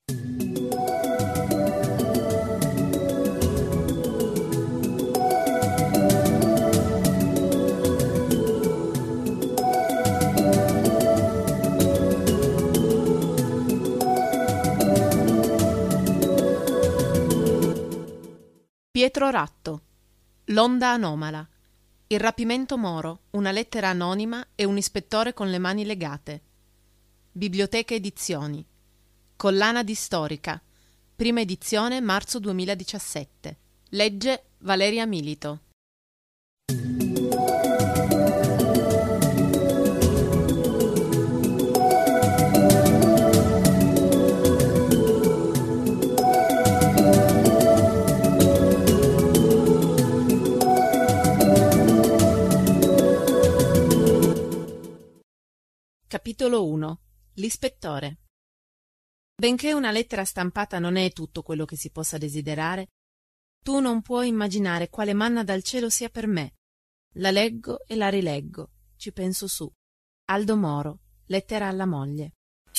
Pietro Ratto. L'onda anomala. Il rapimento Moro, una lettera anonima e un ispettore con le mani legate. Biblioteca Edizioni. Collana di Storica. Prima edizione marzo 2017. Legge Valeria Milito. Capitolo 1. L'ispettore. Benché una lettera stampata non è tutto quello che si possa desiderare, tu non puoi immaginare quale manna dal cielo sia per me. La leggo e la rileggo, ci penso su. Aldo Moro, lettera alla moglie.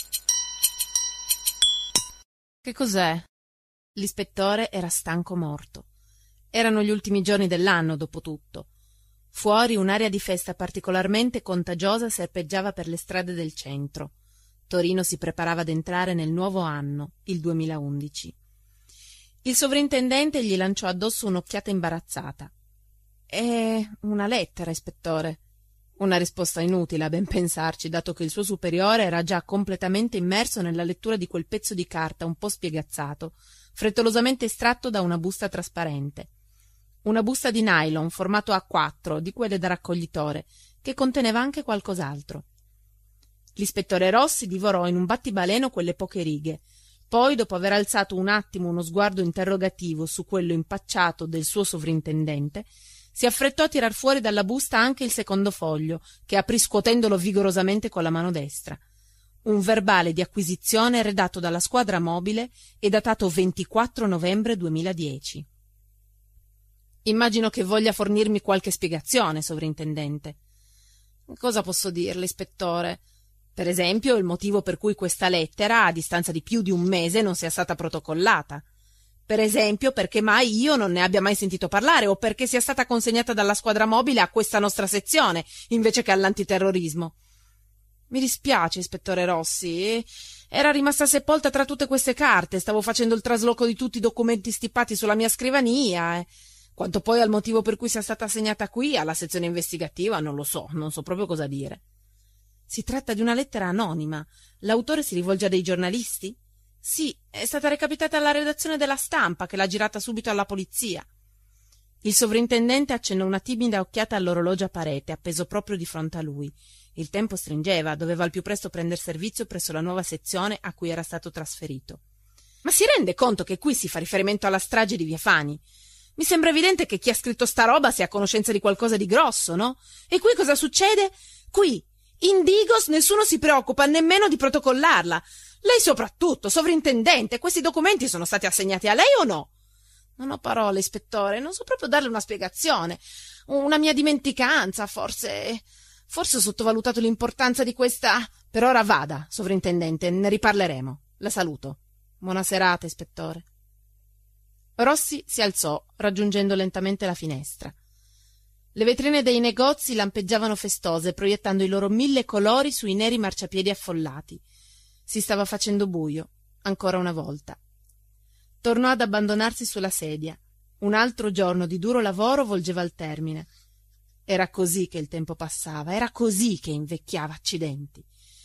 Che cos'è? L'ispettore era stanco morto. Erano gli ultimi giorni dell'anno, dopo tutto. Fuori un'aria di festa particolarmente contagiosa serpeggiava per le strade del centro. Torino si preparava ad entrare nel nuovo anno, il 2011. Il sovrintendente gli lanciò addosso un'occhiata imbarazzata. «È una lettera, ispettore». Una risposta inutile, a ben pensarci, dato che il suo superiore era già completamente immerso nella lettura di quel pezzo di carta un po' spiegazzato, frettolosamente estratto da una busta trasparente. Una busta di nylon formato a 4, di quelle da raccoglitore, che conteneva anche qualcos'altro. L'ispettore Rossi divorò in un battibaleno quelle poche righe. Poi, dopo aver alzato un attimo uno sguardo interrogativo su quello impacciato del suo sovrintendente, si affrettò a tirar fuori dalla busta anche il secondo foglio, che aprì scuotendolo vigorosamente con la mano destra. Un verbale di acquisizione redatto dalla squadra mobile e datato 24 novembre 2010. Immagino che voglia fornirmi qualche spiegazione, sovrintendente. Cosa posso dirle, ispettore? Per esempio, il motivo per cui questa lettera, a distanza di più di un mese, non sia stata protocollata. Per esempio, perché mai io non ne abbia mai sentito parlare, o perché sia stata consegnata dalla squadra mobile a questa nostra sezione, invece che all'antiterrorismo. Mi dispiace, ispettore Rossi. Era rimasta sepolta tra tutte queste carte. Stavo facendo il trasloco di tutti i documenti stipati sulla mia scrivania. Quanto poi al motivo per cui sia stata assegnata qui, alla sezione investigativa, non lo so, non so proprio cosa dire. Si tratta di una lettera anonima. L'autore si rivolge a dei giornalisti? Sì, è stata recapitata alla redazione della Stampa, che l'ha girata subito alla polizia. Il sovrintendente accennò una timida occhiata all'orologio a parete, appeso proprio di fronte a lui. Il tempo stringeva, doveva al più presto prender servizio presso la nuova sezione a cui era stato trasferito. Ma si rende conto che qui si fa riferimento alla strage di Via Fani? Mi sembra evidente che chi ha scritto sta roba sia a conoscenza di qualcosa di grosso, no? E qui cosa succede? Qui, in Digos, nessuno si preoccupa nemmeno di protocollarla. Lei soprattutto, sovrintendente, questi documenti sono stati assegnati a lei o no? Non ho parole, ispettore, non so proprio darle una spiegazione. Una mia dimenticanza, forse ho sottovalutato l'importanza di questa... Per ora vada, sovrintendente, ne riparleremo. La saluto. Buona serata, ispettore. Rossi si alzò, raggiungendo lentamente la finestra. Le vetrine dei negozi lampeggiavano festose, proiettando i loro 1000 colori sui neri marciapiedi affollati. Si stava facendo buio, ancora una volta. Tornò ad abbandonarsi sulla sedia. Un altro giorno di duro lavoro volgeva al termine. Era così che il tempo passava, era così che invecchiava, accidenti.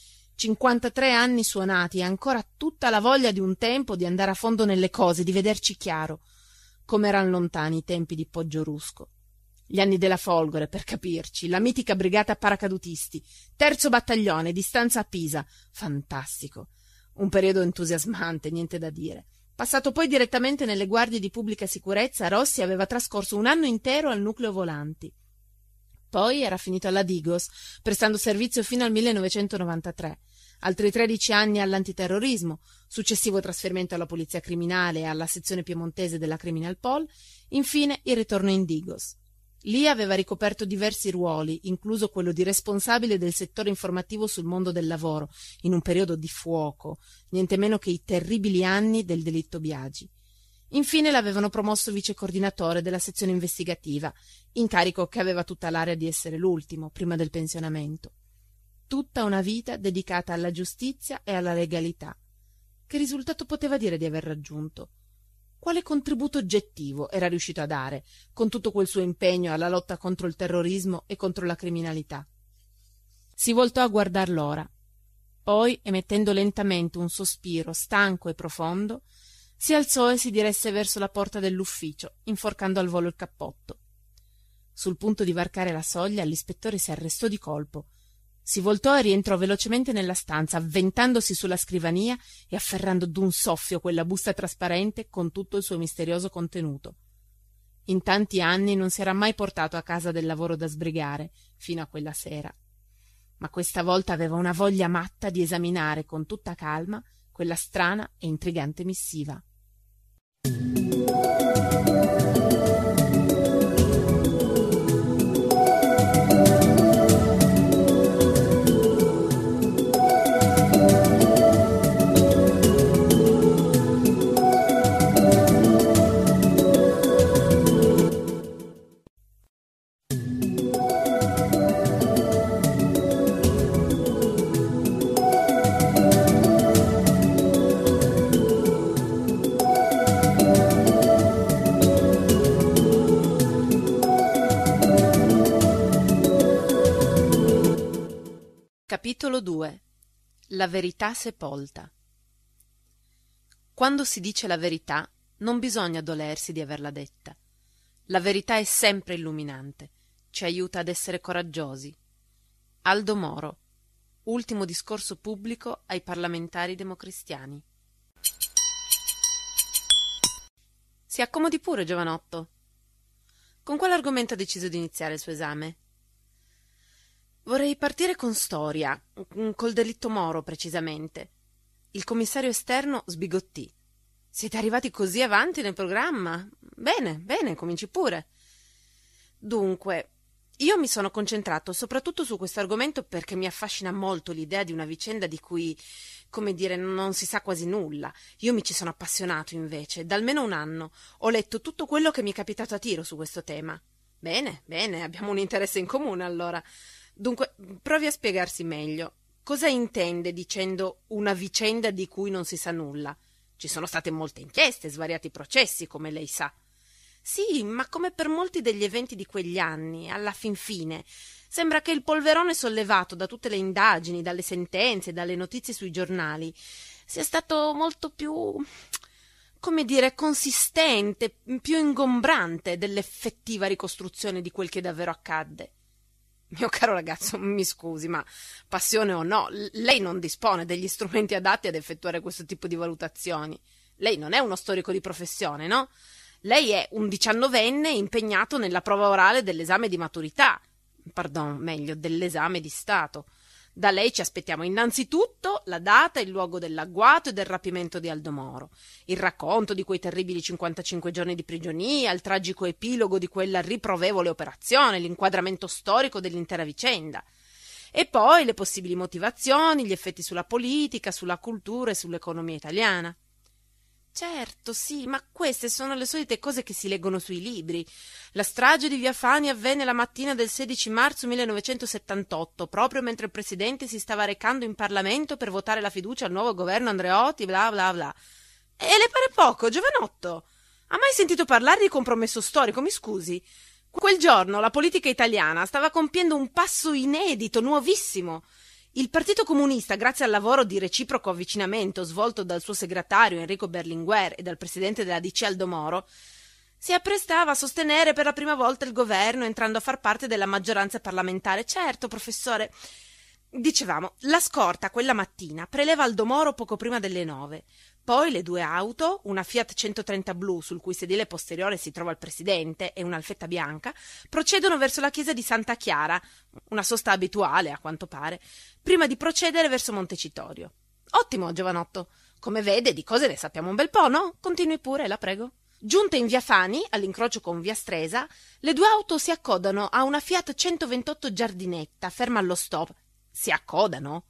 53 anni suonati e ancora tutta la voglia di un tempo di andare a fondo nelle cose, di vederci chiaro. Come eran lontani i tempi di Poggiorusko. Gli anni della Folgore, per capirci, la mitica brigata paracadutisti, 3° battaglione, distanza a Pisa. Fantastico. Un periodo entusiasmante, niente da dire. Passato poi direttamente nelle guardie di pubblica sicurezza, Rossi aveva trascorso un anno intero al nucleo volanti. Poi era finito alla Digos, prestando servizio fino al 1993. Altri 13 anni all'antiterrorismo, successivo trasferimento alla polizia criminale e alla sezione piemontese della Criminal Pol, infine il ritorno in Digos. Lì aveva ricoperto diversi ruoli, incluso quello di responsabile del settore informativo sul mondo del lavoro, in un periodo di fuoco, niente meno che i terribili anni del delitto Biagi. Infine l'avevano promosso vicecoordinatore della sezione investigativa, incarico che aveva tutta l'aria di essere l'ultimo, prima del pensionamento. Tutta una vita dedicata alla giustizia e alla legalità. Che risultato poteva dire di aver raggiunto? Quale contributo oggettivo era riuscito a dare, con tutto quel suo impegno alla lotta contro il terrorismo e contro la criminalità? Si voltò a guardar l'ora. Poi, emettendo lentamente un sospiro stanco e profondo, si alzò e si diresse verso la porta dell'ufficio, inforcando al volo il cappotto. Sul punto di varcare la soglia, l'ispettore si arrestò di colpo. Si voltò e rientrò velocemente nella stanza, avventandosi sulla scrivania e afferrando d'un soffio quella busta trasparente con tutto il suo misterioso contenuto. In tanti anni non si era mai portato a casa del lavoro da sbrigare, fino a quella sera. Ma questa volta aveva una voglia matta di esaminare con tutta calma quella strana e intrigante missiva. Capitolo 2. La verità sepolta. Quando si dice la verità, non bisogna dolersi di averla detta. La verità è sempre illuminante, ci aiuta ad essere coraggiosi. Aldo Moro. Ultimo discorso pubblico ai parlamentari democristiani. Si accomodi pure, giovanotto. Con quale argomento ha deciso di iniziare il suo esame? Vorrei partire con storia, col delitto Moro precisamente. Il commissario esterno sbigottì. Siete arrivati così avanti nel programma? Bene, bene, cominci pure. Dunque, io mi sono concentrato soprattutto su questo argomento perché mi affascina molto l'idea di una vicenda di cui, come dire, non si sa quasi nulla. Io mi ci sono appassionato invece, da almeno un anno. Ho letto tutto quello che mi è capitato a tiro su questo tema. Bene, bene, abbiamo un interesse in comune allora. Dunque, provi a spiegarsi meglio. Cosa intende dicendo una vicenda di cui non si sa nulla? Ci sono state molte inchieste, svariati processi, come lei sa. Sì, ma come per molti degli eventi di quegli anni, alla fin fine, sembra che il polverone sollevato da tutte le indagini, dalle sentenze, dalle notizie sui giornali, sia stato molto più, come dire, consistente, più ingombrante dell'effettiva ricostruzione di quel che davvero accadde. Mio caro ragazzo, mi scusi, ma passione o no, lei non dispone degli strumenti adatti ad effettuare questo tipo di valutazioni. Lei non è uno storico di professione, no? Lei è un 19enne impegnato nella prova orale dell'esame di maturità. Pardon, meglio, dell'esame di Stato. Da lei ci aspettiamo innanzitutto la data e il luogo dell'agguato e del rapimento di Aldo Moro, il racconto di quei terribili 55 giorni di prigionia, il tragico epilogo di quella riprovevole operazione, l'inquadramento storico dell'intera vicenda. E poi le possibili motivazioni, gli effetti sulla politica, sulla cultura e sull'economia italiana. Certo, sì, ma queste sono le solite cose che si leggono sui libri. La strage di Via Fani avvenne la mattina del 16 marzo 1978, proprio mentre il presidente si stava recando in Parlamento per votare la fiducia al nuovo governo Andreotti, bla bla bla. E le pare poco, giovanotto? Ha mai sentito parlare di compromesso storico, mi scusi? Quel giorno la politica italiana stava compiendo un passo inedito, nuovissimo. Il Partito Comunista, grazie al lavoro di reciproco avvicinamento svolto dal suo segretario Enrico Berlinguer e dal presidente della DC Aldo Moro, si apprestava a sostenere per la prima volta il governo entrando a far parte della maggioranza parlamentare. Certo, professore. Dicevamo, la scorta quella mattina preleva Aldo Moro poco prima delle 9. Poi le due auto, una Fiat 130 blu sul cui sedile posteriore si trova il presidente e un'Alfetta bianca, procedono verso la chiesa di Santa Chiara, una sosta abituale a quanto pare, prima di procedere verso Montecitorio. Ottimo, giovanotto. Come vede, di cose ne sappiamo un bel po', no? Continui pure, la prego. Giunte in via Fani, all'incrocio con via Stresa, le due auto si accodano a una Fiat 128 giardinetta, ferma allo stop. Si accodano?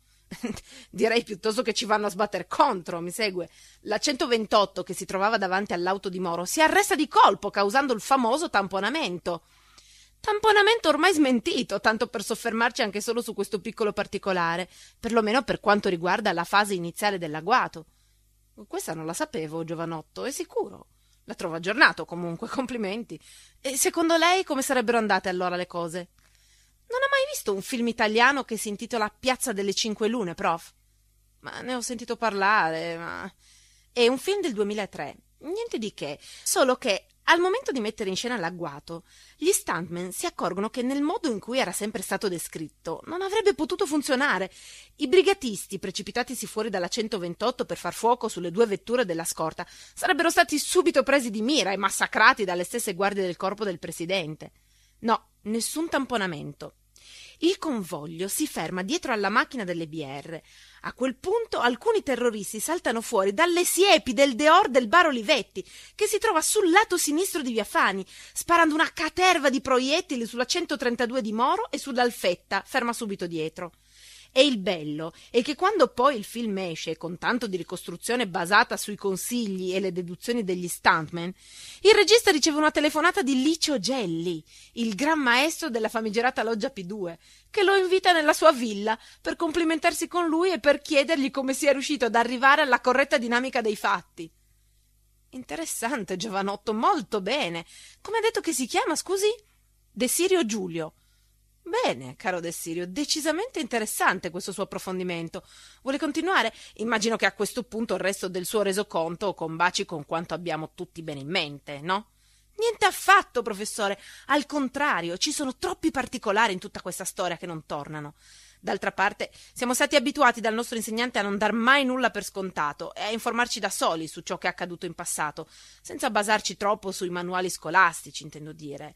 Direi piuttosto che ci vanno a sbatter contro, mi segue? La 128, che si trovava davanti all'auto di Moro, si arresta di colpo, causando il famoso tamponamento. Tamponamento ormai smentito, tanto per soffermarci anche solo su questo piccolo particolare, perlomeno per quanto riguarda la fase iniziale dell'agguato. Questa non la sapevo, giovanotto, è sicuro. La trovo aggiornato, comunque, complimenti. E secondo lei come sarebbero andate allora le cose? Non ha mai visto un film italiano che si intitola Piazza delle Cinque Lune, prof? Ma ne ho sentito parlare, ma... È un film del 2003, niente di che, solo che al momento di mettere in scena l'agguato, gli stuntman si accorgono che nel modo in cui era sempre stato descritto non avrebbe potuto funzionare. I brigatisti, precipitatisi fuori dalla 128 per far fuoco sulle due vetture della scorta, sarebbero stati subito presi di mira e massacrati dalle stesse guardie del corpo del presidente. No, nessun tamponamento. Il convoglio si ferma dietro alla macchina delle BR. A quel punto alcuni terroristi saltano fuori dalle siepi del Deor del bar Olivetti, che si trova sul lato sinistro di via Fani, sparando una caterva di proiettili sulla 132 di Moro e sull'Alfetta, ferma subito dietro. E il bello è che quando poi il film esce, con tanto di ricostruzione basata sui consigli e le deduzioni degli stuntman, il regista riceve una telefonata di Licio Gelli, il gran maestro della famigerata loggia P2, che lo invita nella sua villa per complimentarsi con lui e per chiedergli come sia riuscito ad arrivare alla corretta dinamica dei fatti. Interessante, giovanotto, molto bene. Come ha detto che si chiama, scusi? Desirio Giulio. Bene, caro Desirio, decisamente interessante questo suo approfondimento. Vuole continuare? Immagino che a questo punto il resto del suo resoconto combaci con quanto abbiamo tutti bene in mente, no? Niente affatto, professore. Al contrario, ci sono troppi particolari in tutta questa storia che non tornano. D'altra parte, siamo stati abituati dal nostro insegnante a non dar mai nulla per scontato e a informarci da soli su ciò che è accaduto in passato, senza basarci troppo sui manuali scolastici, intendo dire.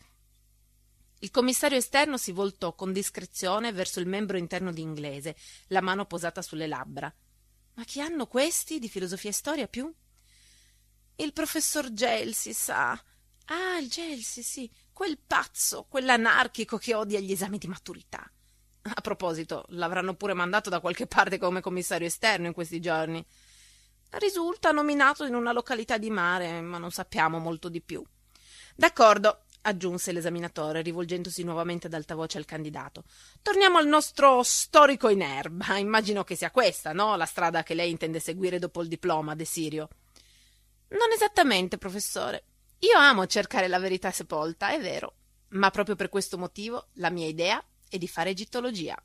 Il commissario esterno si voltò con discrezione verso il membro interno di inglese, la mano posata sulle labbra. Ma chi hanno questi di filosofia e storia più? Il professor Gelsi, sa. Ah, il Gelsi, sì, quel pazzo, quell'anarchico che odia gli esami di maturità. A proposito, l'avranno pure mandato da qualche parte come commissario esterno in questi giorni. Risulta nominato in una località di mare, ma non sappiamo molto di più. D'accordo, aggiunse l'esaminatore, rivolgendosi nuovamente ad alta voce al candidato. Torniamo al nostro storico in erba. Immagino che sia questa, no? La strada che lei intende seguire dopo il diploma, Desirio. Non esattamente, professore. Io amo cercare la verità sepolta, è vero, ma proprio per questo motivo la mia idea è di fare egittologia.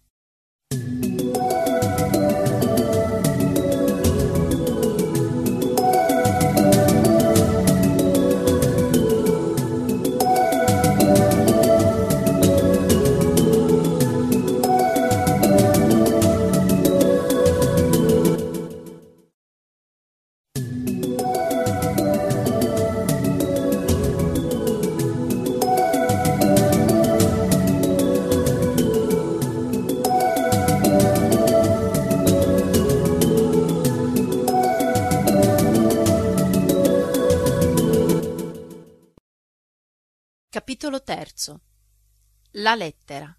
Capitolo terzo. La lettera.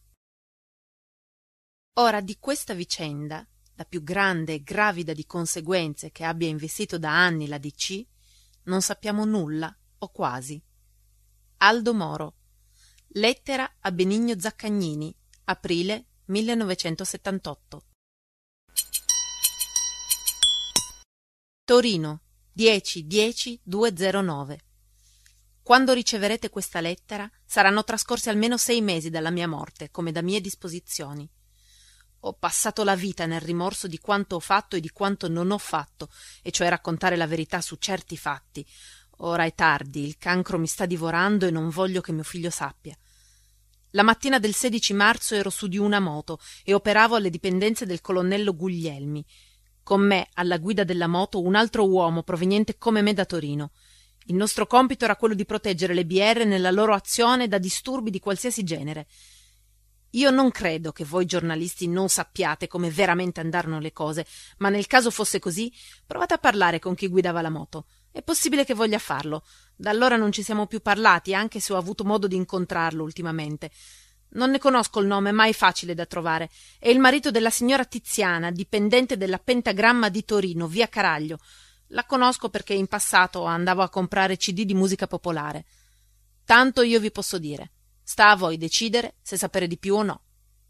Ora di questa vicenda, la più grande e gravida di conseguenze che abbia investito da anni la DC, non sappiamo nulla o quasi. Aldo Moro. Lettera a Benigno Zaccagnini, aprile 1978. Torino, 10/10/209. Quando riceverete questa lettera saranno trascorsi almeno 6 mesi dalla mia morte, come da mie disposizioni. Ho passato la vita nel rimorso di quanto ho fatto e di quanto non ho fatto, e cioè raccontare la verità su certi fatti. Ora è tardi, il cancro mi sta divorando e non voglio che mio figlio sappia. La mattina del 16 marzo ero su di una moto e operavo alle dipendenze del colonnello Guglielmi. Con me, alla guida della moto, un altro uomo proveniente come me da Torino. Il nostro compito era quello di proteggere le BR nella loro azione da disturbi di qualsiasi genere. Io non credo che voi giornalisti non sappiate come veramente andarono le cose, ma nel caso fosse così, provate a parlare con chi guidava la moto. È possibile che voglia farlo. Da allora non ci siamo più parlati, anche se ho avuto modo di incontrarlo ultimamente. Non ne conosco il nome, ma è facile da trovare. È il marito della signora Tiziana, dipendente della Pentagramma di Torino, via Caraglio. La conosco perché in passato andavo a comprare CD di musica popolare. Tanto io vi posso dire. Sta a voi decidere se sapere di più o no.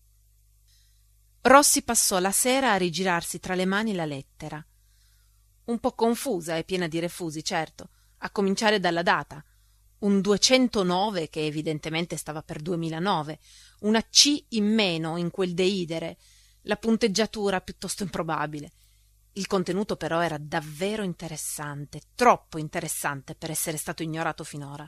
Rossi passò la sera a rigirarsi tra le mani la lettera. Un po' confusa e piena di refusi, certo, a cominciare dalla data. Un 209 che evidentemente stava per 2009, una C in meno in quel deidere, la punteggiatura piuttosto improbabile. Il contenuto però era davvero interessante, troppo interessante per essere stato ignorato finora.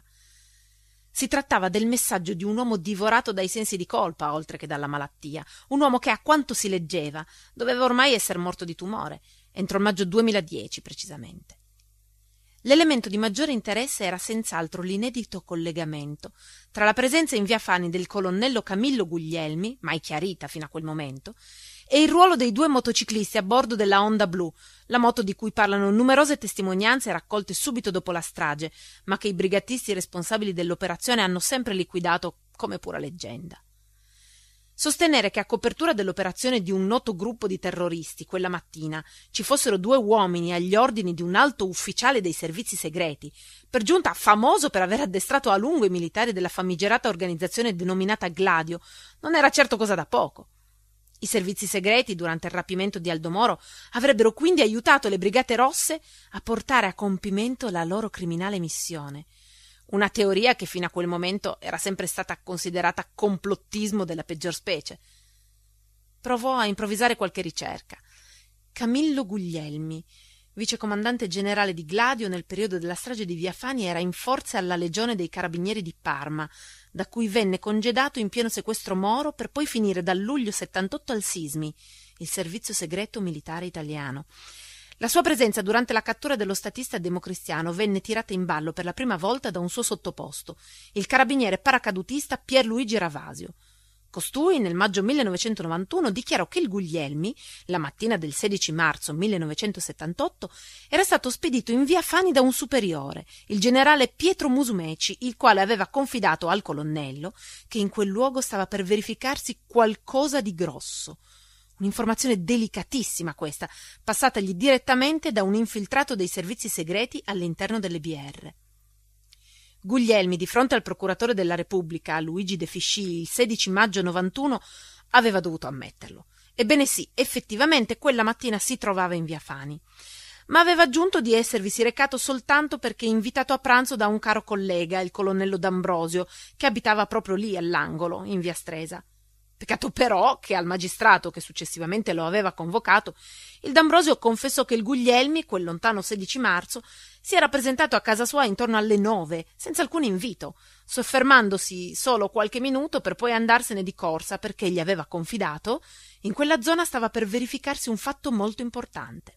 Si trattava del messaggio di un uomo divorato dai sensi di colpa, oltre che dalla malattia, un uomo che, a quanto si leggeva, doveva ormai essere morto di tumore, entro il maggio 2010 precisamente. L'elemento di maggiore interesse era senz'altro l'inedito collegamento tra la presenza in via Fani del colonnello Camillo Guglielmi, mai chiarita fino a quel momento, e il ruolo dei due motociclisti a bordo della Honda blu, la moto di cui parlano numerose testimonianze raccolte subito dopo la strage, ma che i brigatisti responsabili dell'operazione hanno sempre liquidato come pura leggenda. Sostenere che a copertura dell'operazione di un noto gruppo di terroristi quella mattina ci fossero due uomini agli ordini di un alto ufficiale dei servizi segreti, per giunta famoso per aver addestrato a lungo i militari della famigerata organizzazione denominata Gladio, non era certo cosa da poco. I servizi segreti, durante il rapimento di Aldo Moro, avrebbero quindi aiutato le Brigate Rosse a portare a compimento la loro criminale missione. Una teoria che fino a quel momento era sempre stata considerata complottismo della peggior specie. Provò a improvvisare qualche ricerca. Camillo Guglielmi, vicecomandante generale di Gladio nel periodo della strage di via Fani, era in forze alla Legione dei Carabinieri di Parma, da cui venne congedato in pieno sequestro Moro per poi finire dal luglio 78 al SISMI, il servizio segreto militare italiano. La sua presenza durante la cattura dello statista democristiano venne tirata in ballo per la prima volta da un suo sottoposto, il carabiniere paracadutista Pierluigi Ravasio. Costui, nel maggio 1991, dichiarò che il Guglielmi, la mattina del 16 marzo 1978, era stato spedito in via Fani da un superiore, il generale Pietro Musumeci, il quale aveva confidato al colonnello che in quel luogo stava per verificarsi qualcosa di grosso. Un'informazione delicatissima questa, passatagli direttamente da un infiltrato dei servizi segreti all'interno delle BR. Guglielmi, di fronte al procuratore della Repubblica, Luigi De Fisci, il 16 maggio 91, aveva dovuto ammetterlo. Ebbene sì, effettivamente quella mattina si trovava in via Fani, ma aveva aggiunto di esservisi recato soltanto perché invitato a pranzo da un caro collega, il colonnello D'Ambrosio, che abitava proprio lì all'angolo, in via Stresa. Peccato però che al magistrato che successivamente lo aveva convocato, il D'Ambrosio confessò che il Guglielmi, quel lontano 16 marzo, si era presentato a casa sua intorno alle 9, senza alcun invito, soffermandosi solo qualche minuto per poi andarsene di corsa perché gli aveva confidato in quella zona stava per verificarsi un fatto molto importante.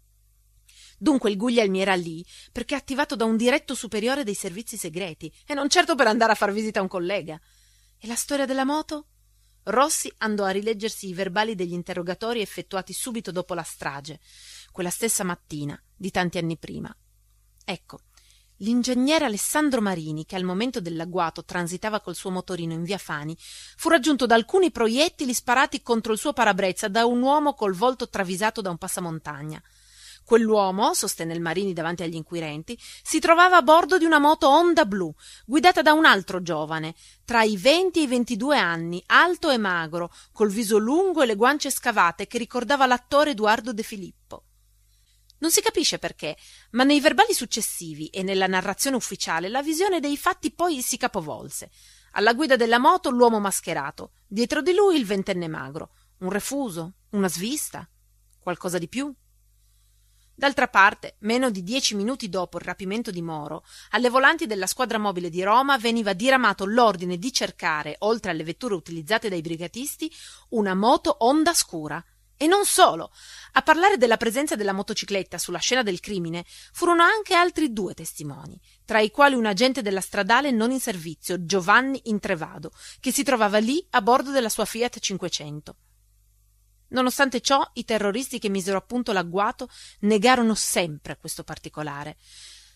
Dunque il Guglielmi era lì perché attivato da un diretto superiore dei servizi segreti e non certo per andare a far visita a un collega. E la storia della moto? Rossi andò a rileggersi i verbali degli interrogatori effettuati subito dopo la strage, quella stessa mattina, di tanti anni prima. Ecco, l'ingegnere Alessandro Marini, che al momento dell'agguato transitava col suo motorino in via Fani, fu raggiunto da alcuni proiettili sparati contro il suo parabrezza da un uomo col volto travisato da un passamontagna. Quell'uomo, sostenne il Marini davanti agli inquirenti, si trovava a bordo di una moto Honda blu, guidata da un altro giovane, tra i 20 e i 22 anni, alto e magro, col viso lungo e le guance scavate, che ricordava l'attore Edoardo De Filippo. Non si capisce perché, ma nei verbali successivi e nella narrazione ufficiale la visione dei fatti poi si capovolse. Alla guida della moto l'uomo mascherato, dietro di lui il ventenne magro. Un refuso? Una svista? Qualcosa di più? D'altra parte, meno di 10 minuti dopo il rapimento di Moro, alle volanti della squadra mobile di Roma veniva diramato l'ordine di cercare, oltre alle vetture utilizzate dai brigatisti, una moto Honda scura. E non solo! A parlare della presenza della motocicletta sulla scena del crimine furono anche altri 2 testimoni, tra i quali un agente della stradale non in servizio, Giovanni Intrevado, che si trovava lì a bordo della sua Fiat 500. Nonostante ciò, i terroristi che misero a punto l'agguato negarono sempre questo particolare.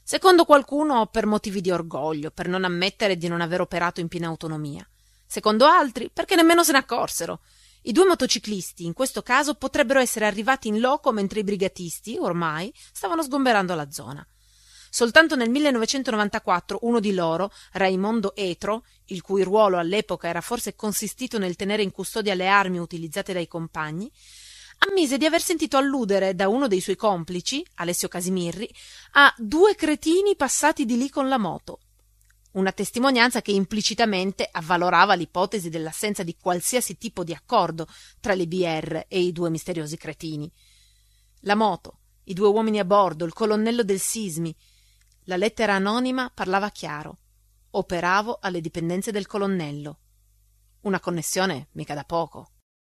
Secondo qualcuno per motivi di orgoglio, per non ammettere di non aver operato in piena autonomia. Secondo altri perché nemmeno se ne accorsero. I due motociclisti, in questo caso, potrebbero essere arrivati in loco mentre i brigatisti, ormai, stavano sgomberando la zona. Soltanto nel 1994 uno di loro, Raimondo Etro, il cui ruolo all'epoca era forse consistito nel tenere in custodia le armi utilizzate dai compagni, ammise di aver sentito alludere da uno dei suoi complici, Alessio Casimirri, a due cretini passati di lì con la moto. Una testimonianza che implicitamente avvalorava l'ipotesi dell'assenza di qualsiasi tipo di accordo tra le BR e i due misteriosi cretini. La moto, i due uomini a bordo, il colonnello del Sismi. La lettera anonima parlava chiaro. Operavo alle dipendenze del colonnello. Una connessione mica da poco.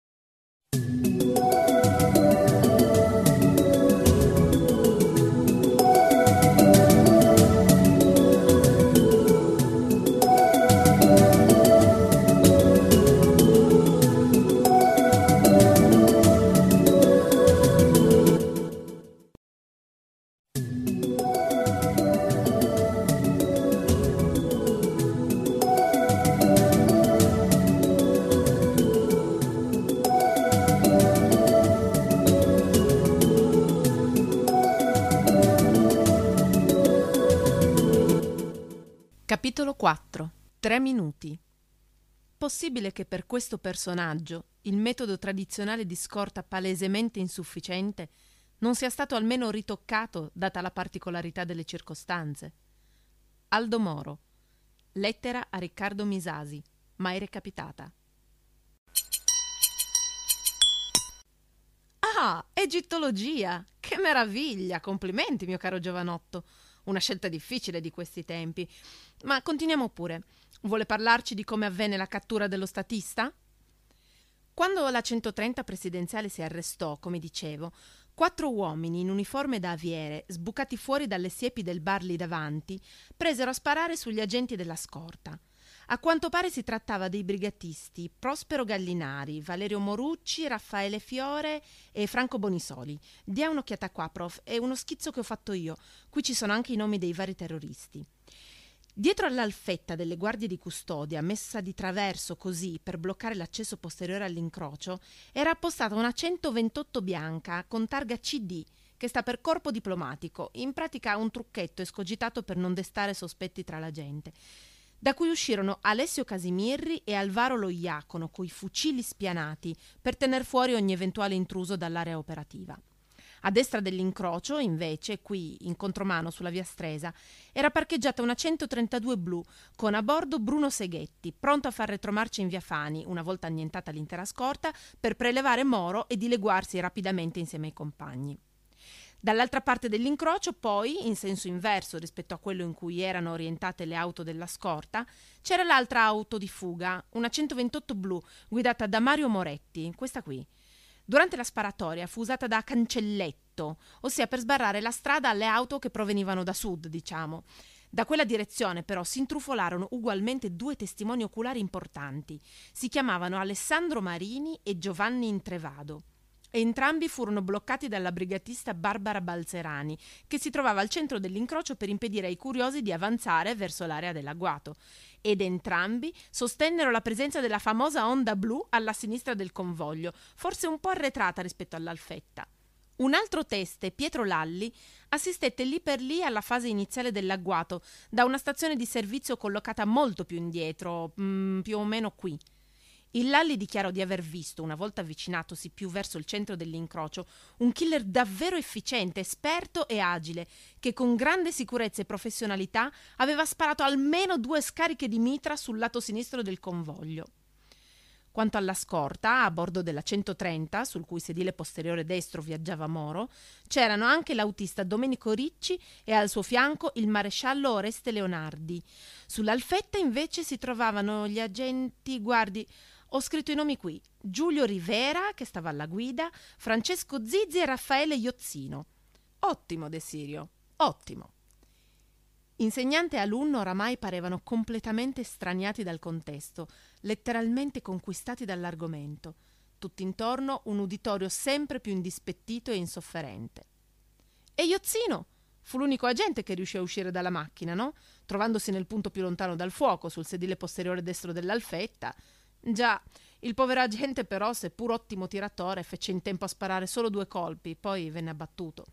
Capitolo 4. 3 minuti. Possibile che per questo personaggio il metodo tradizionale di scorta palesemente insufficiente non sia stato almeno ritoccato data la particolarità delle circostanze? Aldo Moro. Lettera a Riccardo Misasi, mai recapitata. Ah, egittologia! Che meraviglia! Complimenti, mio caro giovanotto. Una scelta difficile di questi tempi. Ma continuiamo pure. Vuole parlarci di come avvenne la cattura dello statista? Quando la 130 presidenziale si arrestò, come dicevo, 4 uomini in uniforme da aviere, sbucati fuori dalle siepi del bar lì davanti, presero a sparare sugli agenti della scorta. A quanto pare si trattava dei brigatisti Prospero Gallinari, Valerio Morucci, Raffaele Fiore e Franco Bonisoli. Dia un'occhiata qua, prof, è uno schizzo che ho fatto io. Qui ci sono anche i nomi dei vari terroristi. Dietro all'alfetta delle guardie di custodia, messa di traverso così per bloccare l'accesso posteriore all'incrocio, era appostata una 128 bianca con targa CD, che sta per corpo diplomatico, in pratica un trucchetto escogitato per non destare sospetti tra la gente, da cui uscirono Alessio Casimirri e Alvaro Lo Iacono coi fucili spianati per tener fuori ogni eventuale intruso dall'area operativa. A destra dell'incrocio, invece, qui in contromano sulla via Stresa, era parcheggiata una 132 blu con a bordo Bruno Seghetti, pronto a far retromarcia in via Fani, una volta annientata l'intera scorta, per prelevare Moro e dileguarsi rapidamente insieme ai compagni. Dall'altra parte dell'incrocio, poi, in senso inverso rispetto a quello in cui erano orientate le auto della scorta, c'era l'altra auto di fuga, una 128 blu, guidata da Mario Moretti, questa qui. Durante la sparatoria fu usata da cancelletto, ossia per sbarrare la strada alle auto che provenivano da sud, diciamo. Da quella direzione, però, si intrufolarono ugualmente 2 testimoni oculari importanti. Si chiamavano Alessandro Marini e Giovanni Intrevado. Entrambi furono bloccati dalla brigatista Barbara Balzerani, che si trovava al centro dell'incrocio per impedire ai curiosi di avanzare verso l'area dell'agguato. Ed entrambi sostennero la presenza della famosa onda blu alla sinistra del convoglio, forse un po' arretrata rispetto all'alfetta. Un altro teste, Pietro Lalli, assistette lì per lì alla fase iniziale dell'agguato, da una stazione di servizio collocata molto più indietro, più o meno qui. Il Lalli dichiarò di aver visto, una volta avvicinatosi più verso il centro dell'incrocio, un killer davvero efficiente, esperto e agile, che con grande sicurezza e professionalità aveva sparato almeno 2 scariche di mitra sul lato sinistro del convoglio. Quanto alla scorta, a bordo della 130, sul cui sedile posteriore destro viaggiava Moro, c'erano anche l'autista Domenico Ricci e al suo fianco il maresciallo Oreste Leonardi. Sull'alfetta invece si trovavano gli agenti, guardi, ho scritto i nomi qui, Giulio Rivera, che stava alla guida, Francesco Zizzi e Raffaele Iozzino. Ottimo, De Sirio, ottimo. Insegnante e alunno oramai parevano completamente straniati dal contesto, letteralmente conquistati dall'argomento. Tutt'intorno un uditorio sempre più indispettito e insofferente. E Iozzino? Fu l'unico agente che riuscì a uscire dalla macchina, no? Trovandosi nel punto più lontano dal fuoco, sul sedile posteriore destro dell'Alfetta. Già, il povero agente però, seppur ottimo tiratore, fece in tempo a sparare solo 2 colpi, poi venne abbattuto.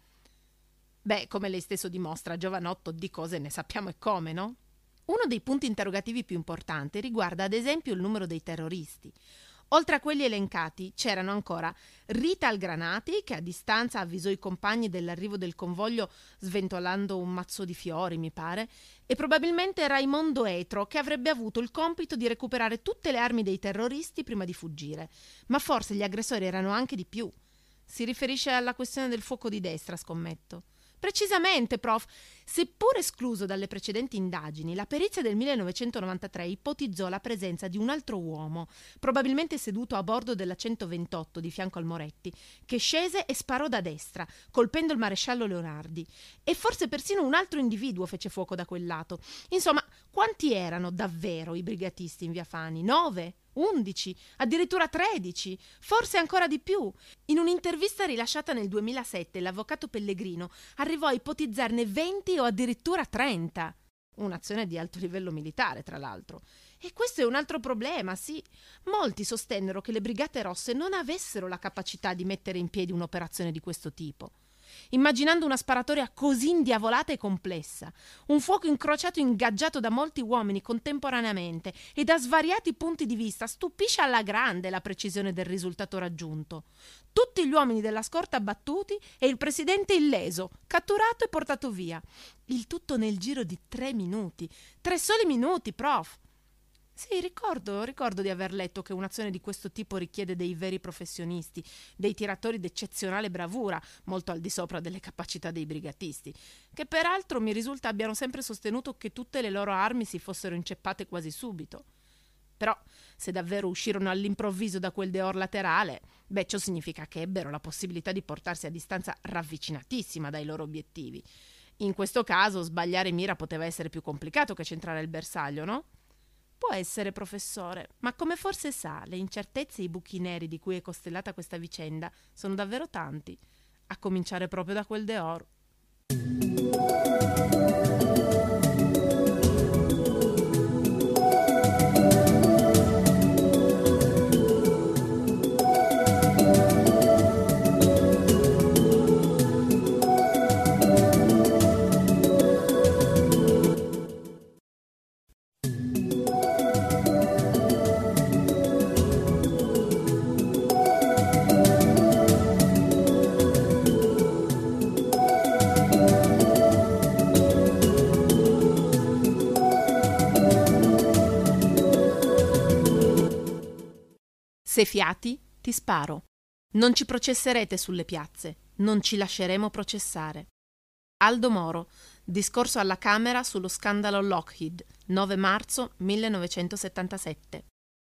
Beh, come lei stesso dimostra, giovanotto, di cose ne sappiamo e come, no? Uno dei punti interrogativi più importanti riguarda ad esempio il numero dei terroristi. Oltre a quelli elencati c'erano ancora Rita Algranati, che a distanza avvisò i compagni dell'arrivo del convoglio sventolando un mazzo di fiori, mi pare, e probabilmente Raimondo Etro, che avrebbe avuto il compito di recuperare tutte le armi dei terroristi prima di fuggire. Ma forse gli aggressori erano anche di più. Si riferisce alla questione del fuoco di destra, scommetto. Precisamente, prof. Seppur escluso dalle precedenti indagini, la perizia del 1993 ipotizzò la presenza di un altro uomo, probabilmente seduto a bordo della 128 di fianco al Moretti, che scese e sparò da destra, colpendo il maresciallo Leonardi. E forse persino un altro individuo fece fuoco da quel lato. Insomma, quanti erano davvero i brigatisti in via Fani? 9? 11, addirittura 13, forse ancora di più. In un'intervista rilasciata nel 2007, l'avvocato Pellegrino arrivò a ipotizzarne 20 o addirittura 30. Un'azione di alto livello militare, tra l'altro. E questo è un altro problema, sì. Molti sostennero che le Brigate Rosse non avessero la capacità di mettere in piedi un'operazione di questo tipo. Immaginando una sparatoria così indiavolata e complessa, un fuoco incrociato e ingaggiato da molti uomini contemporaneamente e da svariati punti di vista, stupisce alla grande la precisione del risultato raggiunto. Tutti gli uomini della scorta abbattuti e il presidente illeso, catturato e portato via. Il tutto nel giro di 3 minuti. 3 soli minuti, prof. Sì, ricordo di aver letto che un'azione di questo tipo richiede dei veri professionisti, dei tiratori d'eccezionale bravura, molto al di sopra delle capacità dei brigatisti, che peraltro mi risulta abbiano sempre sostenuto che tutte le loro armi si fossero inceppate quasi subito. Però, se davvero uscirono all'improvviso da quel deor laterale, beh, ciò significa che ebbero la possibilità di portarsi a distanza ravvicinatissima dai loro obiettivi. In questo caso, sbagliare mira poteva essere più complicato che centrare il bersaglio, no? Può essere, professore, ma come forse sa, le incertezze e i buchi neri di cui è costellata questa vicenda sono davvero tanti, a cominciare proprio da quel Deor. Se fiati, ti sparo. Non ci processerete sulle piazze, non ci lasceremo processare. Aldo Moro, discorso alla Camera sullo scandalo Lockheed, 9 marzo 1977.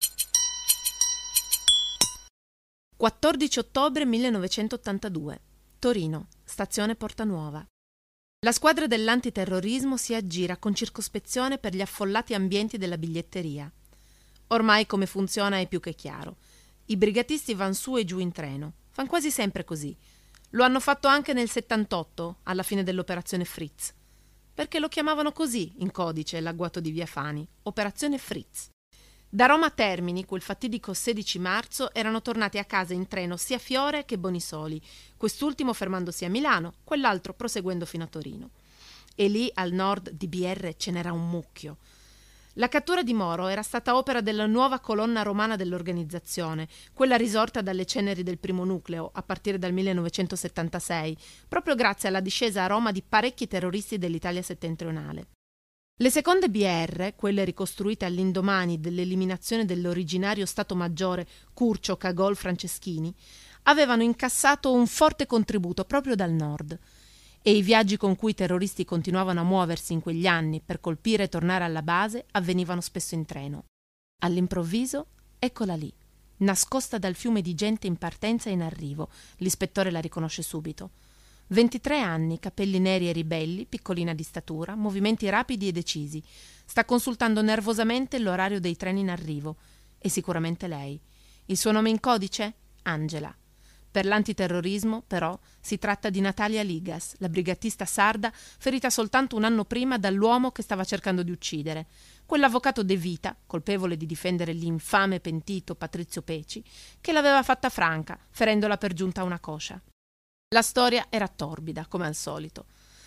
14 ottobre 1982. Torino, stazione Porta Nuova. La squadra dell'antiterrorismo si aggira con circospezione per gli affollati ambienti della biglietteria. Ormai come funziona è più che chiaro. I brigatisti van su e giù in treno. Fan quasi sempre così. Lo hanno fatto anche nel 78, alla fine dell'operazione Fritz. Perché lo chiamavano così, in codice, l'agguato di via Fani. Operazione Fritz. Da Roma a Termini, quel fatidico 16 marzo, erano tornati a casa in treno sia Fiore che Bonisoli, quest'ultimo fermandosi a Milano, quell'altro proseguendo fino a Torino. E lì, al nord di BR, ce n'era un mucchio. La cattura di Moro era stata opera della nuova colonna romana dell'organizzazione, quella risorta dalle ceneri del primo nucleo, a partire dal 1976, proprio grazie alla discesa a Roma di parecchi terroristi dell'Italia settentrionale. Le seconde BR, quelle ricostruite all'indomani dell'eliminazione dell'originario Stato Maggiore Curcio Cagol Franceschini, avevano incassato un forte contributo proprio dal nord. E i viaggi con cui i terroristi continuavano a muoversi in quegli anni per colpire e tornare alla base avvenivano spesso in treno. All'improvviso, eccola lì, nascosta dal fiume di gente in partenza e in arrivo. L'ispettore la riconosce subito. 23 anni, capelli neri e ribelli, piccolina di statura, movimenti rapidi e decisi. Sta consultando nervosamente l'orario dei treni in arrivo. E sicuramente lei. Il suo nome in codice? Angela. Per l'antiterrorismo, però, si tratta di Natalia Ligas, la brigatista sarda ferita soltanto un anno prima dall'uomo che stava cercando di uccidere, quell'avvocato De Vita, colpevole di difendere l'infame pentito Patrizio Peci, che l'aveva fatta franca, ferendola per giunta a una coscia. La storia era torbida, come al solito.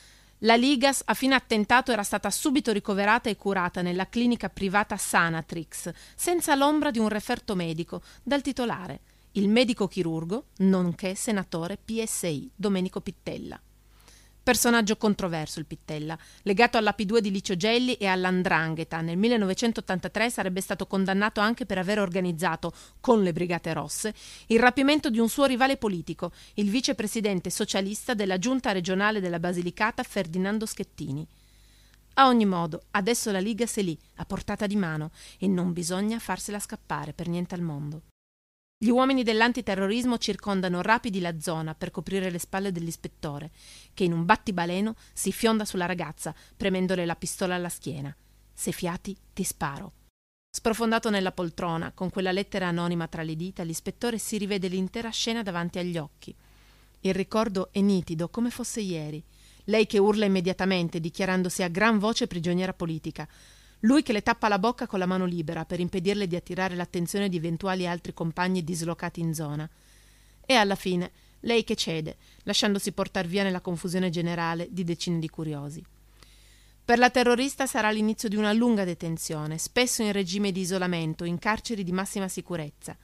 La Ligas, a fine attentato, era stata subito ricoverata e curata nella clinica privata Sanatrix, senza l'ombra di un referto medico, dal titolare, il medico chirurgo, nonché senatore PSI, Domenico Pittella. Personaggio controverso il Pittella, legato alla P2 di Licio Gelli e all''ndrangheta. Nel 1983 sarebbe stato condannato anche per aver organizzato, con le Brigate Rosse, il rapimento di un suo rivale politico, il vicepresidente socialista della giunta regionale della Basilicata Ferdinando Schettini. A ogni modo, adesso la Ligas è lì, a portata di mano, e non bisogna farsela scappare per niente al mondo. Gli uomini dell'antiterrorismo circondano rapidi la zona per coprire le spalle dell'ispettore, che in un battibaleno si fionda sulla ragazza, premendole la pistola alla schiena. Se fiati, ti sparo. Sprofondato nella poltrona, con quella lettera anonima tra le dita, l'ispettore si rivede l'intera scena davanti agli occhi. Il ricordo è nitido, come fosse ieri. Lei che urla immediatamente, dichiarandosi a gran voce prigioniera politica. Lui che le tappa la bocca con la mano libera per impedirle di attirare l'attenzione di eventuali altri compagni dislocati in zona. E alla fine lei che cede, lasciandosi portar via nella confusione generale di decine di curiosi. Per la terrorista sarà l'inizio di una lunga detenzione, spesso in regime di isolamento, in carceri di massima sicurezza.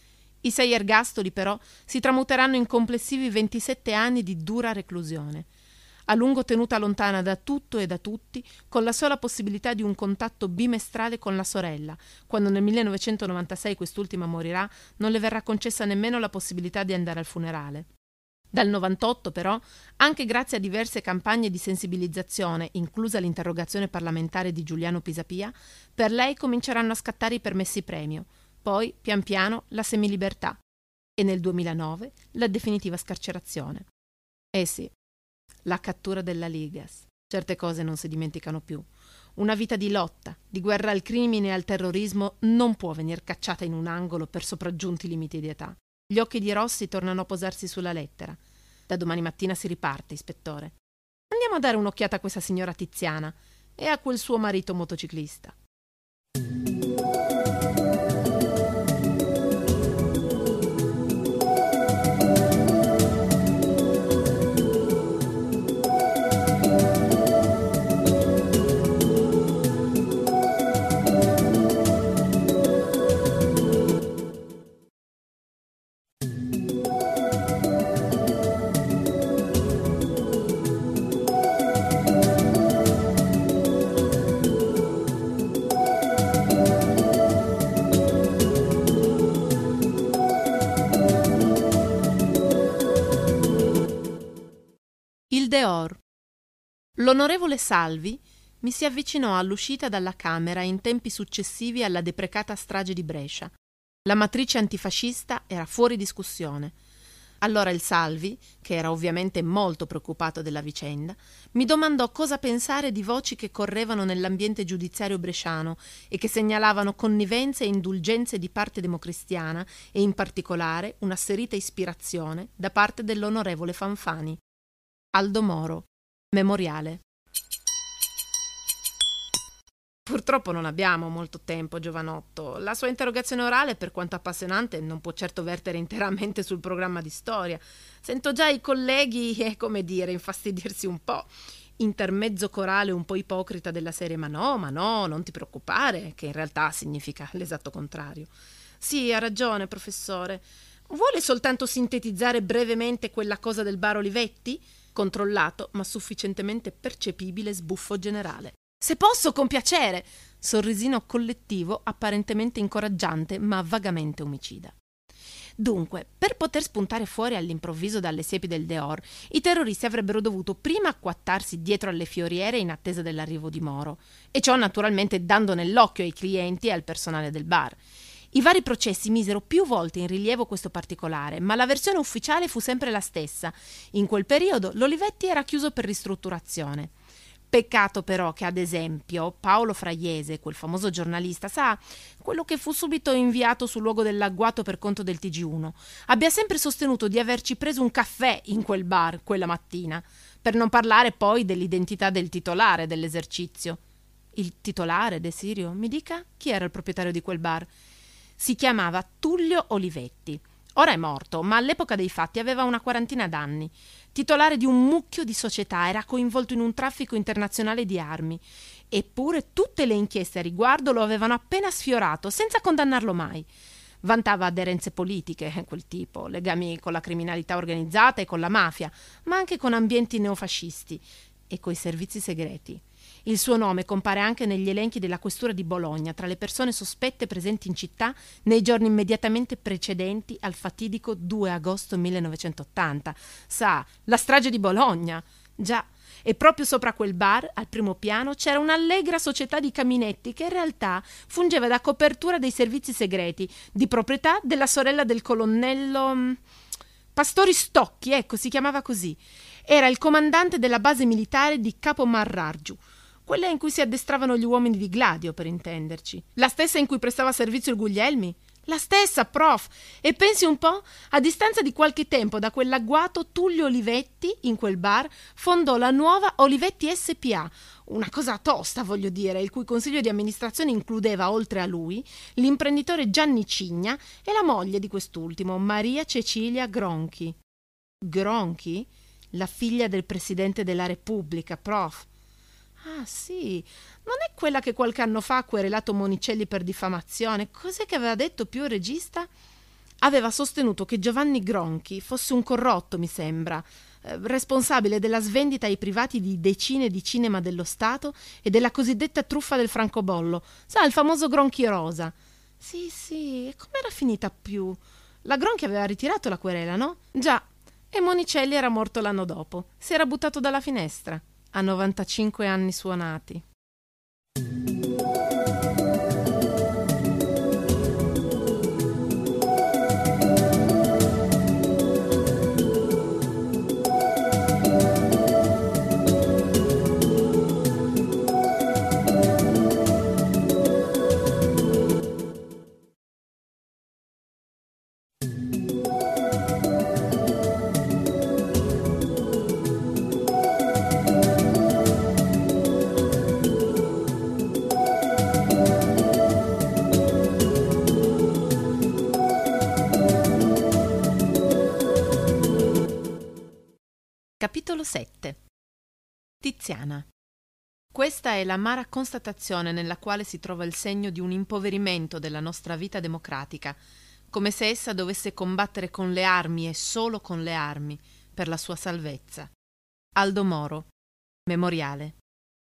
I 6 ergastoli, però, si tramuteranno in complessivi 27 anni di dura reclusione. A lungo tenuta lontana da tutto e da tutti, con la sola possibilità di un contatto bimestrale con la sorella. Quando nel 1996 quest'ultima morirà, non le verrà concessa nemmeno la possibilità di andare al funerale. Dal 98, però, anche grazie a diverse campagne di sensibilizzazione, inclusa l'interrogazione parlamentare di Giuliano Pisapia, per lei cominceranno a scattare i permessi premio, poi, pian piano, la semilibertà e nel 2009 la definitiva scarcerazione. Sì, la cattura della Ligas. Certe cose non si dimenticano più. Una vita di lotta, di guerra al crimine e al terrorismo non può venir cacciata in un angolo per sopraggiunti limiti di età. Gli occhi di Rossi tornano a posarsi sulla lettera. Da domani mattina si riparte, ispettore. Andiamo a dare un'occhiata a questa signora Tiziana e a quel suo marito motociclista. Il Dehors. L'onorevole Salvi mi si avvicinò all'uscita dalla Camera in tempi successivi alla deprecata strage di Brescia. La matrice antifascista era fuori discussione. Allora il Salvi, che era ovviamente molto preoccupato della vicenda, mi domandò cosa pensare di voci che correvano nell'ambiente giudiziario bresciano e che segnalavano connivenze e indulgenze di parte democristiana e in particolare un'asserita ispirazione da parte dell'onorevole Fanfani. Aldo Moro. Memoriale. Purtroppo non abbiamo molto tempo, giovanotto. La sua interrogazione orale, per quanto appassionante, non può certo vertere interamente sul programma di storia. Sento già i colleghi, come dire, infastidirsi un po'. Intermezzo corale un po' ipocrita della serie ma no, non ti preoccupare, che in realtà significa l'esatto contrario. Sì, ha ragione, professore. Vuole soltanto sintetizzare brevemente quella cosa del bar Olivetti? Controllato, ma sufficientemente percepibile sbuffo generale. Se posso, con piacere! Sorrisino collettivo apparentemente incoraggiante, ma vagamente omicida. Dunque, per poter spuntare fuori all'improvviso dalle siepi del Dehors, i terroristi avrebbero dovuto prima acquattarsi dietro alle fioriere in attesa dell'arrivo di Moro, e ciò naturalmente dando nell'occhio ai clienti e al personale del bar. I vari processi misero più volte in rilievo questo particolare, ma la versione ufficiale fu sempre la stessa. In quel periodo l'Olivetti era chiuso per ristrutturazione. Peccato però che, ad esempio, Paolo Fraiese, quel famoso giornalista, sa, quello che fu subito inviato sul luogo dell'agguato per conto del TG1, abbia sempre sostenuto di averci preso un caffè in quel bar quella mattina, per non parlare poi dell'identità del titolare dell'esercizio. Il titolare, Desirio? Mi dica, chi era il proprietario di quel bar? Si chiamava Tullio Olivetti. Ora è morto, ma all'epoca dei fatti aveva una quarantina d'anni. Titolare di un mucchio di società, era coinvolto in un traffico internazionale di armi. Eppure tutte le inchieste a riguardo lo avevano appena sfiorato, senza condannarlo mai. Vantava aderenze politiche, quel tipo, legami con la criminalità organizzata e con la mafia, ma anche con ambienti neofascisti e coi servizi segreti. Il suo nome compare anche negli elenchi della questura di Bologna tra le persone sospette presenti in città nei giorni immediatamente precedenti al fatidico 2 agosto 1980. Sa, la strage di Bologna. Già, e proprio sopra quel bar, al primo piano, c'era un'allegra società di caminetti che in realtà fungeva da copertura dei servizi segreti, di proprietà della sorella del colonnello Pastori Stocchi, ecco, si chiamava così. Era il comandante della base militare di Capo Marrargiu, quella in cui si addestravano gli uomini di Gladio, per intenderci. La stessa in cui prestava servizio il Guglielmi? La stessa, prof! E pensi un po', a distanza di qualche tempo da quell'agguato, Tullio Olivetti, in quel bar, fondò la nuova Olivetti SPA, una cosa tosta, voglio dire, il cui consiglio di amministrazione includeva, oltre a lui, l'imprenditore Gianni Cigna e la moglie di quest'ultimo, Maria Cecilia Gronchi. Gronchi? La figlia del Presidente della Repubblica, prof. Ah, sì, non è quella che qualche anno fa ha querelato Monicelli per diffamazione? Cos'è che aveva detto più il regista? Aveva sostenuto che Giovanni Gronchi fosse un corrotto, mi sembra, responsabile della svendita ai privati di decine di cinema dello Stato e della cosiddetta truffa del francobollo. Sa, il famoso Gronchi rosa. Sì, e com'era finita più? La Gronchi aveva ritirato la querela, no? Già, e Monicelli era morto l'anno dopo. Si era buttato dalla finestra. A 95 anni suonati. Capitolo 7. Tiziana. Questa è l'amara constatazione nella quale si trova il segno di un impoverimento della nostra vita democratica, come se essa dovesse combattere con le armi e solo con le armi per la sua salvezza. Aldo Moro. Memoriale.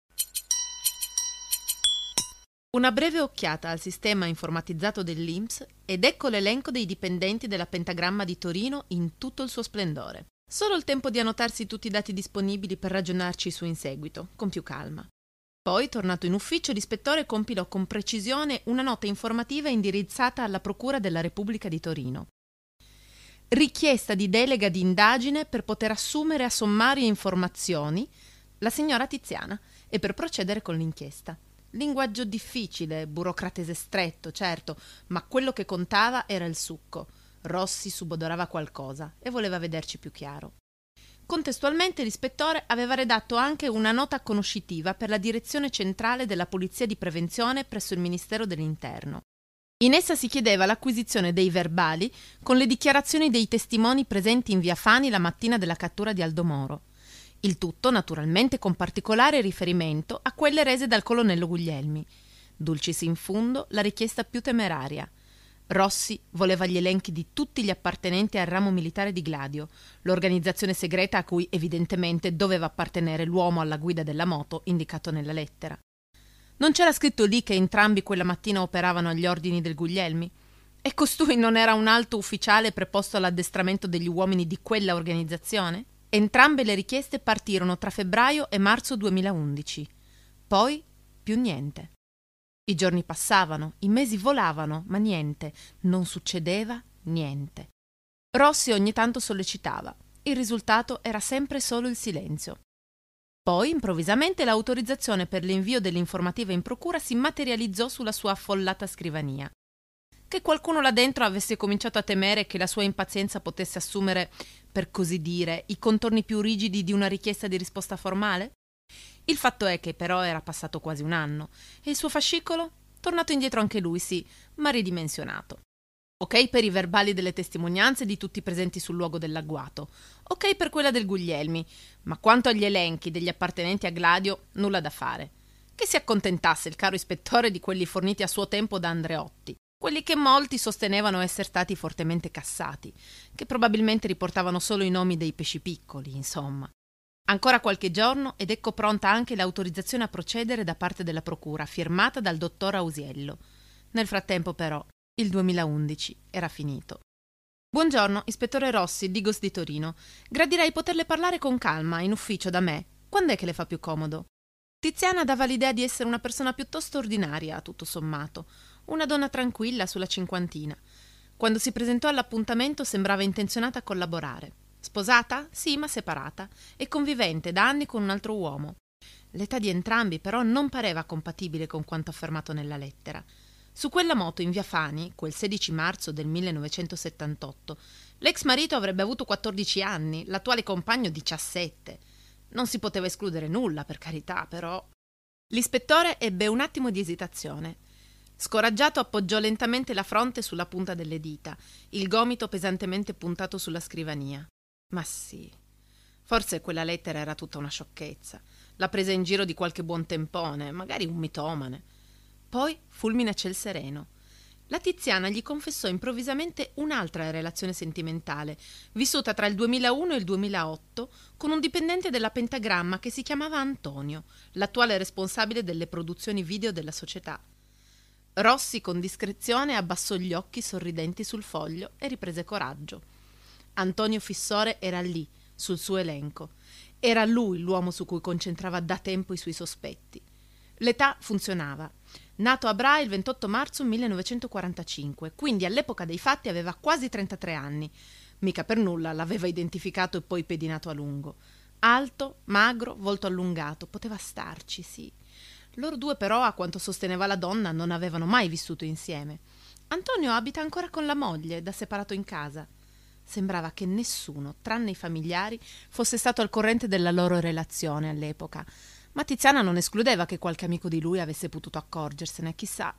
Una breve occhiata al sistema informatizzato dell'INPS ed ecco l'elenco dei dipendenti della Pentagramma di Torino in tutto il suo splendore. Solo il tempo di annotarsi tutti i dati disponibili per ragionarci su in seguito, con più calma. Poi, tornato in ufficio, l'ispettore compilò con precisione una nota informativa indirizzata alla Procura della Repubblica di Torino. Richiesta di delega di indagine per poter assumere a sommarie informazioni la signora Tiziana e per procedere con l'inchiesta. Linguaggio difficile, burocratese stretto, certo, ma quello che contava era il succo. Rossi subodorava qualcosa e voleva vederci più chiaro. Contestualmente l'ispettore aveva redatto anche una nota conoscitiva per la direzione centrale della Polizia di Prevenzione presso il Ministero dell'Interno. In essa si chiedeva l'acquisizione dei verbali con le dichiarazioni dei testimoni presenti in via Fani la mattina della cattura di Aldo Moro. Il tutto, naturalmente, con particolare riferimento a quelle rese dal colonnello Guglielmi. Dulcis in fundo la richiesta più temeraria. Rossi voleva gli elenchi di tutti gli appartenenti al ramo militare di Gladio, l'organizzazione segreta a cui evidentemente doveva appartenere l'uomo alla guida della moto indicato nella lettera. Non c'era scritto lì che entrambi quella mattina operavano agli ordini del Guglielmi? E costui non era un alto ufficiale preposto all'addestramento degli uomini di quella organizzazione? Entrambe le richieste partirono tra febbraio e marzo 2011. Poi più niente. I giorni passavano, i mesi volavano, ma niente, non succedeva niente. Rossi ogni tanto sollecitava. Il risultato era sempre solo il silenzio. Poi, improvvisamente, l'autorizzazione per l'invio delle informative in procura si materializzò sulla sua affollata scrivania. Che qualcuno là dentro avesse cominciato a temere che la sua impazienza potesse assumere, per così dire, i contorni più rigidi di una richiesta di risposta formale? Il fatto è che però era passato quasi un anno e il suo fascicolo? Tornato indietro anche lui, sì, ma ridimensionato. Ok per i verbali delle testimonianze di tutti i presenti sul luogo dell'agguato, ok per quella del Guglielmi, ma quanto agli elenchi degli appartenenti a Gladio, nulla da fare. Che si accontentasse il caro ispettore di quelli forniti a suo tempo da Andreotti, quelli che molti sostenevano essere stati fortemente cassati, che probabilmente riportavano solo i nomi dei pesci piccoli, insomma. Ancora qualche giorno ed ecco pronta anche l'autorizzazione a procedere da parte della procura, firmata dal dottor Ausiello. Nel frattempo, però, il 2011 era finito. Buongiorno, ispettore Rossi, Digos di Torino. Gradirei poterle parlare con calma, in ufficio da me. Quando è che le fa più comodo? Tiziana dava l'idea di essere una persona piuttosto ordinaria, tutto sommato. Una donna tranquilla sulla cinquantina. Quando si presentò all'appuntamento sembrava intenzionata a collaborare. Sposata? Sì, ma separata. E convivente da anni con un altro uomo. L'età di entrambi, però, non pareva compatibile con quanto affermato nella lettera. Su quella moto in via Fani, quel 16 marzo del 1978, l'ex marito avrebbe avuto 14 anni, l'attuale compagno 17. Non si poteva escludere nulla, per carità, però. L'ispettore ebbe un attimo di esitazione. Scoraggiato appoggiò lentamente la fronte sulla punta delle dita, il gomito pesantemente puntato sulla scrivania. Ma sì, forse quella lettera era tutta una sciocchezza, la presa in giro di qualche buontempone, magari un mitomane. Poi fulmine a ciel sereno. La Tiziana gli confessò improvvisamente un'altra relazione sentimentale, vissuta tra il 2001 e il 2008, con un dipendente della Pentagramma che si chiamava Antonio, l'attuale responsabile delle produzioni video della società. Rossi con discrezione abbassò gli occhi sorridenti sul foglio e riprese coraggio. Antonio Fissore era lì, sul suo elenco. Era lui l'uomo su cui concentrava da tempo i suoi sospetti. L'età funzionava. Nato a Bra il 28 marzo 1945, quindi all'epoca dei fatti aveva quasi 33 anni. Mica per nulla l'aveva identificato e poi pedinato a lungo. Alto, magro, volto allungato, poteva starci, sì. Loro due però, a quanto sosteneva la donna, non avevano mai vissuto insieme. Antonio abita ancora con la moglie, da separato in casa. Sembrava che nessuno, tranne i familiari, fosse stato al corrente della loro relazione all'epoca, ma Tiziana non escludeva che qualche amico di lui avesse potuto accorgersene, chissà.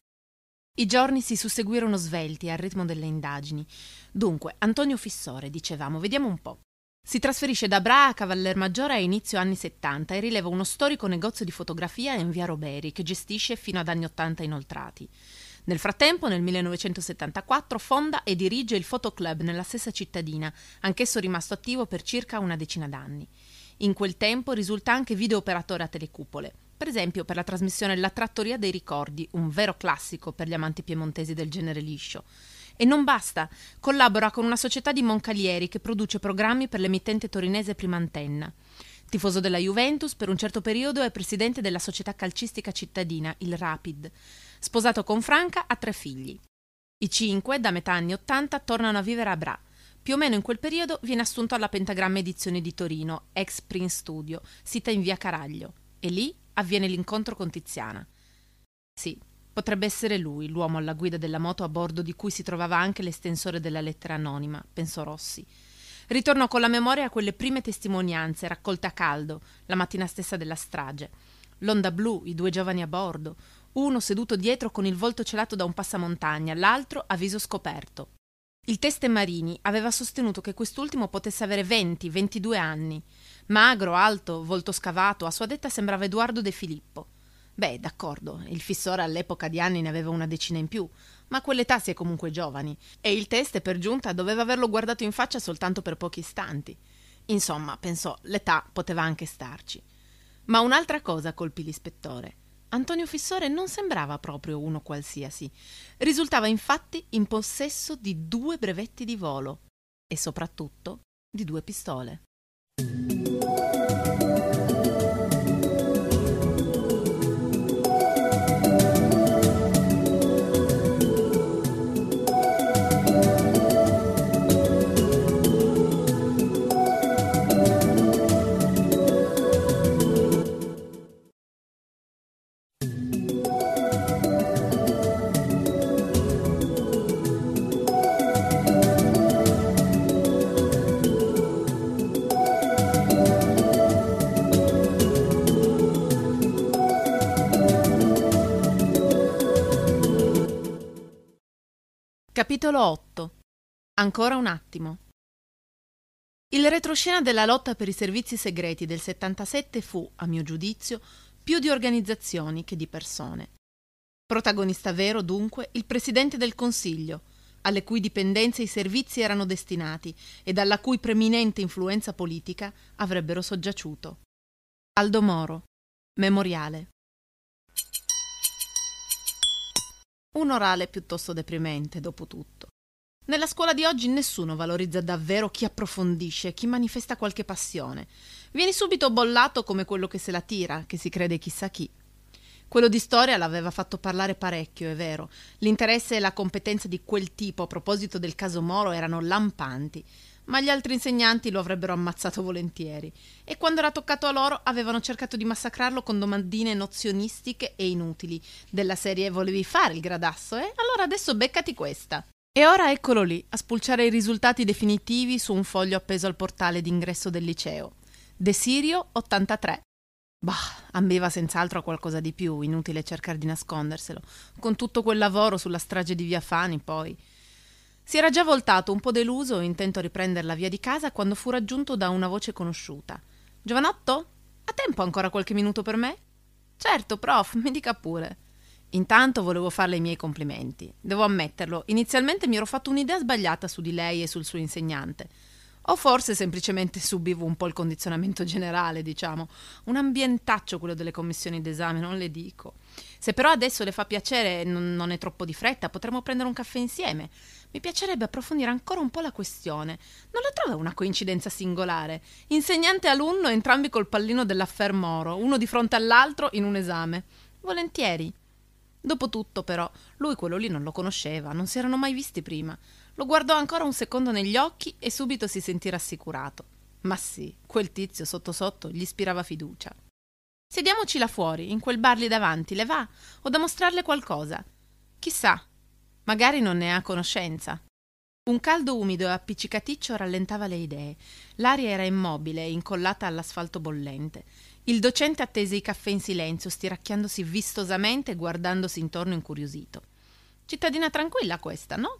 I giorni si susseguirono svelti al ritmo delle indagini. Dunque, Antonio Fissore, dicevamo, vediamo un po'. Si trasferisce da Bra a Cavallermaggiore a inizio anni 70 e rileva uno storico negozio di fotografia in via Roberi che gestisce fino ad anni 80 inoltrati. Nel frattempo, nel 1974, fonda e dirige il Fotoclub nella stessa cittadina, anch'esso rimasto attivo per circa una decina d'anni. In quel tempo risulta anche videooperatore a telecupole, per esempio per la trasmissione La Trattoria dei Ricordi, un vero classico per gli amanti piemontesi del genere liscio. E non basta, collabora con una società di Moncalieri che produce programmi per l'emittente torinese Prima Antenna. Tifoso della Juventus, per un certo periodo è presidente della società calcistica cittadina, il Rapid. Sposato con Franca, ha 3 figli. I 5, da metà anni 80, tornano a vivere a Bra. Più o meno in quel periodo viene assunto alla Pentagramma Edizioni di Torino, ex Prince Studio, sita in via Caraglio. E lì avviene l'incontro con Tiziana. Sì, potrebbe essere lui, l'uomo alla guida della moto a bordo di cui si trovava anche l'estensore della lettera anonima, pensò Rossi. Ritornò con la memoria a quelle prime testimonianze raccolte a caldo, la mattina stessa della strage. L'Onda blu, i 2 giovani a bordo, uno seduto dietro con il volto celato da un passamontagna, l'altro a viso scoperto. Il teste Marini aveva sostenuto che quest'ultimo potesse avere 20-22 anni. Magro, alto, volto scavato, a sua detta sembrava Edoardo De Filippo. Beh, d'accordo, il Fissore all'epoca di anni ne aveva una decina in più, ma a quell'età si è comunque giovani, e il teste, per giunta, doveva averlo guardato in faccia soltanto per pochi istanti. Insomma, pensò, l'età poteva anche starci. Ma un'altra cosa colpì l'ispettore. Antonio Fissore non sembrava proprio uno qualsiasi. Risultava infatti in possesso di 2 brevetti di volo e soprattutto di 2 pistole. Capitolo 8. Ancora un attimo. Il retroscena della lotta per i servizi segreti del 77 fu, a mio giudizio, più di organizzazioni che di persone. Protagonista vero, dunque, il Presidente del Consiglio, alle cui dipendenze i servizi erano destinati e dalla cui preminente influenza politica avrebbero soggiaciuto. Aldo Moro. Memoriale. Un orale piuttosto deprimente, dopo tutto. Nella scuola di oggi nessuno valorizza davvero chi approfondisce, chi manifesta qualche passione. Vieni subito bollato come quello che se la tira, che si crede chissà chi. Quello di storia l'aveva fatto parlare parecchio, è vero. L'interesse e la competenza di quel tipo a proposito del caso Moro erano lampanti, ma gli altri insegnanti lo avrebbero ammazzato volentieri. E quando era toccato a loro avevano cercato di massacrarlo con domandine nozionistiche e inutili, della serie «Volevi fare il gradasso, eh? Allora adesso beccati questa». E ora eccolo lì, a spulciare i risultati definitivi su un foglio appeso al portale d'ingresso del liceo. De Sirio 83. Bah, ambiva senz'altro a qualcosa di più, inutile cercare di nasconderselo, con tutto quel lavoro sulla strage di Via Fani, poi. Si era già voltato un po' deluso, intento a riprendere la via di casa, quando fu raggiunto da una voce conosciuta. «Giovanotto? Ha tempo ancora qualche minuto per me?» «Certo, prof, mi dica pure». Intanto volevo farle i miei complimenti. Devo ammetterlo, inizialmente mi ero fatto un'idea sbagliata su di lei e sul suo insegnante. O forse semplicemente subivo un po' il condizionamento generale, diciamo. Un ambientaccio quello delle commissioni d'esame, non le dico. Se però adesso le fa piacere e non è troppo di fretta, potremmo prendere un caffè insieme. Mi piacerebbe approfondire ancora un po' la questione. Non la trova una coincidenza singolare? Insegnante e alunno, entrambi col pallino dell'affair Moro, uno di fronte all'altro in un esame. Volentieri. Dopotutto, però, lui quello lì non lo conosceva, non si erano mai visti prima. Lo guardò ancora un secondo negli occhi e subito si sentì rassicurato. Ma sì, quel tizio sotto sotto gli ispirava fiducia. «Sediamoci là fuori, in quel bar lì davanti, le va? Ho da mostrarle qualcosa. Chissà, magari non ne ha conoscenza». Un caldo umido e appiccicaticcio rallentava le idee. L'aria era immobile, incollata all'asfalto bollente. Il docente attese i caffè in silenzio, stiracchiandosi vistosamente e guardandosi intorno incuriosito. «Cittadina tranquilla questa, no?»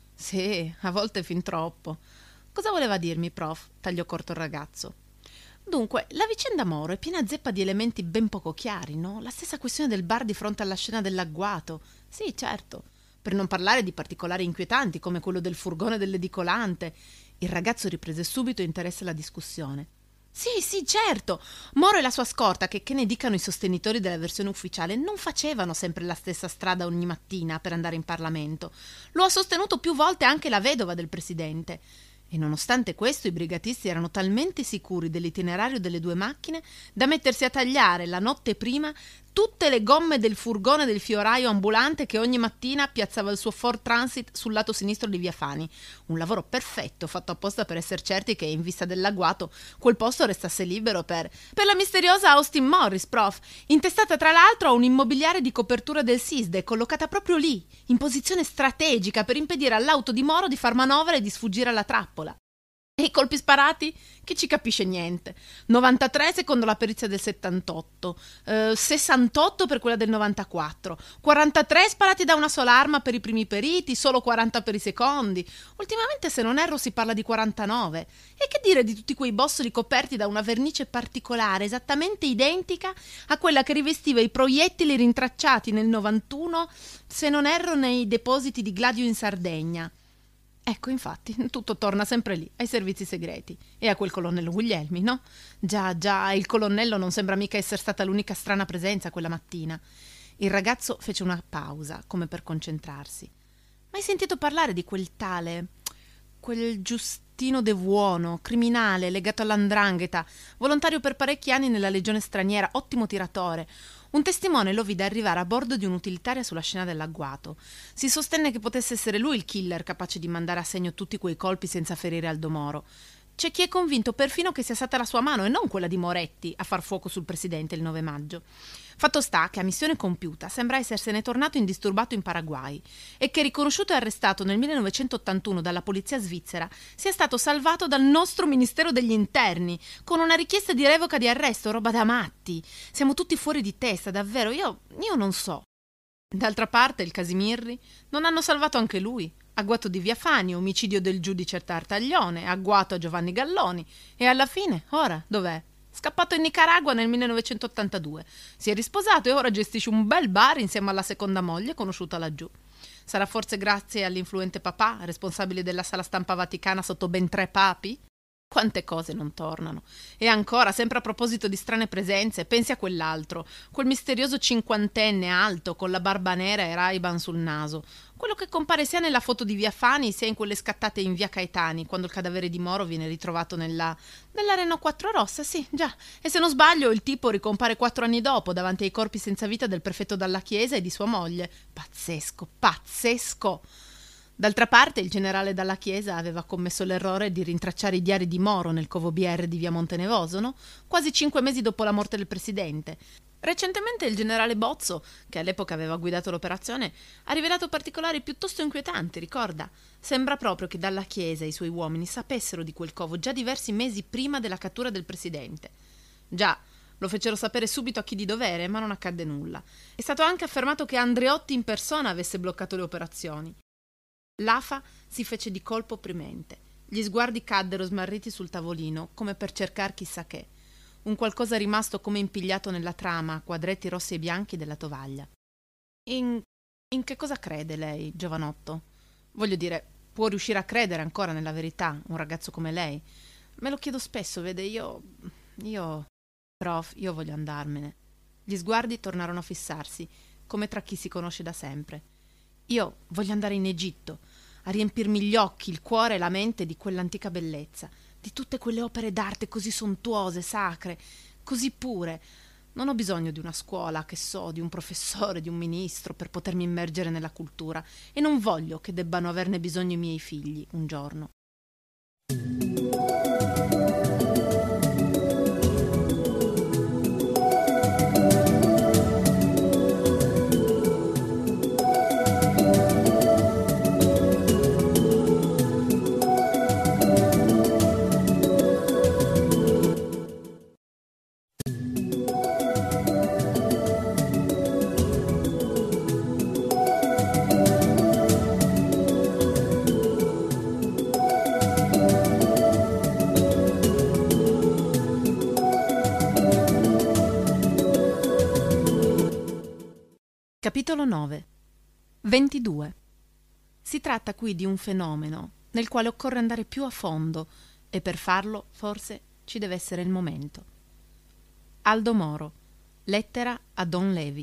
«Sì, a volte fin troppo». «Cosa voleva dirmi, prof?» tagliò corto il ragazzo. «Dunque, la vicenda Moro è piena zeppa di elementi ben poco chiari, no? La stessa questione del bar di fronte alla scena dell'agguato. Sì, certo. Per non parlare di particolari inquietanti come quello del furgone dell'edicolante». Il ragazzo riprese subito interesse alla discussione. Sì, certo. Moro e la sua scorta, che ne dicano i sostenitori della versione ufficiale, non facevano sempre la stessa strada ogni mattina per andare in Parlamento. Lo ha sostenuto più volte anche la vedova del presidente. E nonostante questo i brigatisti erano talmente sicuri dell'itinerario delle due macchine da mettersi a tagliare la notte prima tutte le gomme del furgone del fioraio ambulante che ogni mattina piazzava il suo Ford Transit sul lato sinistro di Via Fani. Un lavoro perfetto, fatto apposta per essere certi che, in vista dell'agguato, quel posto restasse libero per la misteriosa Austin Morris, prof, intestata tra l'altro a un immobiliare di copertura del SISDE, collocata proprio lì, in posizione strategica per impedire all'auto di Moro di far manovra e di sfuggire alla trappola. E i colpi sparati? Chi ci capisce niente. 93 secondo la perizia del 78, 68 per quella del 94, 43 sparati da una sola arma per i primi periti, solo 40 per i secondi. Ultimamente, se non erro, si parla di 49. E che dire di tutti quei bossoli coperti da una vernice particolare, esattamente identica a quella che rivestiva i proiettili rintracciati nel 91, se non erro, nei depositi di Gladio in Sardegna. Ecco, infatti, tutto torna sempre lì, ai servizi segreti. E a quel colonnello Guglielmi, no? Già, il colonnello non sembra mica essere stata l'unica strana presenza quella mattina. Il ragazzo fece una pausa, come per concentrarsi. Mai sentito parlare di quel tale, quel Giustino De Vuono, criminale, legato all''ndrangheta, volontario per parecchi anni nella legione straniera, ottimo tiratore? Un testimone lo vide arrivare a bordo di un'utilitaria sulla scena dell'agguato. Si sostenne che potesse essere lui il killer capace di mandare a segno tutti quei colpi senza ferire Aldo Moro. C'è chi è convinto perfino che sia stata la sua mano e non quella di Moretti a far fuoco sul presidente il 9 maggio. Fatto sta che a missione compiuta sembra essersene tornato indisturbato in Paraguay e che, riconosciuto e arrestato nel 1981 dalla polizia svizzera, sia stato salvato dal nostro Ministero degli Interni con una richiesta di revoca di arresto, roba da matti. Siamo tutti fuori di testa, davvero, io non so. D'altra parte il Casimirri non hanno salvato anche lui. agguato di Via Fani, omicidio del giudice Tartaglione, agguato a Giovanni Galloni e alla fine, ora, dov'è? Scappato in Nicaragua nel 1982. Si è risposato e ora gestisce un bel bar insieme alla seconda moglie conosciuta laggiù. Sarà forse grazie all'influente papà, responsabile della sala stampa vaticana sotto ben 3 papi? Quante cose non tornano. E ancora, sempre a proposito di strane presenze, pensi a quell'altro, quel misterioso cinquantenne alto con la barba nera e Ray-Ban sul naso, quello che compare sia nella foto di Via Fani sia in quelle scattate in Via Caetani, quando il cadavere di Moro viene ritrovato nella Renault 4 rossa, sì, già. E se non sbaglio il tipo ricompare 4 anni dopo davanti ai corpi senza vita del prefetto Dalla Chiesa e di sua moglie. Pazzesco, pazzesco! D'altra parte il generale Dalla Chiesa aveva commesso l'errore di rintracciare i diari di Moro nel covo BR di via Montenevoso, no? Quasi 5 mesi dopo la morte del presidente. Recentemente il generale Bozzo, che all'epoca aveva guidato l'operazione, ha rivelato particolari piuttosto inquietanti, ricorda? Sembra proprio che Dalla Chiesa e i suoi uomini sapessero di quel covo già diversi mesi prima della cattura del presidente. Già, lo fecero sapere subito a chi di dovere, ma non accadde nulla. È stato anche affermato che Andreotti in persona avesse bloccato le operazioni. L'AFA si fece di colpo opprimente. Gli sguardi caddero smarriti sul tavolino, come per cercar chissà che. Un qualcosa rimasto come impigliato nella trama a quadretti rossi e bianchi della tovaglia. In che cosa crede lei, giovanotto? Voglio dire, può riuscire a credere ancora nella verità, un ragazzo come lei? Me lo chiedo spesso, vede, io... Prof, io voglio andarmene. Gli sguardi tornarono a fissarsi, come tra chi si conosce da sempre. Io voglio andare in Egitto, a riempirmi gli occhi, il cuore e la mente di quell'antica bellezza, di tutte quelle opere d'arte così sontuose, sacre, così pure. Non ho bisogno di una scuola, che so, di un professore, di un ministro per potermi immergere nella cultura, e non voglio che debbano averne bisogno i miei figli un giorno. Capitolo 9. 22. Si tratta qui di un fenomeno nel quale occorre andare più a fondo e per farlo forse ci deve essere il momento. Aldo Moro. Lettera a Don Levi.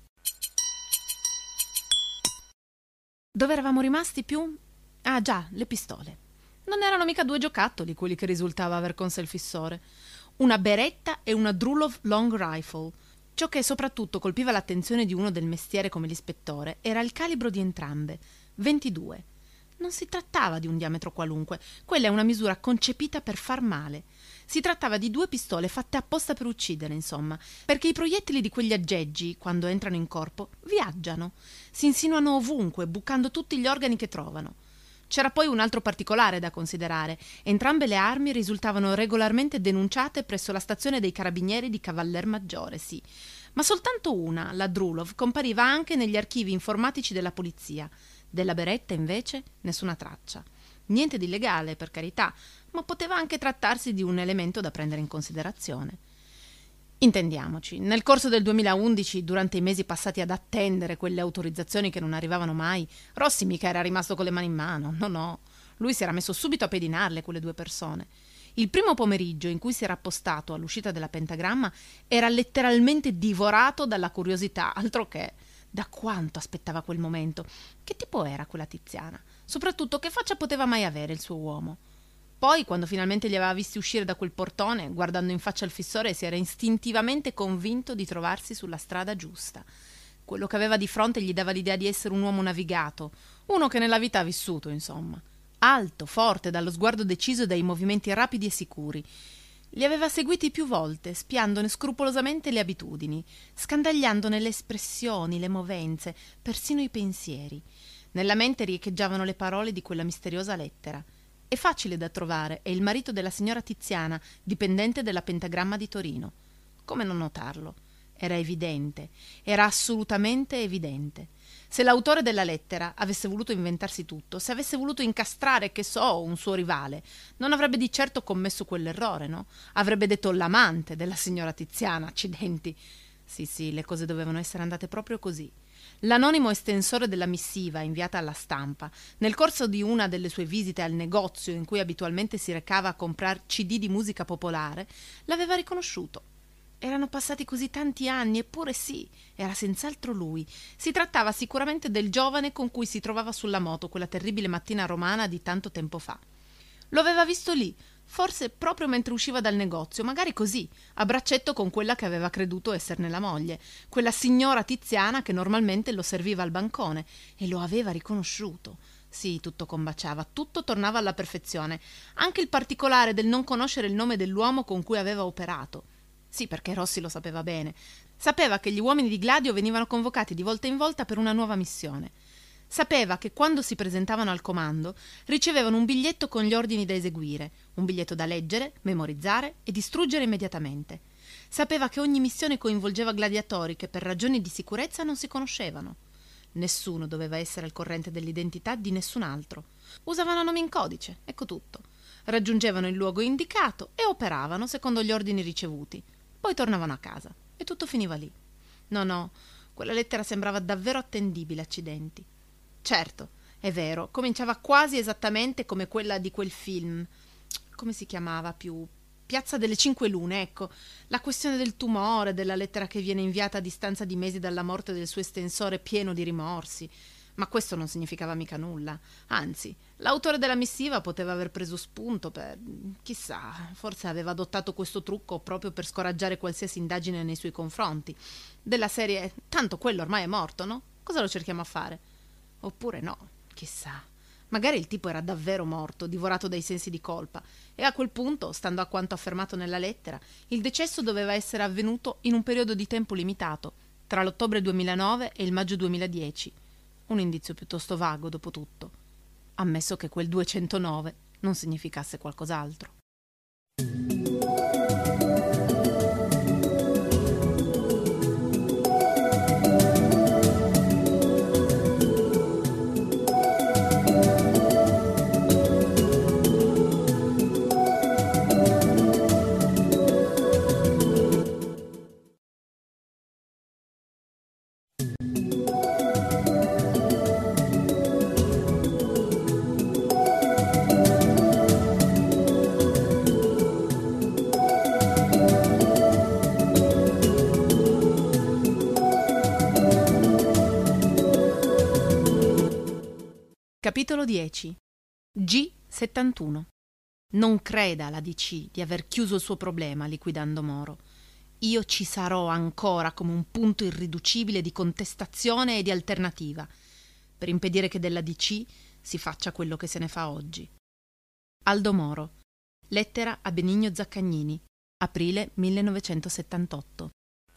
Dove eravamo rimasti più? Ah già, le pistole. Non erano mica 2 giocattoli quelli che risultava aver con sé il fissore. Una Beretta e una Drulov Long Rifle. Ciò che soprattutto colpiva l'attenzione di uno del mestiere come l'ispettore era il calibro di entrambe, 22. Non si trattava di un diametro qualunque, quella è una misura concepita per far male. Si trattava di 2 pistole fatte apposta per uccidere, insomma, perché i proiettili di quegli aggeggi, quando entrano in corpo, viaggiano, si insinuano ovunque, bucando tutti gli organi che trovano. C'era poi un altro particolare da considerare. Entrambe le armi risultavano regolarmente denunciate presso la stazione dei carabinieri di Cavallermaggiore, sì. Ma soltanto una, la Drulov, compariva anche negli archivi informatici della polizia. Della Beretta, invece, nessuna traccia. Niente di illegale, per carità, ma poteva anche trattarsi di un elemento da prendere in considerazione. Intendiamoci, nel corso del 2011, durante i mesi passati ad attendere quelle autorizzazioni che non arrivavano mai, Rossi mica era rimasto con le mani in mano, no, lui si era messo subito a pedinarle quelle 2 persone. Il primo pomeriggio in cui si era appostato all'uscita della Pentagramma era letteralmente divorato dalla curiosità, altro che. Da quanto aspettava quel momento? Che tipo era quella tiziana? Soprattutto che faccia poteva mai avere il suo uomo? Poi, quando finalmente li aveva visti uscire da quel portone, guardando in faccia il fissore, si era istintivamente convinto di trovarsi sulla strada giusta. Quello che aveva di fronte gli dava l'idea di essere un uomo navigato, uno che nella vita ha vissuto, insomma. Alto, forte, dallo sguardo deciso e dai movimenti rapidi e sicuri. Li aveva seguiti più volte, spiandone scrupolosamente le abitudini, scandagliandone le espressioni, le movenze, persino i pensieri. Nella mente riecheggiavano le parole di quella misteriosa lettera. È facile da trovare, è il marito della signora Tiziana, dipendente della Pentagramma di Torino. Come non notarlo? Era evidente, era assolutamente evidente. Se l'autore della lettera avesse voluto inventarsi tutto, se avesse voluto incastrare, che so, un suo rivale, non avrebbe di certo commesso quell'errore, no? Avrebbe detto l'amante della signora Tiziana, accidenti. Sì, le cose dovevano essere andate proprio così. L'anonimo estensore della missiva inviata alla stampa, nel corso di una delle sue visite al negozio in cui abitualmente si recava a comprar CD di musica popolare, l'aveva riconosciuto. Erano passati così tanti anni, eppure sì, era senz'altro lui. Si trattava sicuramente del giovane con cui si trovava sulla moto quella terribile mattina romana di tanto tempo fa. Lo aveva visto lì, forse proprio mentre usciva dal negozio, magari così, a braccetto con quella che aveva creduto esserne la moglie, quella signora Tiziana che normalmente lo serviva al bancone, e lo aveva riconosciuto. Sì, tutto combaciava, tutto tornava alla perfezione, anche il particolare del non conoscere il nome dell'uomo con cui aveva operato. Sì, perché Rossi lo sapeva bene. Sapeva che gli uomini di Gladio venivano convocati di volta in volta per una nuova missione. Sapeva che quando si presentavano al comando ricevevano un biglietto con gli ordini da eseguire, un biglietto da leggere, memorizzare e distruggere immediatamente. Sapeva che ogni missione coinvolgeva gladiatori che per ragioni di sicurezza non si conoscevano. Nessuno doveva essere al corrente dell'identità di nessun altro. Usavano nomi in codice, ecco tutto. Raggiungevano il luogo indicato e operavano secondo gli ordini ricevuti. Poi tornavano a casa e tutto finiva lì. No, quella lettera sembrava davvero attendibile, accidenti. Certo, è vero, cominciava quasi esattamente come quella di quel film. Come si chiamava più? Piazza delle Cinque Lune, ecco. La questione del tumore, della lettera che viene inviata a distanza di mesi dalla morte del suo estensore pieno di rimorsi. Ma questo non significava mica nulla. Anzi, l'autore della missiva poteva aver preso spunto per... chissà, forse aveva adottato questo trucco proprio per scoraggiare qualsiasi indagine nei suoi confronti. Della serie, tanto quello ormai è morto, no? Cosa lo cerchiamo a fare? Oppure no, chissà. Magari il tipo era davvero morto, divorato dai sensi di colpa, e a quel punto, stando a quanto affermato nella lettera, il decesso doveva essere avvenuto in un periodo di tempo limitato, tra l'ottobre 2009 e il maggio 2010. Un indizio piuttosto vago, dopo tutto, ammesso che quel 209 non significasse qualcos'altro. Capitolo 10. G71. Non creda la DC di aver chiuso il suo problema liquidando Moro. Io ci sarò ancora come un punto irriducibile di contestazione e di alternativa, per impedire che della DC si faccia quello che se ne fa oggi. Aldo Moro. Lettera a Benigno Zaccagnini. Aprile 1978.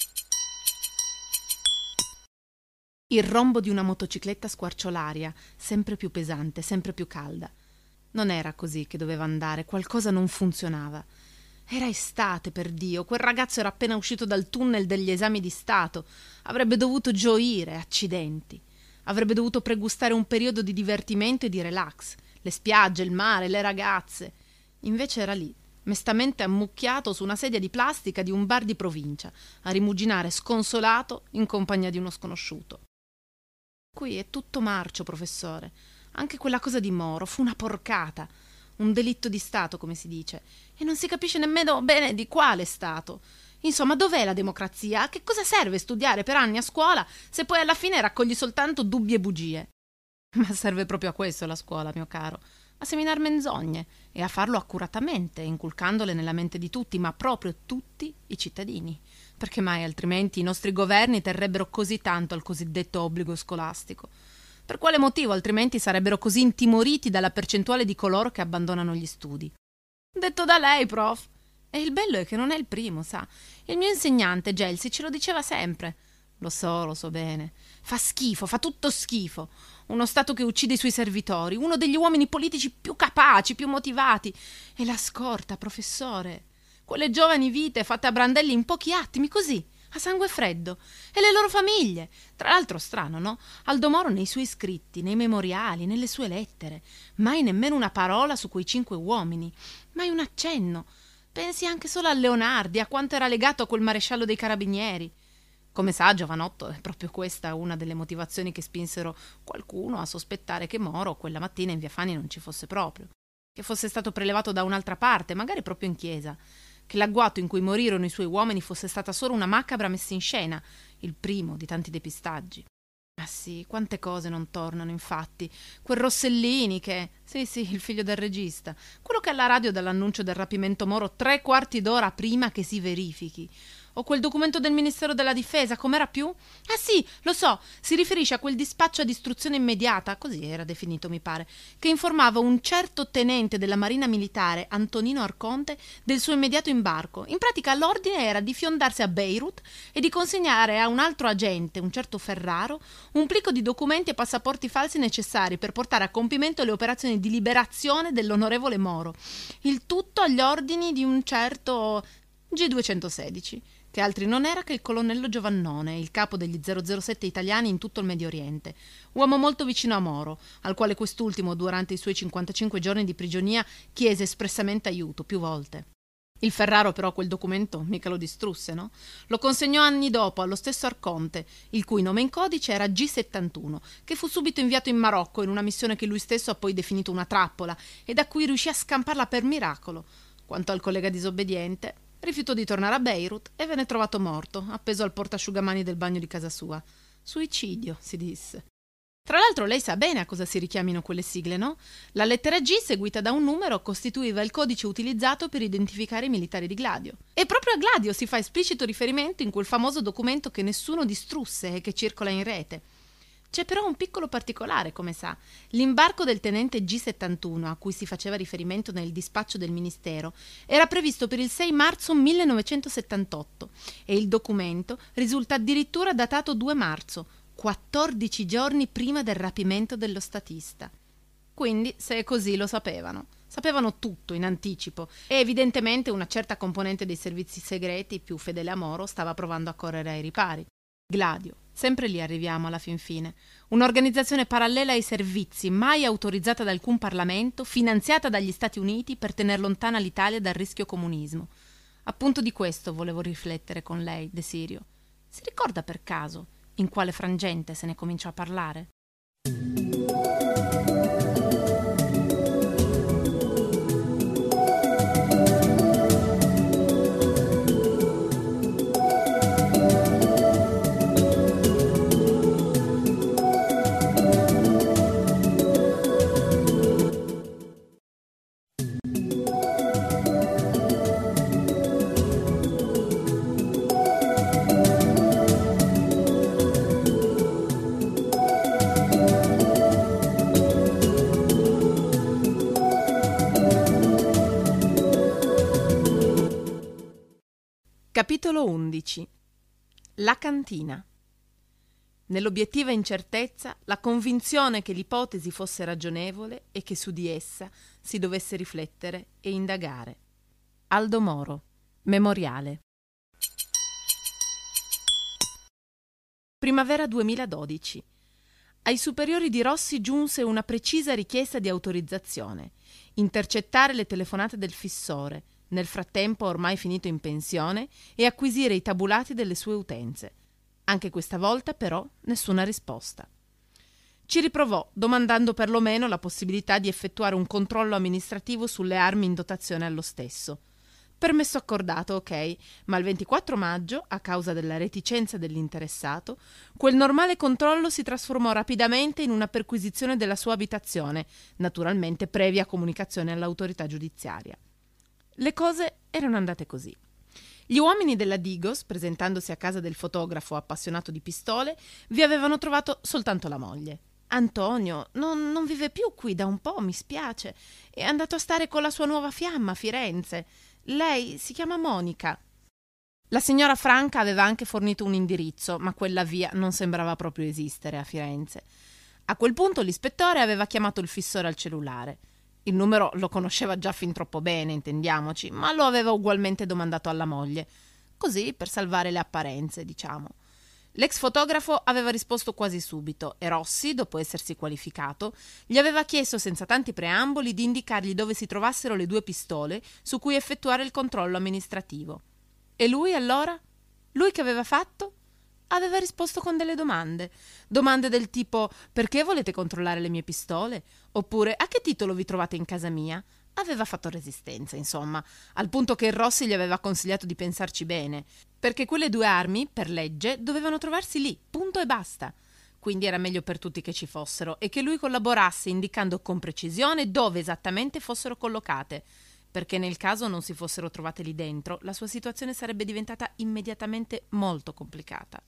Il rombo di una motocicletta squarciò l'aria, sempre più pesante, sempre più calda. Non era così che doveva andare, qualcosa non funzionava. Era estate, per Dio, quel ragazzo era appena uscito dal tunnel degli esami di Stato, avrebbe dovuto gioire, accidenti. Avrebbe dovuto pregustare un periodo di divertimento e di relax, le spiagge, il mare, le ragazze. Invece era lì, mestamente ammucchiato su una sedia di plastica di un bar di provincia, a rimuginare sconsolato in compagnia di uno sconosciuto. Qui è tutto marcio, professore. Anche quella cosa di Moro fu una porcata, un delitto di Stato, come si dice, e non si capisce nemmeno bene di quale Stato. Insomma, dov'è la democrazia? A che cosa serve studiare per anni a scuola se poi alla fine raccogli soltanto dubbi e bugie? Ma serve proprio a questo la scuola, mio caro, a seminar menzogne e a farlo accuratamente, inculcandole nella mente di tutti, ma proprio tutti i cittadini. Perché mai altrimenti i nostri governi terrebbero così tanto al cosiddetto obbligo scolastico? Per quale motivo altrimenti sarebbero così intimoriti dalla percentuale di coloro che abbandonano gli studi? Detto da lei, prof. E il bello è che non è il primo, sa. Il mio insegnante, Gelsi, ce lo diceva sempre. Lo so bene. Fa schifo, fa tutto schifo. Uno Stato che uccide i suoi servitori, uno degli uomini politici più capaci, più motivati. E la scorta, professore. Quelle giovani vite fatte a brandelli in pochi attimi, così, a sangue freddo, e le loro famiglie. Tra l'altro strano, no? Aldo Moro nei suoi scritti, nei memoriali, nelle sue lettere, mai nemmeno una parola su quei 5 uomini, mai un accenno. Pensi anche solo a Leonardi, a quanto era legato a quel maresciallo dei carabinieri. Come sa giovanotto, è proprio questa una delle motivazioni che spinsero qualcuno a sospettare che Moro quella mattina in via Fani non ci fosse proprio, che fosse stato prelevato da un'altra parte, magari proprio in chiesa, che l'agguato in cui morirono i suoi uomini fosse stata solo una macabra messa in scena, il primo di tanti depistaggi. Ah sì, quante cose non tornano, infatti. Quel Rossellini che... Sì, il figlio del regista. Quello che alla radio dà l'annuncio del rapimento Moro 3/4 d'ora prima che si verifichi. O quel documento del Ministero della Difesa, com'era più? Ah sì, lo so, si riferisce a quel dispaccio a distruzione immediata, così era definito mi pare, che informava un certo tenente della Marina Militare, Antonino Arconte, del suo immediato imbarco. In pratica l'ordine era di fiondarsi a Beirut e di consegnare a un altro agente, un certo Ferraro, un plico di documenti e passaporti falsi necessari per portare a compimento le operazioni di liberazione dell'onorevole Moro. Il tutto agli ordini di un certo G216, che altri non era che il colonnello Giovannone, il capo degli 007 italiani in tutto il Medio Oriente, uomo molto vicino a Moro, al quale quest'ultimo durante i suoi 55 giorni di prigionia chiese espressamente aiuto più volte. Il Ferraro però quel documento mica lo distrusse, no? Lo consegnò anni dopo allo stesso Arconte, il cui nome in codice era G71, che fu subito inviato in Marocco in una missione che lui stesso ha poi definito una trappola e da cui riuscì a scamparla per miracolo. Quanto al collega disobbediente, rifiutò di tornare a Beirut e venne trovato morto, appeso al portasciugamani del bagno di casa sua. Suicidio, si disse. Tra l'altro lei sa bene a cosa si richiamino quelle sigle, no? La lettera G, seguita da un numero, costituiva il codice utilizzato per identificare i militari di Gladio. E proprio a Gladio si fa esplicito riferimento in quel famoso documento che nessuno distrusse e che circola in rete. C'è però un piccolo particolare, come sa. L'imbarco del tenente G71, a cui si faceva riferimento nel dispaccio del Ministero, era previsto per il 6 marzo 1978 e il documento risulta addirittura datato 2 marzo, 14 giorni prima del rapimento dello statista. Quindi, se è così, lo sapevano. Sapevano tutto in anticipo e evidentemente una certa componente dei servizi segreti, più fedele a Moro, stava provando a correre ai ripari. Gladio, sempre lì arriviamo alla fin fine, un'organizzazione parallela ai servizi, mai autorizzata da alcun Parlamento, finanziata dagli Stati Uniti per tener lontana l'Italia dal rischio comunismo. Appunto di questo volevo riflettere con lei, De Sirio. Si ricorda per caso in quale frangente se ne cominciò a parlare? Capitolo 11. La cantina. Nell'obiettiva incertezza, la convinzione che l'ipotesi fosse ragionevole e che su di essa si dovesse riflettere e indagare. Aldo Moro. Memoriale. Primavera 2012. Ai superiori di Rossi giunse una precisa richiesta di autorizzazione: intercettare le telefonate del fissore, nel frattempo ormai finito in pensione, e acquisire i tabulati delle sue utenze. Anche questa volta, però, nessuna risposta. Ci riprovò, domandando perlomeno la possibilità di effettuare un controllo amministrativo sulle armi in dotazione allo stesso. Permesso accordato, ok, ma il 24 maggio, a causa della reticenza dell'interessato, quel normale controllo si trasformò rapidamente in una perquisizione della sua abitazione, naturalmente previa comunicazione all'autorità giudiziaria. Le cose erano andate così. Gli uomini della Digos, presentandosi a casa del fotografo appassionato di pistole, vi avevano trovato soltanto la moglie. Antonio non vive più qui da un po', mi spiace. È andato a stare con la sua nuova fiamma a Firenze. Lei si chiama Monica. La signora Franca aveva anche fornito un indirizzo, ma quella via non sembrava proprio esistere a Firenze. A quel punto l'ispettore aveva chiamato il fissore al cellulare. Il numero lo conosceva già fin troppo bene, intendiamoci, ma lo aveva ugualmente domandato alla moglie. così per salvare le apparenze, diciamo. L'ex fotografo aveva risposto quasi subito e Rossi, dopo essersi qualificato, gli aveva chiesto senza tanti preamboli di indicargli dove si trovassero le 2 pistole su cui effettuare il controllo amministrativo. E lui allora? Lui che aveva fatto? Aveva risposto con delle domande. Domande del tipo: perché volete controllare le mie pistole? Oppure: a che titolo vi trovate in casa mia? Aveva fatto resistenza, insomma, al punto che il Rossi gli aveva consigliato di pensarci bene, perché quelle 2 armi, per legge, dovevano trovarsi lì, punto e basta. Quindi era meglio per tutti che ci fossero e che lui collaborasse indicando con precisione dove esattamente fossero collocate, perché nel caso non si fossero trovate lì dentro, la sua situazione sarebbe diventata immediatamente molto complicata.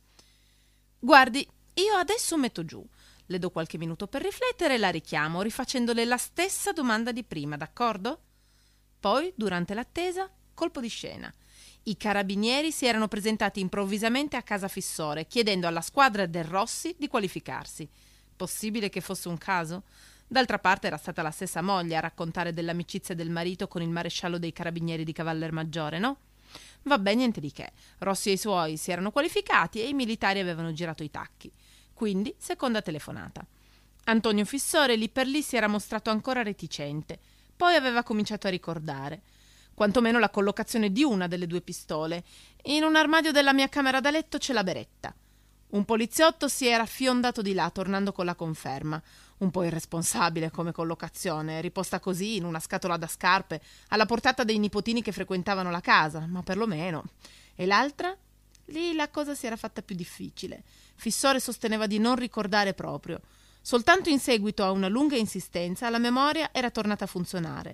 Guardi, io adesso metto giù. Le do qualche minuto per riflettere e la richiamo, rifacendole la stessa domanda di prima, d'accordo? Poi, durante l'attesa, colpo di scena. I carabinieri si erano presentati improvvisamente a casa Fissore, chiedendo alla squadra del Rossi di qualificarsi. Possibile che fosse un caso? D'altra parte era stata la stessa moglie a raccontare dell'amicizia del marito con il maresciallo dei carabinieri di Cavallermaggiore, no? Vabbè, niente di che. Rossi e i suoi si erano qualificati e i militari avevano girato i tacchi. Quindi, seconda telefonata. Antonio Fissore lì per lì si era mostrato ancora reticente, poi aveva cominciato a ricordare, quantomeno la collocazione di una delle 2 pistole. In un armadio della mia camera da letto c'è la beretta. Un poliziotto si era fiondato di là, tornando con la conferma. Un po' irresponsabile come collocazione, riposta così in una scatola da scarpe, alla portata dei nipotini che frequentavano la casa, ma perlomeno. E l'altra? Lì la cosa si era fatta più difficile. Fissore sosteneva di non ricordare proprio. Soltanto in seguito a una lunga insistenza la memoria era tornata a funzionare.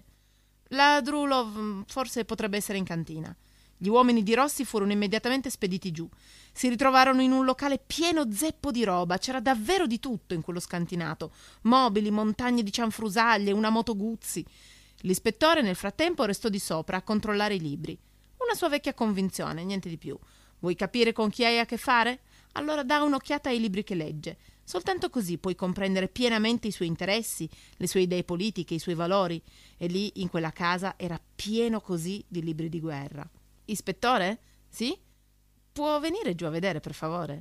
La Drulov forse potrebbe essere in cantina. Gli uomini di Rossi furono immediatamente spediti giù. Si ritrovarono in un locale pieno zeppo di roba. C'era davvero di tutto in quello scantinato. Mobili, montagne di cianfrusaglie, una moto Guzzi. L'ispettore nel frattempo restò di sopra a controllare i libri. Una sua vecchia convinzione, niente di più. Vuoi capire con chi hai a che fare? Allora dà un'occhiata ai libri che legge. Soltanto così puoi comprendere pienamente i suoi interessi, le sue idee politiche, i suoi valori. E lì, in quella casa, era pieno così di libri di guerra. Ispettore? Sì? Può venire giù a vedere, per favore?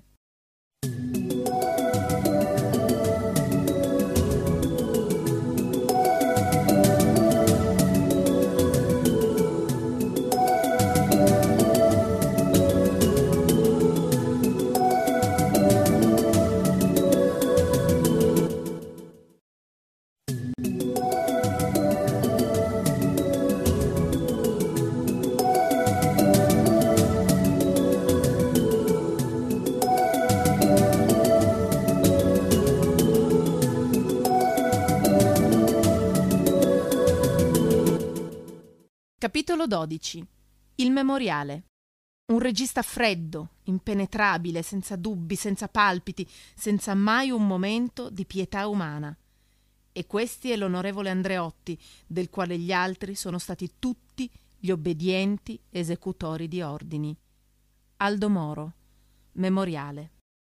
Capitolo 12. Il memoriale. Un regista freddo, impenetrabile, senza dubbi, senza palpiti, senza mai un momento di pietà umana. E questi è l'onorevole Andreotti, del quale gli altri sono stati tutti gli obbedienti esecutori di ordini. Aldo Moro. Memoriale.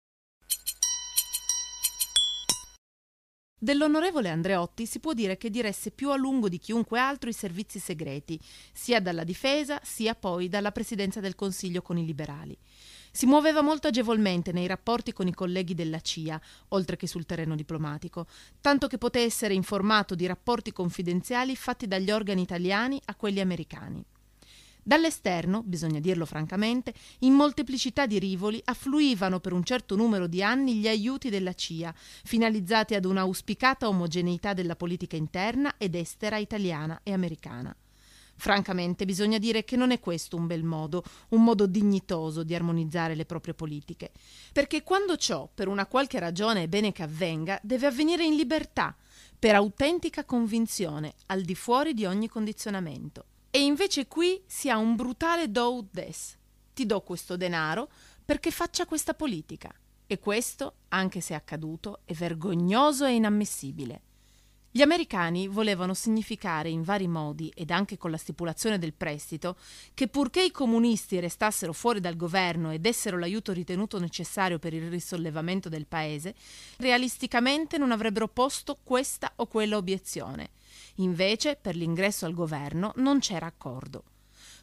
Dell'onorevole Andreotti si può dire che diresse più a lungo di chiunque altro i servizi segreti, sia dalla difesa sia poi dalla presidenza del Consiglio con i liberali. Si muoveva molto agevolmente nei rapporti con i colleghi della CIA, oltre che sul terreno diplomatico, tanto che poté essere informato di rapporti confidenziali fatti dagli organi italiani a quelli americani. Dall'esterno, bisogna dirlo francamente, in molteplicità di rivoli affluivano per un certo numero di anni gli aiuti della CIA, finalizzati ad una auspicata omogeneità della politica interna ed estera italiana e americana. Francamente bisogna dire che non è questo un bel modo, un modo dignitoso di armonizzare le proprie politiche, perché quando ciò, per una qualche ragione è bene che avvenga, deve avvenire in libertà, per autentica convinzione, al di fuori di ogni condizionamento. E invece qui si ha un brutale do ut des. Ti do questo denaro perché faccia questa politica. E questo, anche se è accaduto, è vergognoso e inammissibile. Gli americani volevano significare in vari modi, ed anche con la stipulazione del prestito, che purché i comunisti restassero fuori dal governo e dessero l'aiuto ritenuto necessario per il risollevamento del paese, realisticamente non avrebbero posto questa o quella obiezione. Invece, per l'ingresso al governo non c'era accordo.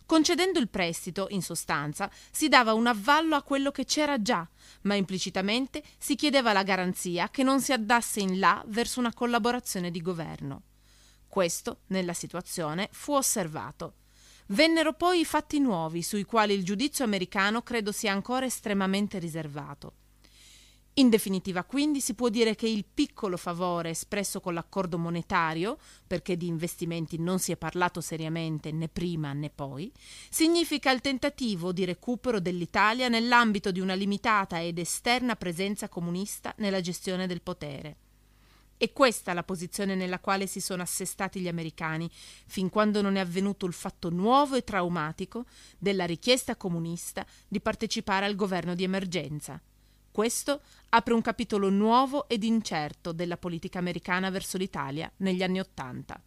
Concedendo il prestito, in sostanza, si dava un avvallo a quello che c'era già, ma implicitamente si chiedeva la garanzia che non si andasse in là verso una collaborazione di governo. Questo, nella situazione, fu osservato. Vennero poi i fatti nuovi, sui quali il giudizio americano credo sia ancora estremamente riservato. In definitiva, quindi, si può dire che il piccolo favore espresso con l'accordo monetario, perché di investimenti non si è parlato seriamente né prima né poi, significa il tentativo di recupero dell'Italia nell'ambito di una limitata ed esterna presenza comunista nella gestione del potere. È questa la posizione nella quale si sono assestati gli americani, fin quando non è avvenuto il fatto nuovo e traumatico della richiesta comunista di partecipare al governo di emergenza. Questo apre un capitolo nuovo ed incerto della politica americana verso l'Italia negli anni '80.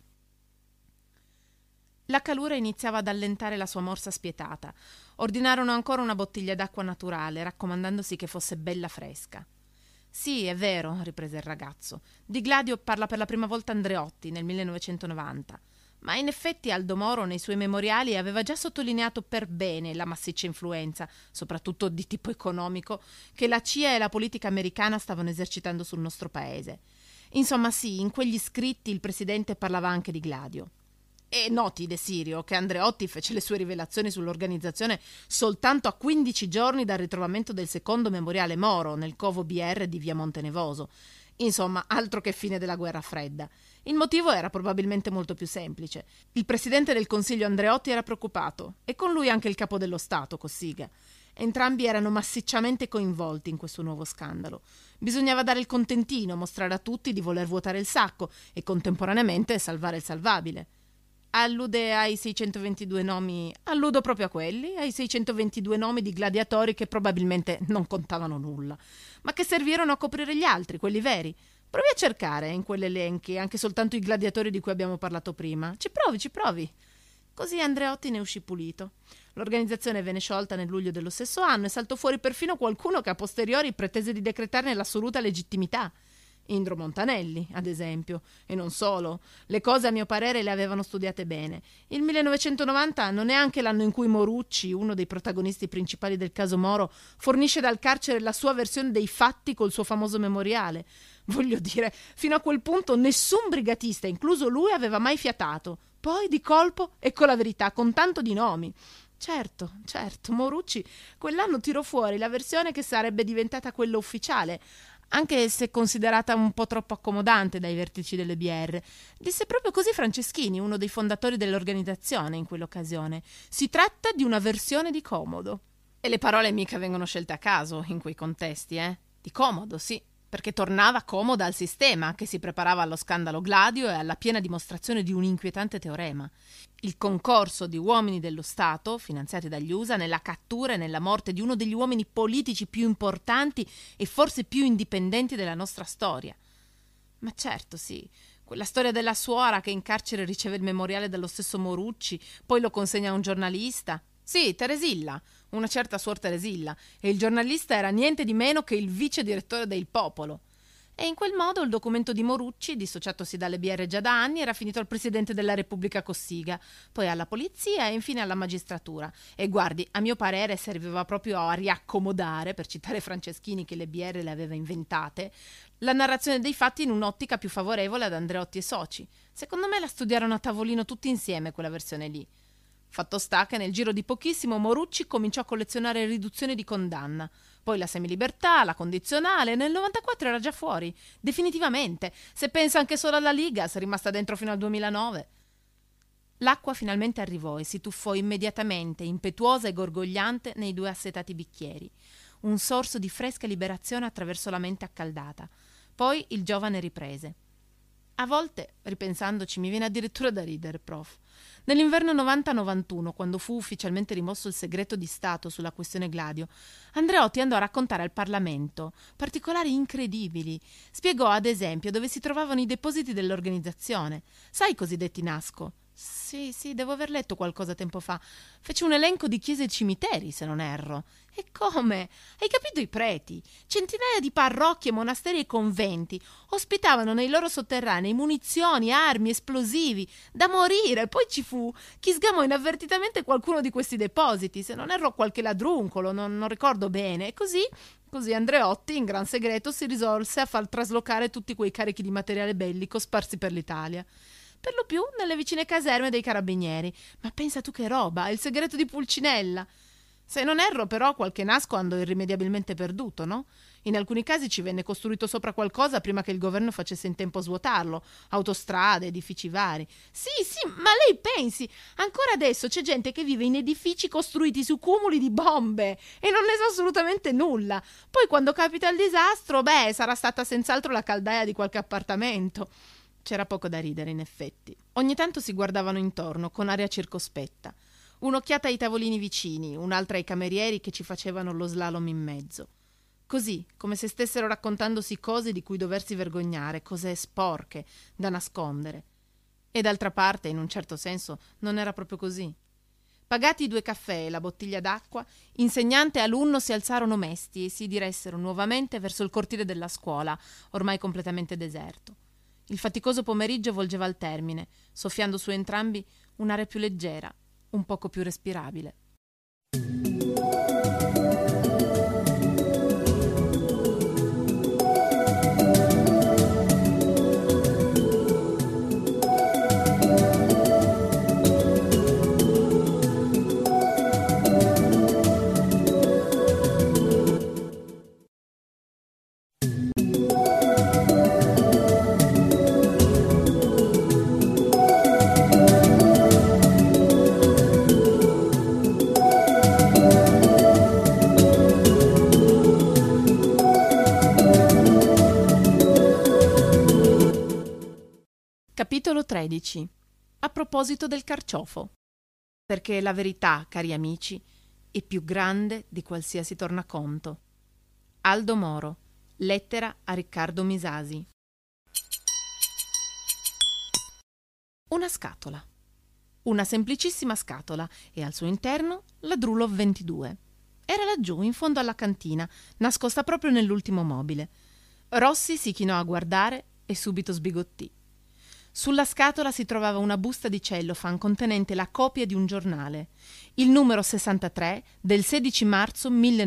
La calura iniziava ad allentare la sua morsa spietata. Ordinarono ancora una bottiglia d'acqua naturale, raccomandandosi che fosse bella fresca. «Sì, è vero», riprese il ragazzo. «Di Gladio parla per la prima volta Andreotti nel 1990. Ma in effetti Aldo Moro nei suoi memoriali aveva già sottolineato per bene la massiccia influenza, soprattutto di tipo economico, che la CIA e la politica americana stavano esercitando sul nostro paese. Insomma sì, in quegli scritti il presidente parlava anche di Gladio. E noti, De Sirio, che Andreotti fece le sue rivelazioni sull'organizzazione soltanto a 15 giorni dal ritrovamento del secondo memoriale Moro nel covo BR di via Montenevoso. Insomma, altro che fine della guerra fredda. Il motivo era probabilmente molto più semplice. Il presidente del Consiglio Andreotti era preoccupato, e con lui anche il capo dello Stato, Cossiga. Entrambi erano massicciamente coinvolti in questo nuovo scandalo. Bisognava dare il contentino, mostrare a tutti di voler vuotare il sacco e contemporaneamente salvare il salvabile. Allude ai 622 nomi, alludo proprio a quelli, ai 622 nomi di gladiatori che probabilmente non contavano nulla, ma che servirono a coprire gli altri, quelli veri. Provi a cercare in quell'elenchi anche soltanto i gladiatori di cui abbiamo parlato prima. Ci provi. Così Andreotti ne uscì pulito. L'organizzazione venne sciolta nel luglio dello stesso anno e saltò fuori perfino qualcuno che a posteriori pretese di decretarne l'assoluta legittimità. Indro Montanelli, ad esempio, e non solo. Le cose, a mio parere, le avevano studiate bene. Il 1990 non è anche l'anno in cui Morucci, uno dei protagonisti principali del caso Moro, fornisce dal carcere la sua versione dei fatti col suo famoso memoriale. Voglio dire, fino a quel punto nessun brigatista, incluso lui, aveva mai fiatato. Poi, di colpo, ecco la verità, con tanto di nomi. Certo, Morucci quell'anno tirò fuori la versione che sarebbe diventata quella ufficiale, anche se considerata un po' troppo accomodante dai vertici delle BR. Disse proprio così Franceschini, uno dei fondatori dell'organizzazione in quell'occasione. Si tratta di una versione di comodo. E le parole mica vengono scelte a caso in quei contesti, Di comodo, sì, perché tornava comoda al sistema che si preparava allo scandalo Gladio e alla piena dimostrazione di un inquietante teorema: il concorso di uomini dello Stato, finanziati dagli USA, nella cattura e nella morte di uno degli uomini politici più importanti e forse più indipendenti della nostra storia. Ma certo, sì, quella storia della suora che in carcere riceve il memoriale dallo stesso Morucci, poi lo consegna a un giornalista. Sì, Teresilla, una certa suor Teresilla, e il giornalista era niente di meno che il vice direttore del Popolo. E in quel modo il documento di Morucci, dissociatosi dalle BR già da anni, era finito al Presidente della Repubblica Cossiga, poi alla polizia e infine alla magistratura. E guardi, a mio parere serviva proprio a riaccomodare, per citare Franceschini che le BR le aveva inventate, la narrazione dei fatti in un'ottica più favorevole ad Andreotti e soci. Secondo me la studiarono a tavolino tutti insieme quella versione lì. Fatto sta che nel giro di pochissimo Morucci cominciò a collezionare riduzioni di condanna, poi la semilibertà, la condizionale, nel 94 era già fuori, definitivamente, se pensa anche solo alla Ligas, rimasta dentro fino al 2009. L'acqua finalmente arrivò e si tuffò immediatamente, impetuosa e gorgogliante, nei due assetati bicchieri. Un sorso di fresca liberazione attraversò la mente accaldata. Poi il giovane riprese. A volte, ripensandoci, mi viene addirittura da ridere, prof. Nell'inverno 90-91, quando fu ufficialmente rimosso il segreto di Stato sulla questione Gladio, Andreotti andò a raccontare al Parlamento particolari incredibili. Spiegò, ad esempio, dove si trovavano i depositi dell'organizzazione. Sai i cosiddetti Nasco? Sì, devo aver letto qualcosa tempo fa. Fece un elenco di chiese e cimiteri, se non erro. E come? Hai capito i preti? Centinaia di parrocchie, monasteri e conventi ospitavano nei loro sotterranei munizioni, armi, esplosivi, da morire. Poi ci fu chi sgamò inavvertitamente qualcuno di questi depositi, se non erro qualche ladruncolo, non ricordo bene. E così Andreotti, in gran segreto, si risolse a far traslocare tutti quei carichi di materiale bellico sparsi per l'Italia. Per lo più nelle vicine caserme dei carabinieri. Ma pensa tu che roba, è il segreto di Pulcinella. Se non erro, però, qualche nasco andò irrimediabilmente perduto, no? In alcuni casi ci venne costruito sopra qualcosa prima che il governo facesse in tempo a svuotarlo. Autostrade, edifici vari. Sì, ma lei pensi, ancora adesso c'è gente che vive in edifici costruiti su cumuli di bombe e non ne sa assolutamente nulla. Poi quando capita il disastro, sarà stata senz'altro la caldaia di qualche appartamento. C'era poco da ridere, in effetti. Ogni tanto si guardavano intorno, con aria circospetta. Un'occhiata ai tavolini vicini, un'altra ai camerieri che ci facevano lo slalom in mezzo. Così, come se stessero raccontandosi cose di cui doversi vergognare, cose sporche, da nascondere. E d'altra parte, in un certo senso, non era proprio così. Pagati i 2 caffè e la bottiglia d'acqua, insegnante e alunno si alzarono mesti e si diressero nuovamente verso il cortile della scuola, ormai completamente deserto. Il faticoso pomeriggio volgeva al termine, soffiando su entrambi un'aria più leggera, un poco più respirabile. Capitolo 13. A proposito del carciofo. Perché la verità, cari amici, è più grande di qualsiasi tornaconto. Aldo Moro. Lettera a Riccardo Misasi. Una scatola. Una semplicissima scatola e al suo interno la Drulov 22. Era laggiù, in fondo alla cantina, nascosta proprio nell'ultimo mobile. Rossi si chinò a guardare e subito sbigottì. Sulla scatola si trovava una busta di cellofan contenente la copia di un giornale, il numero 63 del 16 marzo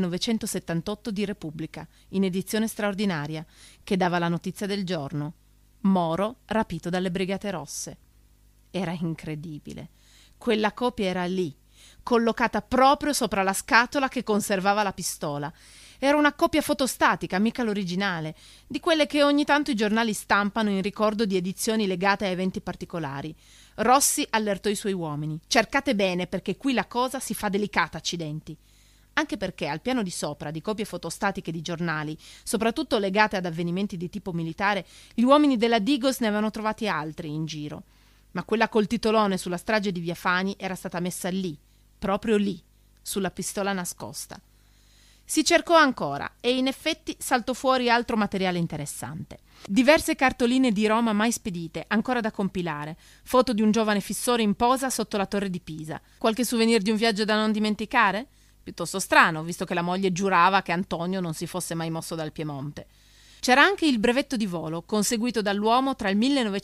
1978 di Repubblica, in edizione straordinaria, che dava la notizia del giorno. Moro rapito dalle Brigate Rosse. Era incredibile. Quella copia era lì, collocata proprio sopra la scatola che conservava la pistola. Era una copia fotostatica, mica l'originale, di quelle che ogni tanto i giornali stampano in ricordo di edizioni legate a eventi particolari. Rossi allertò i suoi uomini. Cercate bene, perché qui la cosa si fa delicata, accidenti. Anche perché al piano di sopra di copie fotostatiche di giornali, soprattutto legate ad avvenimenti di tipo militare, gli uomini della Digos ne avevano trovati altri in giro. Ma quella col titolone sulla strage di Via Fani era stata messa lì, proprio lì, sulla pistola nascosta. Si cercò ancora e in effetti saltò fuori altro materiale interessante. Diverse cartoline di Roma mai spedite, ancora da compilare, foto di un giovane fissore in posa sotto la torre di Pisa, qualche souvenir di un viaggio da non dimenticare? Piuttosto strano, visto che la moglie giurava che Antonio non si fosse mai mosso dal Piemonte. C'era anche il brevetto di volo, conseguito dall'uomo tra il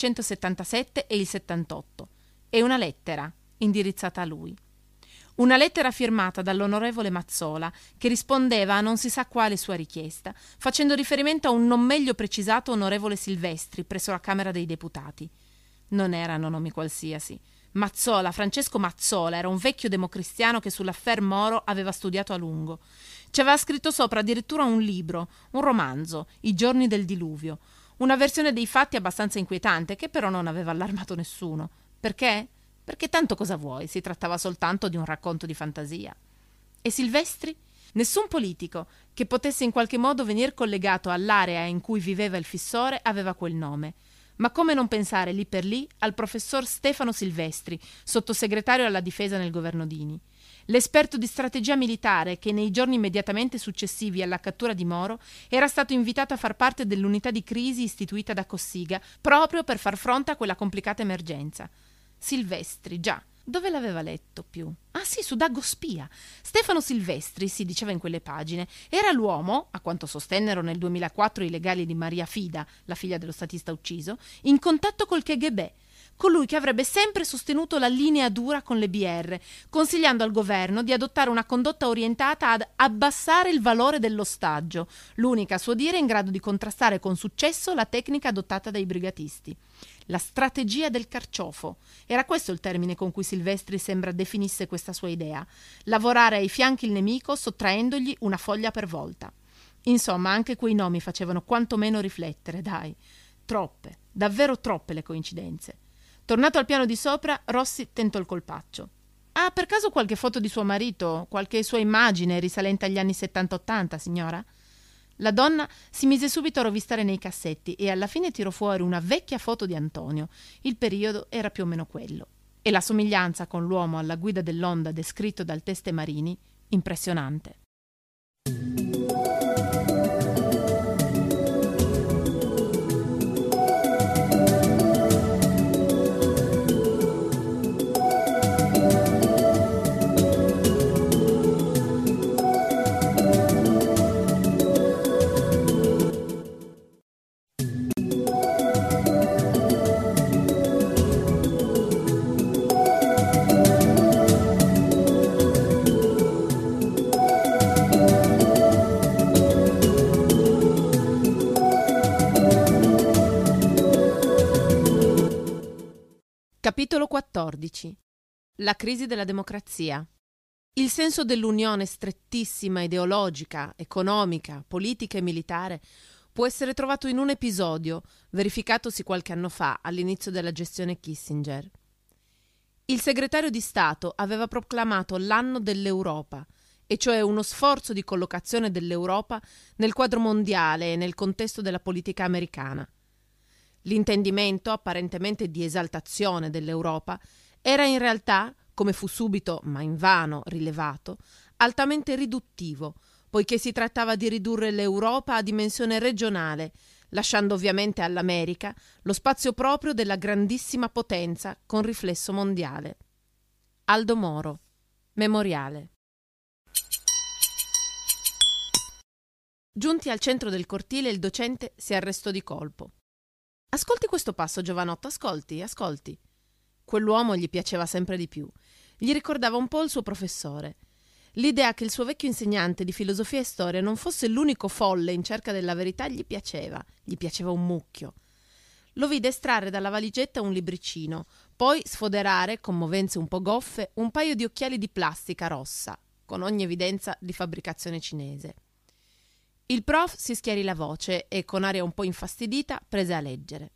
1977 e il 78, e una lettera indirizzata a lui. Una lettera firmata dall'onorevole Mazzola, che rispondeva a non si sa quale sua richiesta, facendo riferimento a un non meglio precisato onorevole Silvestri presso la Camera dei Deputati. Non erano nomi qualsiasi. Mazzola, Francesco Mazzola, era un vecchio democristiano che sull'affaire Moro aveva studiato a lungo. Ci aveva scritto sopra addirittura un libro, un romanzo, I giorni del diluvio, una versione dei fatti abbastanza inquietante che però non aveva allarmato nessuno. Perché? Perché tanto cosa vuoi, si trattava soltanto di un racconto di fantasia. E Silvestri? Nessun politico che potesse in qualche modo venir collegato all'area in cui viveva il fissore aveva quel nome. Ma come non pensare lì per lì al professor Stefano Silvestri, sottosegretario alla difesa nel governo Dini, l'esperto di strategia militare che nei giorni immediatamente successivi alla cattura di Moro era stato invitato a far parte dell'unità di crisi istituita da Cossiga proprio per far fronte a quella complicata emergenza. Silvestri, già, Dove l'aveva letto più? Ah sì, su Dagospia. Stefano Silvestri, si diceva in quelle pagine, era l'uomo, a quanto sostennero nel 2004 i legali di Maria Fida, la figlia dello statista ucciso, in contatto col KGB, colui che avrebbe sempre sostenuto la linea dura con le BR, consigliando al governo di adottare una condotta orientata ad abbassare il valore dell'ostaggio, l'unica a suo dire in grado di contrastare con successo la tecnica adottata dai brigatisti. La strategia del carciofo. Era questo il termine con cui Silvestri sembra definisse questa sua idea. Lavorare ai fianchi il nemico sottraendogli una foglia per volta. Insomma, anche quei nomi facevano quantomeno riflettere, dai. Troppe, davvero troppe le coincidenze. Tornato al piano di sopra, Rossi tentò il colpaccio. Ha per caso qualche foto di suo marito, qualche sua immagine risalente agli anni 70-80, signora? La donna si mise subito a rovistare nei cassetti e alla fine tirò fuori una vecchia foto di Antonio. Il periodo era più o meno quello. E la somiglianza con l'uomo alla guida dell'Honda descritto dal Teste Marini, impressionante. Capitolo 14. La crisi della democrazia. Il senso dell'unione strettissima ideologica, economica, politica e militare può essere trovato in un episodio verificatosi qualche anno fa all'inizio della gestione Kissinger. Il segretario di Stato aveva proclamato l'anno dell'Europa, e cioè uno sforzo di collocazione dell'Europa nel quadro mondiale e nel contesto della politica americana. L'intendimento, apparentemente di esaltazione dell'Europa, era in realtà, come fu subito, ma invano, rilevato, altamente riduttivo, poiché si trattava di ridurre l'Europa a dimensione regionale, lasciando ovviamente all'America lo spazio proprio della grandissima potenza con riflesso mondiale. Aldo Moro, Memoriale. Giunti al centro del cortile, il docente si arrestò di colpo. «Ascolti questo passo, giovanotto, ascolti». Quell'uomo gli piaceva sempre di più. Gli ricordava un po' il suo professore. L'idea che il suo vecchio insegnante di filosofia e storia non fosse l'unico folle in cerca della verità gli piaceva un mucchio. Lo vide estrarre dalla valigetta un libricino, poi sfoderare, con movenze un po' goffe, un paio di occhiali di plastica rossa, con ogni evidenza di fabbricazione cinese. Il prof si schiarì la voce e, con aria un po' infastidita, prese a leggere.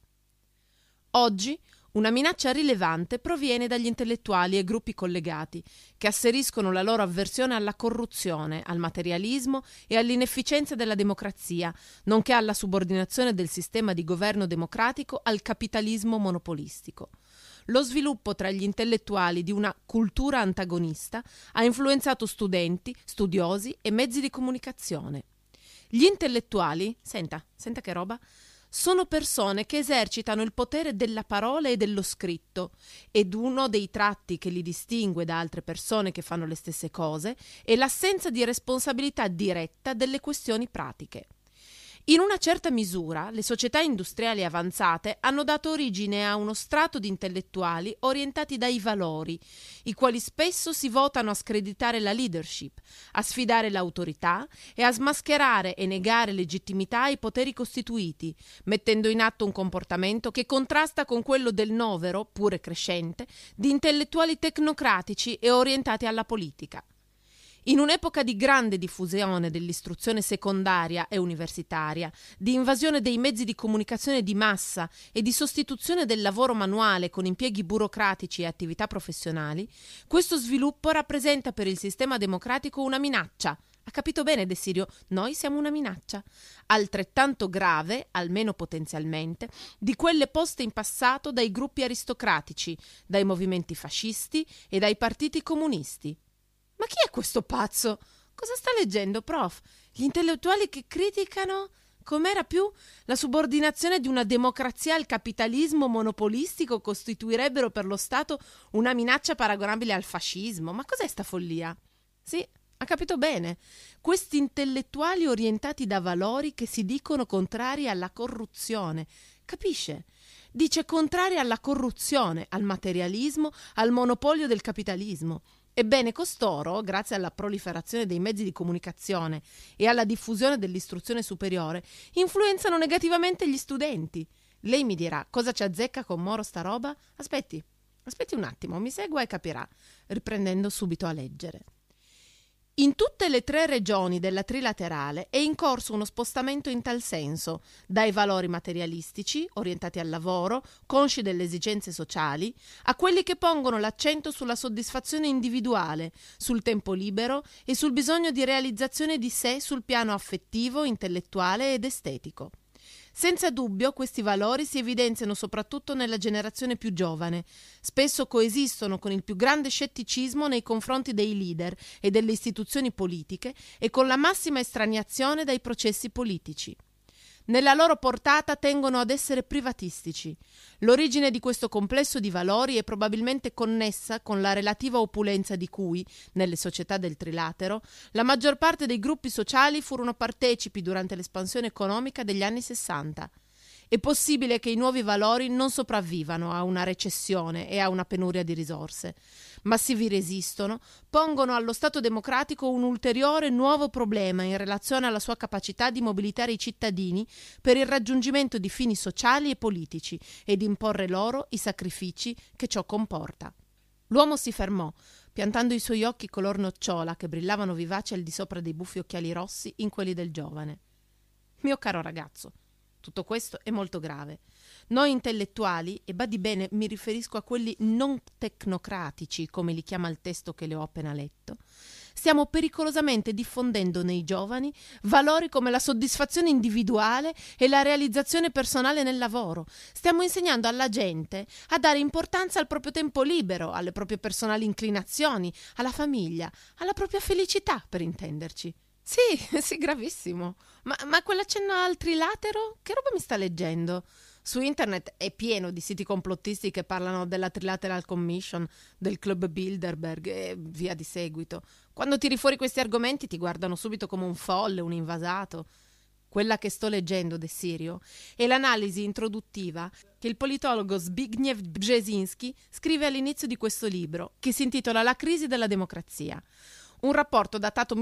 Oggi una minaccia rilevante proviene dagli intellettuali e gruppi collegati, che asseriscono la loro avversione alla corruzione, al materialismo e all'inefficienza della democrazia, nonché alla subordinazione del sistema di governo democratico al capitalismo monopolistico. Lo sviluppo tra gli intellettuali di una cultura antagonista ha influenzato studenti, studiosi e mezzi di comunicazione. Gli intellettuali, senta che roba, sono persone che esercitano il potere della parola e dello scritto, ed uno dei tratti che li distingue da altre persone che fanno le stesse cose è l'assenza di responsabilità diretta delle questioni pratiche. In una certa misura, le società industriali avanzate hanno dato origine a uno strato di intellettuali orientati dai valori, i quali spesso si votano a screditare la leadership, a sfidare l'autorità e a smascherare e negare legittimità ai poteri costituiti, mettendo in atto un comportamento che contrasta con quello del novero, pure crescente, di intellettuali tecnocratici e orientati alla politica. In un'epoca di grande diffusione dell'istruzione secondaria e universitaria, di invasione dei mezzi di comunicazione di massa e di sostituzione del lavoro manuale con impieghi burocratici e attività professionali, questo sviluppo rappresenta per il sistema democratico una minaccia. Ha capito bene, De Sirio? Noi siamo una minaccia, altrettanto grave, almeno potenzialmente, di quelle poste in passato dai gruppi aristocratici, dai movimenti fascisti e dai partiti comunisti. Ma chi è questo pazzo? Cosa sta leggendo, prof? Gli intellettuali che criticano Com'era più? La subordinazione di una democrazia al capitalismo monopolistico costituirebbero per lo Stato una minaccia paragonabile al fascismo. Ma cos'è sta follia? Sì, ha capito bene. Questi intellettuali orientati da valori che si dicono contrari alla corruzione. Capisce? Dice contrari alla corruzione, al materialismo, al monopolio del capitalismo. Ebbene, costoro, grazie alla proliferazione dei mezzi di comunicazione e alla diffusione dell'istruzione superiore, influenzano negativamente gli studenti. Lei mi dirà, cosa ci azzecca con Moro sta roba? Aspetti un attimo, mi segua e capirà, riprendendo subito a leggere. In tutte le 3 regioni della Trilaterale è in corso uno spostamento in tal senso, dai valori materialistici, orientati al lavoro, consci delle esigenze sociali, a quelli che pongono l'accento sulla soddisfazione individuale, sul tempo libero e sul bisogno di realizzazione di sé sul piano affettivo, intellettuale ed estetico. Senza dubbio questi valori si evidenziano soprattutto nella generazione più giovane. Spesso coesistono con il più grande scetticismo nei confronti dei leader e delle istituzioni politiche e con la massima estraniazione dai processi politici. Nella loro portata tengono ad essere privatistici. L'origine di questo complesso di valori è probabilmente connessa con la relativa opulenza di cui, nelle società del Trilatero, la maggior parte dei gruppi sociali furono partecipi durante l'espansione economica degli anni 60. È possibile che i nuovi valori non sopravvivano a una recessione e a una penuria di risorse, ma si vi resistono, pongono allo Stato democratico un ulteriore nuovo problema in relazione alla sua capacità di mobilitare i cittadini per il raggiungimento di fini sociali e politici e di imporre loro i sacrifici che ciò comporta. L'uomo si fermò, piantando i suoi occhi color nocciola che brillavano vivaci al di sopra dei buffi occhiali rossi in quelli del giovane. Mio caro ragazzo, tutto questo è molto grave. Noi intellettuali, e badi bene mi riferisco a quelli non tecnocratici, come li chiama il testo che le ho appena letto, stiamo pericolosamente diffondendo nei giovani valori come la soddisfazione individuale e la realizzazione personale nel lavoro. Stiamo insegnando alla gente a dare importanza al proprio tempo libero, alle proprie personali inclinazioni, alla famiglia, alla propria felicità, per intenderci. Sì, gravissimo. Ma quell'accenno al trilatero? Che roba mi sta leggendo? Su internet è pieno di siti complottisti che parlano della Trilateral Commission, del Club Bilderberg e via di seguito. Quando tiri fuori questi argomenti ti guardano subito come un folle, un invasato. Quella che sto leggendo, De Sirio, è l'analisi introduttiva che il politologo Zbigniew Brzezinski scrive all'inizio di questo libro, che si intitola La crisi della democrazia. Un rapporto datato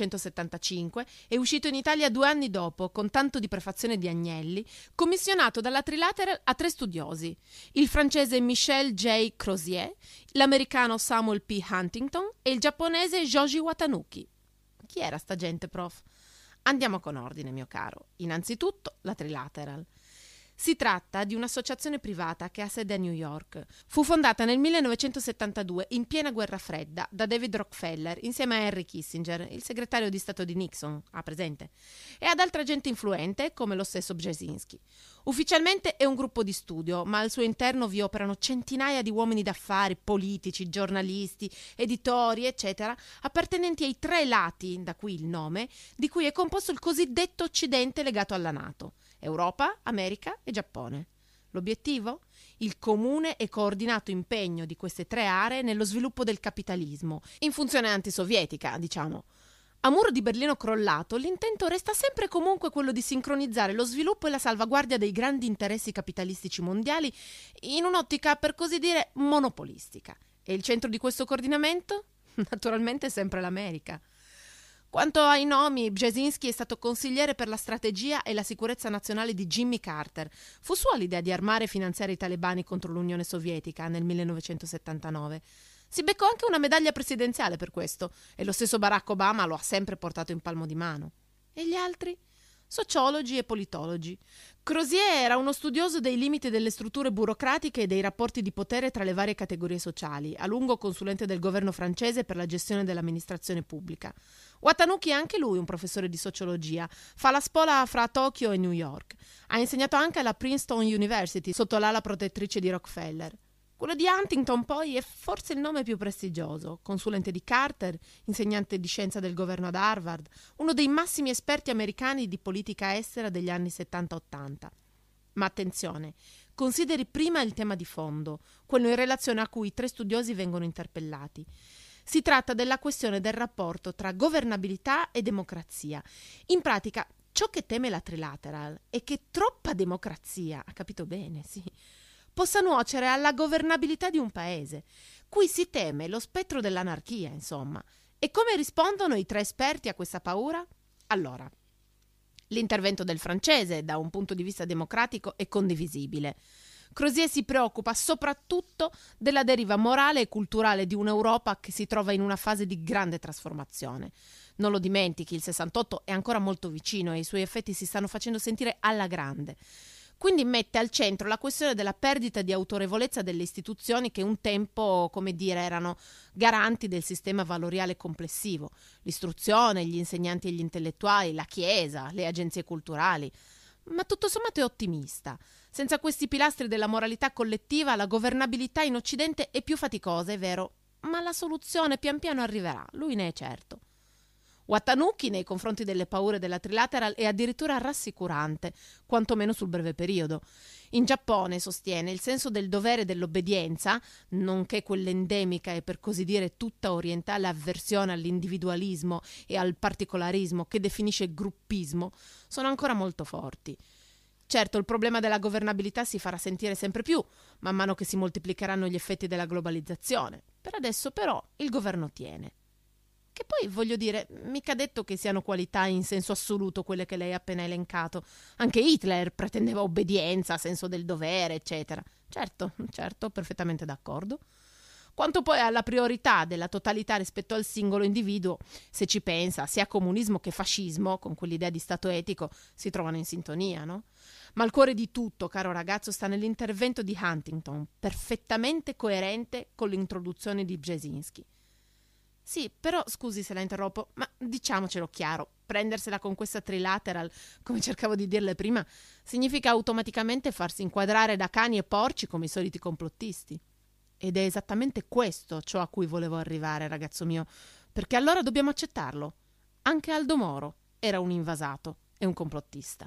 1975 è uscito in Italia 2 anni dopo, con tanto di prefazione di Agnelli, commissionato dalla Trilateral a 3 studiosi, il francese Michel J. Crozier, l'americano Samuel P. Huntington e il giapponese Joji Watanuki. Chi era sta gente, prof? Andiamo con ordine, mio caro. Innanzitutto la Trilateral. Si tratta di un'associazione privata che ha sede a New York. Fu fondata nel 1972, in piena guerra fredda, da David Rockefeller, insieme a Henry Kissinger, il segretario di Stato di Nixon, presente, e ad altra gente influente, come lo stesso Brzezinski. Ufficialmente è un gruppo di studio, ma al suo interno vi operano centinaia di uomini d'affari, politici, giornalisti, editori, eccetera, appartenenti ai 3 lati, da qui il nome, di cui è composto il cosiddetto Occidente legato alla NATO. Europa, America e Giappone. L'obiettivo? Il comune e coordinato impegno di queste 3 aree nello sviluppo del capitalismo, in funzione antisovietica, diciamo. A muro di Berlino crollato, l'intento resta sempre e comunque quello di sincronizzare lo sviluppo e la salvaguardia dei grandi interessi capitalistici mondiali in un'ottica, per così dire, monopolistica. E il centro di questo coordinamento? Naturalmente sempre l'America. Quanto ai nomi, Brzezinski è stato consigliere per la strategia e la sicurezza nazionale di Jimmy Carter. Fu sua l'idea di armare e finanziare i talebani contro l'Unione Sovietica nel 1979. Si beccò anche una medaglia presidenziale per questo e lo stesso Barack Obama lo ha sempre portato in palmo di mano. E gli altri? Sociologi e politologi. Crozier era uno studioso dei limiti delle strutture burocratiche e dei rapporti di potere tra le varie categorie sociali, a lungo consulente del governo francese per la gestione dell'amministrazione pubblica. Watanuki è anche lui un professore di sociologia, fa la spola fra Tokyo e New York. Ha insegnato anche alla Princeton University, sotto l'ala protettrice di Rockefeller. Quello di Huntington poi è forse il nome più prestigioso, consulente di Carter, insegnante di scienza del governo ad Harvard, uno dei massimi esperti americani di politica estera degli anni 70-80. Ma attenzione, consideri prima il tema di fondo, quello in relazione a cui i tre studiosi vengono interpellati. Si tratta della questione del rapporto tra governabilità e democrazia. In pratica, ciò che teme la Trilateral è che troppa democrazia, ha capito bene, sì, possa nuocere alla governabilità di un paese. Qui si teme lo spettro dell'anarchia, insomma. E come rispondono i tre esperti a questa paura? Allora, l'intervento del francese, da un punto di vista democratico, è condivisibile. Crozier si preoccupa soprattutto della deriva morale e culturale di un'Europa che si trova in una fase di grande trasformazione. Non lo dimentichi, il 68 è ancora molto vicino e i suoi effetti si stanno facendo sentire alla grande. Quindi mette al centro la questione della perdita di autorevolezza delle istituzioni che un tempo, come dire, erano garanti del sistema valoriale complessivo. L'istruzione, gli insegnanti e gli intellettuali, la Chiesa, le agenzie culturali. Ma tutto sommato è ottimista. Senza questi pilastri della moralità collettiva la governabilità in Occidente è più faticosa, è vero, ma la soluzione pian piano arriverà, lui ne è certo. Watanuki nei confronti delle paure della Trilateral è addirittura rassicurante, quantomeno sul breve periodo. In Giappone, sostiene, il senso del dovere e dell'obbedienza, nonché quell'endemica e per così dire tutta orientale avversione all'individualismo e al particolarismo che definisce gruppismo, sono ancora molto forti. Certo, il problema della governabilità si farà sentire sempre più, man mano che si moltiplicheranno gli effetti della globalizzazione. Per adesso, però, il governo tiene. Che poi, voglio dire, mica detto che siano qualità in senso assoluto quelle che lei ha appena elencato. Anche Hitler pretendeva obbedienza, senso del dovere, eccetera. Certo, perfettamente d'accordo. Quanto poi alla priorità della totalità rispetto al singolo individuo, se ci pensa, sia comunismo che fascismo, con quell'idea di stato etico, si trovano in sintonia, no? Ma il cuore di tutto, caro ragazzo, sta nell'intervento di Huntington, perfettamente coerente con l'introduzione di Brzezinski. Sì, però scusi se la interrompo, ma diciamocelo chiaro, prendersela con questa Trilateral, come cercavo di dirle prima, significa automaticamente farsi inquadrare da cani e porci come i soliti complottisti. Ed è esattamente questo ciò a cui volevo arrivare, ragazzo mio, perché allora dobbiamo accettarlo. Anche Aldo Moro era un invasato e un complottista.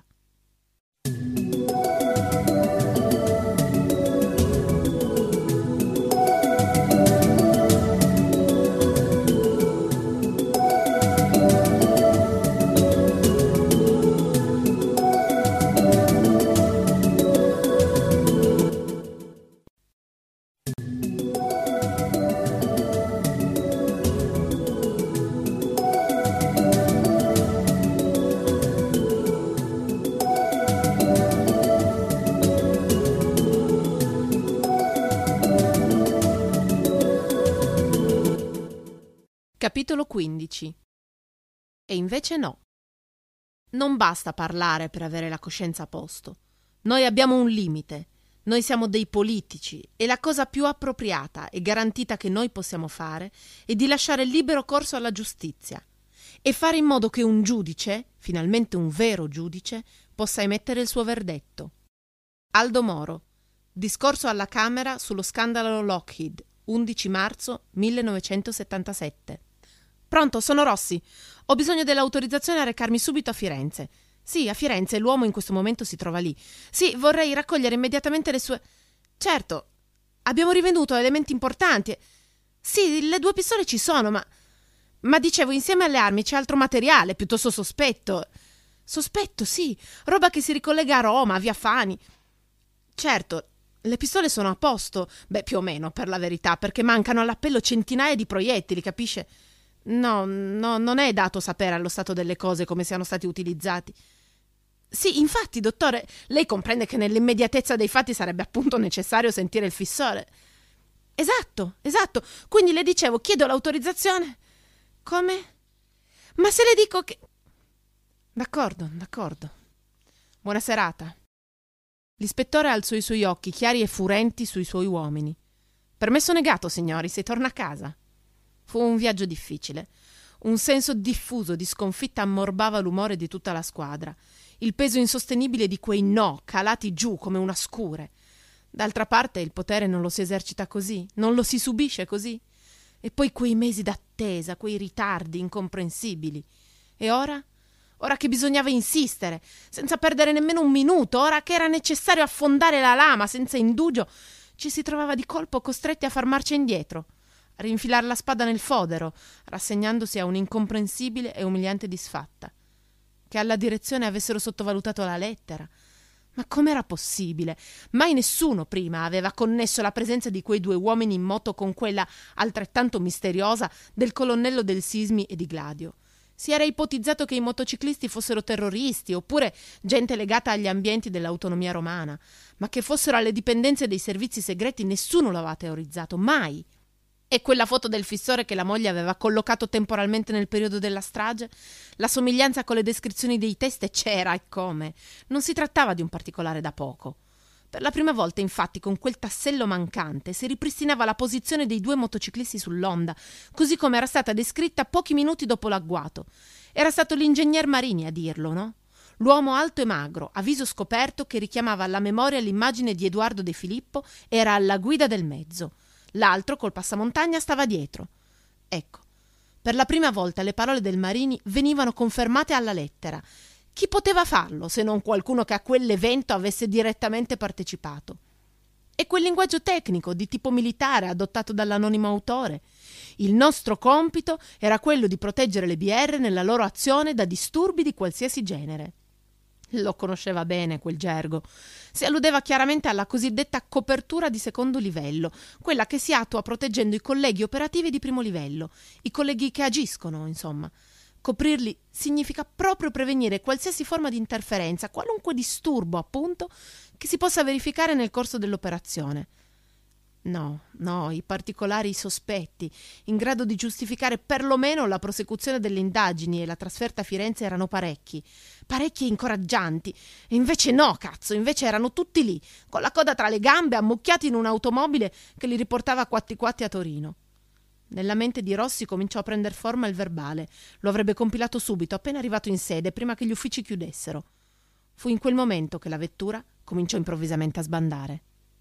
Capitolo 15. E invece no. Non basta parlare per avere la coscienza a posto. Noi abbiamo un limite. Noi siamo dei politici e la cosa più appropriata e garantita che noi possiamo fare è di lasciare libero corso alla giustizia e fare in modo che un giudice, finalmente un vero giudice, possa emettere il suo verdetto. Aldo Moro. Discorso alla Camera sullo scandalo Lockheed, 11 marzo 1977. Pronto, sono Rossi. Ho bisogno dell'autorizzazione a recarmi subito a Firenze. Sì, a Firenze, l'uomo in questo momento si trova lì. Sì, vorrei raccogliere immediatamente le sue... Certo, abbiamo rivenuto elementi importanti. Sì, le 2 pistole ci sono, ma dicevo, insieme alle armi c'è altro materiale, piuttosto sospetto. Sospetto, sì. Roba che si ricollega a Roma, a Via Fani. Certo, le pistole sono a posto. Beh, più o meno, per la verità, perché mancano all'appello centinaia di proiettili, capisce? No, non è dato sapere allo stato delle cose come siano stati utilizzati. Sì, infatti, dottore, lei comprende che nell'immediatezza dei fatti sarebbe appunto necessario sentire il fissore. Esatto. Quindi le dicevo, chiedo l'autorizzazione. Come? Ma se le dico che... D'accordo. Buona serata. L'ispettore alzò i suoi occhi chiari e furenti sui suoi uomini. Permesso negato, signori, si torna a casa. Fu un viaggio difficile. Un senso diffuso di sconfitta ammorbava l'umore di tutta la squadra. Il peso insostenibile di quei no calati giù come una scure. D'altra parte il potere non lo si esercita così, non lo si subisce così. E poi quei mesi d'attesa, quei ritardi incomprensibili. E ora? Ora che bisognava insistere, senza perdere nemmeno un minuto, ora che era necessario affondare la lama senza indugio, ci si trovava di colpo costretti a far marcia indietro, a rinfilar la spada nel fodero, rassegnandosi a un'incomprensibile e umiliante disfatta. Che alla direzione avessero sottovalutato la lettera. Ma com'era possibile? Mai nessuno prima aveva connesso la presenza di quei due uomini in moto con quella altrettanto misteriosa del colonnello del Sismi e di Gladio. Si era ipotizzato che i motociclisti fossero terroristi oppure gente legata agli ambienti dell'autonomia romana, ma che fossero alle dipendenze dei servizi segreti nessuno lo aveva teorizzato, mai. E quella foto del fissore che la moglie aveva collocato temporalmente nel periodo della strage? La somiglianza con le descrizioni dei test c'era, e come. Non si trattava di un particolare da poco. Per la prima volta, infatti, con quel tassello mancante si ripristinava la posizione dei due motociclisti sull'Honda, così come era stata descritta pochi minuti dopo l'agguato. Era stato l'ingegner Marini a dirlo, no? L'uomo alto e magro, a viso scoperto, che richiamava alla memoria l'immagine di Edoardo De Filippo, era alla guida del mezzo. L'altro, col passamontagna, stava dietro. Ecco, per la prima volta le parole del Marini venivano confermate alla lettera. Chi poteva farlo se non qualcuno che a quell'evento avesse direttamente partecipato? E quel linguaggio tecnico di tipo militare adottato dall'anonimo autore? Il nostro compito era quello di proteggere le BR nella loro azione da disturbi di qualsiasi genere. Lo conosceva bene quel gergo. Si alludeva chiaramente alla cosiddetta copertura di secondo livello, quella che si attua proteggendo i colleghi operativi di primo livello, i colleghi che agiscono, insomma. Coprirli significa proprio prevenire qualsiasi forma di interferenza, qualunque disturbo, appunto, che si possa verificare nel corso dell'operazione. No, i particolari sospetti, in grado di giustificare perlomeno la prosecuzione delle indagini e la trasferta a Firenze erano parecchi e incoraggianti. E invece no, cazzo, invece erano tutti lì, con la coda tra le gambe, ammucchiati in un'automobile che li riportava quatti quatti a Torino. Nella mente di Rossi cominciò a prender forma il verbale. Lo avrebbe compilato subito, appena arrivato in sede, prima che gli uffici chiudessero. Fu in quel momento che la vettura cominciò improvvisamente a sbandare.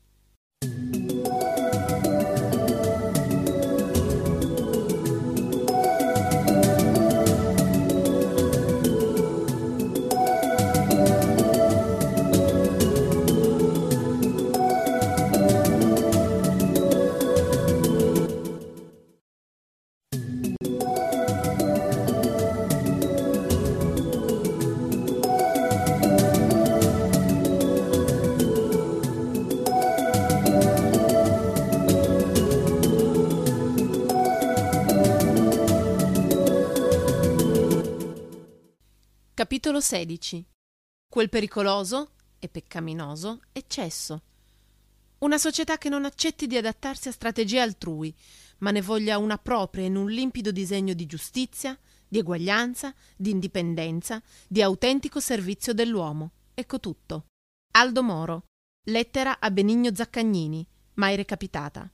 Capitolo 16. Quel pericoloso e peccaminoso eccesso. Una società che non accetti di adattarsi a strategie altrui, ma ne voglia una propria in un limpido disegno di giustizia, di eguaglianza, di indipendenza, di autentico servizio dell'uomo. Ecco tutto. Aldo Moro. Lettera a Benigno Zaccagnini, mai recapitata.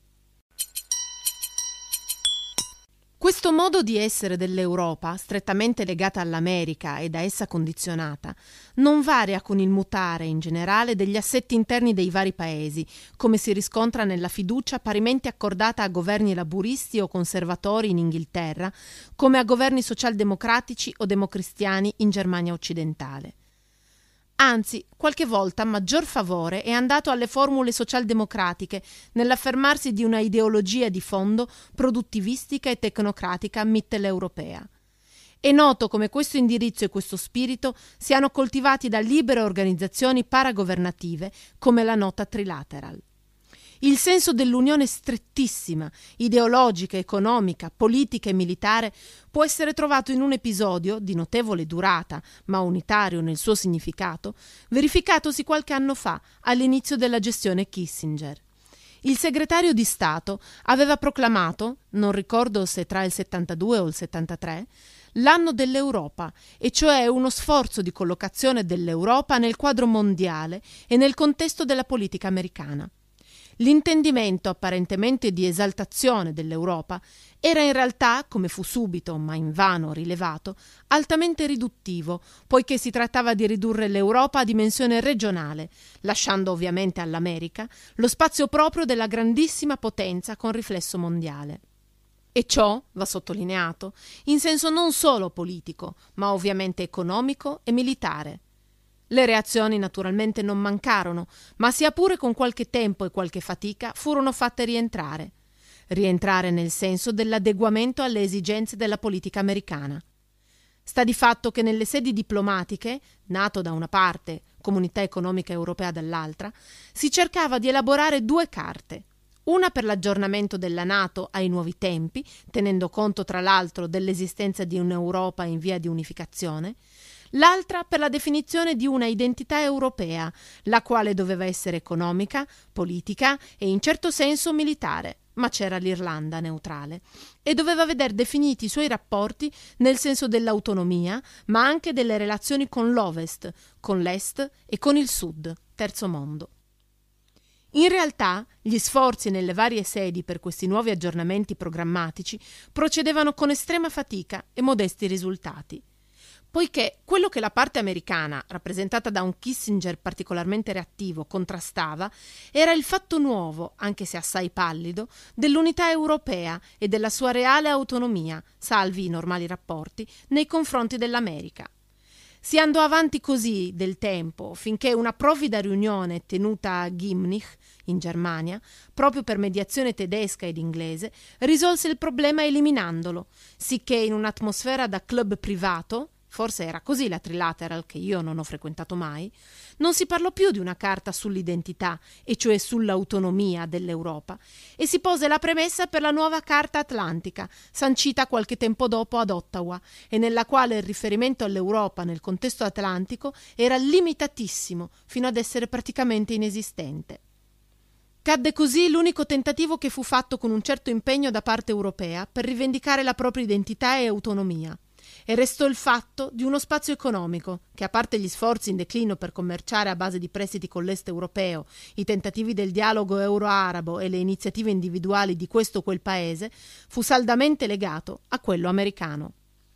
Questo modo di essere dell'Europa, strettamente legata all'America e da essa condizionata, non varia con il mutare in generale degli assetti interni dei vari paesi, come si riscontra nella fiducia parimenti accordata a governi laburisti o conservatori in Inghilterra, come a governi socialdemocratici o democristiani in Germania occidentale. Anzi, qualche volta maggior favore è andato alle formule socialdemocratiche nell'affermarsi di una ideologia di fondo produttivistica e tecnocratica mitteleuropea. È noto come questo indirizzo e questo spirito siano coltivati da libere organizzazioni paragovernative come la nota Trilateral. Il senso dell'unione strettissima, ideologica, economica, politica e militare può essere trovato in un episodio di notevole durata, ma unitario nel suo significato, verificatosi qualche anno fa all'inizio della gestione Kissinger. Il segretario di Stato aveva proclamato, non ricordo se tra il 72 o il 73, l'anno dell'Europa, e cioè uno sforzo di collocazione dell'Europa nel quadro mondiale e nel contesto della politica americana. L'intendimento apparentemente di esaltazione dell'Europa era in realtà, come fu subito, ma invano rilevato, altamente riduttivo, poiché si trattava di ridurre l'Europa a dimensione regionale, lasciando ovviamente all'America lo spazio proprio della grandissima potenza con riflesso mondiale. E ciò, va sottolineato, in senso non solo politico, ma ovviamente economico e militare. Le reazioni naturalmente non mancarono, ma sia pure con qualche tempo e qualche fatica furono fatte rientrare. Rientrare nel senso dell'adeguamento alle esigenze della politica americana. Sta di fatto che nelle sedi diplomatiche, NATO da una parte, Comunità Economica Europea dall'altra, si cercava di elaborare due carte. Una per l'aggiornamento della NATO ai nuovi tempi, tenendo conto tra l'altro dell'esistenza di un'Europa in via di unificazione, l'altra per la definizione di una identità europea, la quale doveva essere economica, politica e in certo senso militare, ma c'era l'Irlanda neutrale, e doveva veder definiti i suoi rapporti nel senso dell'autonomia, ma anche delle relazioni con l'Ovest, con l'Est e con il Sud, terzo mondo. In realtà, gli sforzi nelle varie sedi per questi nuovi aggiornamenti programmatici procedevano con estrema fatica e modesti risultati. Poiché quello che la parte americana, rappresentata da un Kissinger particolarmente reattivo, contrastava, era il fatto nuovo, anche se assai pallido, dell'unità europea e della sua reale autonomia, salvi i normali rapporti, nei confronti dell'America. Si andò avanti così del tempo, finché una provvida riunione tenuta a Gimnich, in Germania, proprio per mediazione tedesca ed inglese, risolse il problema eliminandolo, sicché in un'atmosfera da club privato, forse era così la Trilateral che io non ho frequentato mai, non si parlò più di una carta sull'identità, e cioè sull'autonomia dell'Europa, e si pose la premessa per la nuova Carta Atlantica, sancita qualche tempo dopo ad Ottawa, e nella quale il riferimento all'Europa nel contesto atlantico era limitatissimo, fino ad essere praticamente inesistente. Cadde così l'unico tentativo che fu fatto con un certo impegno da parte europea per rivendicare la propria identità e autonomia. E restò il fatto di uno spazio economico che, a parte gli sforzi in declino per commerciare a base di prestiti con l'est europeo, i tentativi del dialogo euro-arabo e le iniziative individuali di questo o quel paese, fu saldamente legato a quello americano.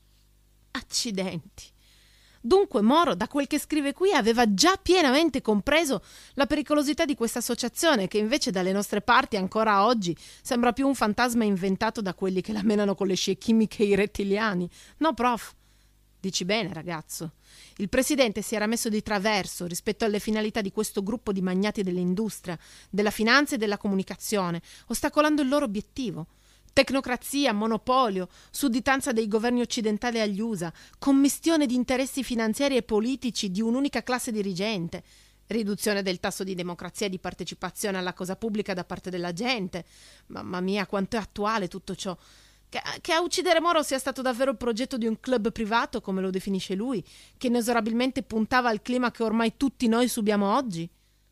Accidenti! Dunque Moro, da quel che scrive qui, aveva già pienamente compreso la pericolosità di questa associazione, che invece dalle nostre parti ancora oggi sembra più un fantasma inventato da quelli che la menano con le scie chimiche e i rettiliani. No, prof? Dici bene, ragazzo. Il presidente si era messo di traverso rispetto alle finalità di questo gruppo di magnati dell'industria, della finanza e della comunicazione, ostacolando il loro obiettivo. Tecnocrazia, monopolio, sudditanza dei governi occidentali agli USA, commistione di interessi finanziari e politici di un'unica classe dirigente, riduzione del tasso di democrazia e di partecipazione alla cosa pubblica da parte della gente. Mamma mia, quanto è attuale tutto ciò. Che a uccidere Moro sia stato davvero il progetto di un club privato, come lo definisce lui, che inesorabilmente puntava al clima che ormai tutti noi subiamo oggi.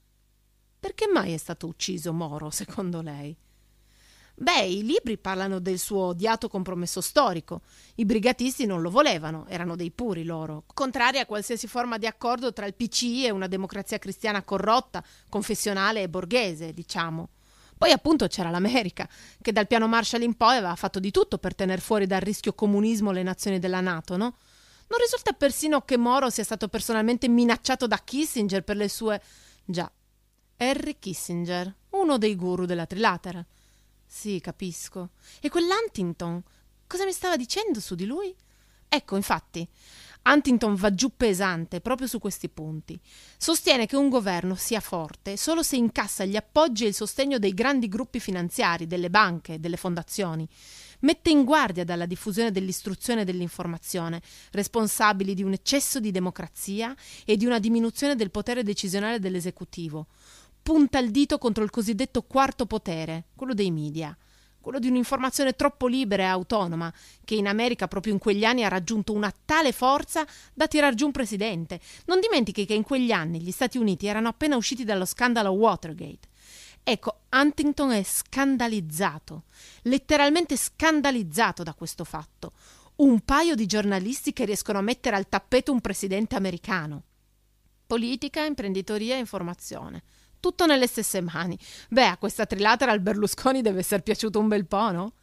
Perché mai è stato ucciso Moro, secondo lei? Beh, i libri parlano del suo odiato compromesso storico. I brigatisti non lo volevano, erano dei puri loro, contrari a qualsiasi forma di accordo tra il PCI e una democrazia cristiana corrotta, confessionale e borghese, diciamo. Poi appunto c'era l'America, che dal piano Marshall in poi aveva fatto di tutto per tener fuori dal rischio comunismo le nazioni della NATO, no? Non risulta persino che Moro sia stato personalmente minacciato da Kissinger per le sue... Già, Henry Kissinger, uno dei guru della Trilateral. Sì, capisco. E quell'Huntington? Cosa mi stava dicendo su di lui? Ecco, infatti, Huntington va giù pesante proprio su questi punti. Sostiene che un governo sia forte solo se incassa gli appoggi e il sostegno dei grandi gruppi finanziari, delle banche, delle fondazioni. Mette in guardia dalla diffusione dell'istruzione e dell'informazione, responsabili di un eccesso di democrazia e di una diminuzione del potere decisionale dell'esecutivo. Punta il dito contro il cosiddetto quarto potere, quello dei media, quello di un'informazione troppo libera e autonoma, che in America proprio in quegli anni ha raggiunto una tale forza da tirar giù un presidente. Non dimentichi che in quegli anni gli Stati Uniti erano appena usciti dallo scandalo Watergate. Ecco, Huntington è scandalizzato, letteralmente scandalizzato da questo fatto. Un paio di giornalisti che riescono a mettere al tappeto un presidente americano. Politica, imprenditoria e informazione. Tutto nelle stesse mani. Beh, a questa trilatera al Berlusconi deve essere piaciuto un bel po', no?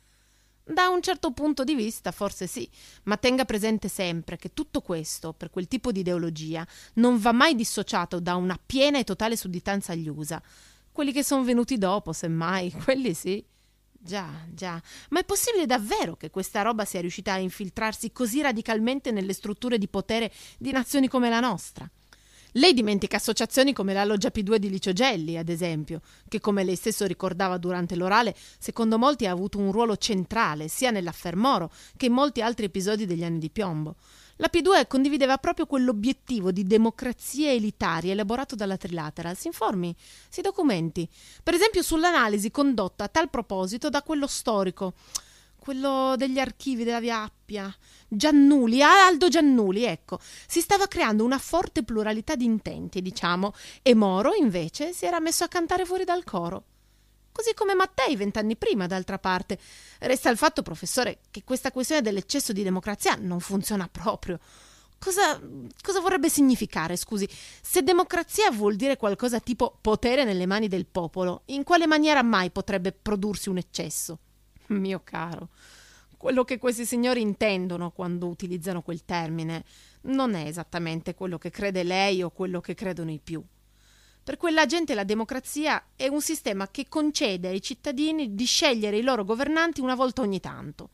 Da un certo punto di vista forse sì, ma tenga presente sempre che tutto questo, per quel tipo di ideologia, non va mai dissociato da una piena e totale sudditanza agli USA. Quelli che sono venuti dopo, semmai, quelli sì. Già, ma è possibile davvero che questa roba sia riuscita a infiltrarsi così radicalmente nelle strutture di potere di nazioni come la nostra? Lei dimentica associazioni come la Loggia P2 di Licio Gelli, ad esempio, che come lei stesso ricordava durante l'orale, secondo molti ha avuto un ruolo centrale sia nell'Affair Moro che in molti altri episodi degli anni di piombo. La P2 condivideva proprio quell'obiettivo di democrazia elitaria elaborato dalla Trilateral. Si informi, si documenti. Per esempio sull'analisi condotta a tal proposito da quello storico, quello degli archivi della Via Appia, Giannuli, Aldo Giannuli, ecco. Si stava creando una forte pluralità di intenti, diciamo, e Moro invece si era messo a cantare fuori dal coro. Così come Mattei 20 anni prima, d'altra parte. Resta il fatto, professore, che questa questione dell'eccesso di democrazia non funziona proprio. Cosa vorrebbe significare, scusi? Se democrazia vuol dire qualcosa tipo potere nelle mani del popolo, in quale maniera mai potrebbe prodursi un eccesso? Mio caro, quello che questi signori intendono quando utilizzano quel termine non è esattamente quello che crede lei o quello che credono i più. Per quella gente la democrazia è un sistema che concede ai cittadini di scegliere i loro governanti una volta ogni tanto,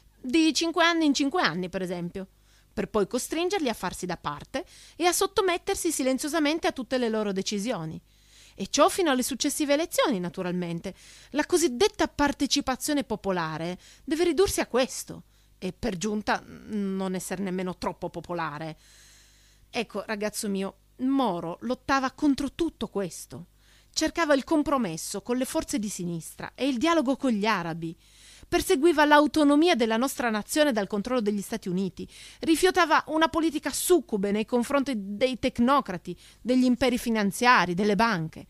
di 5 anni in 5 anni per esempio, per poi costringerli a farsi da parte e a sottomettersi silenziosamente a tutte le loro decisioni. E ciò fino alle successive elezioni, naturalmente. La cosiddetta partecipazione popolare deve ridursi a questo e per giunta non essere nemmeno troppo popolare. Ecco, ragazzo mio, Moro lottava contro tutto questo. Cercava il compromesso con le forze di sinistra e il dialogo con gli arabi. Perseguiva l'autonomia della nostra nazione dal controllo degli Stati Uniti. Rifiutava una politica succube nei confronti dei tecnocrati, degli imperi finanziari, delle banche.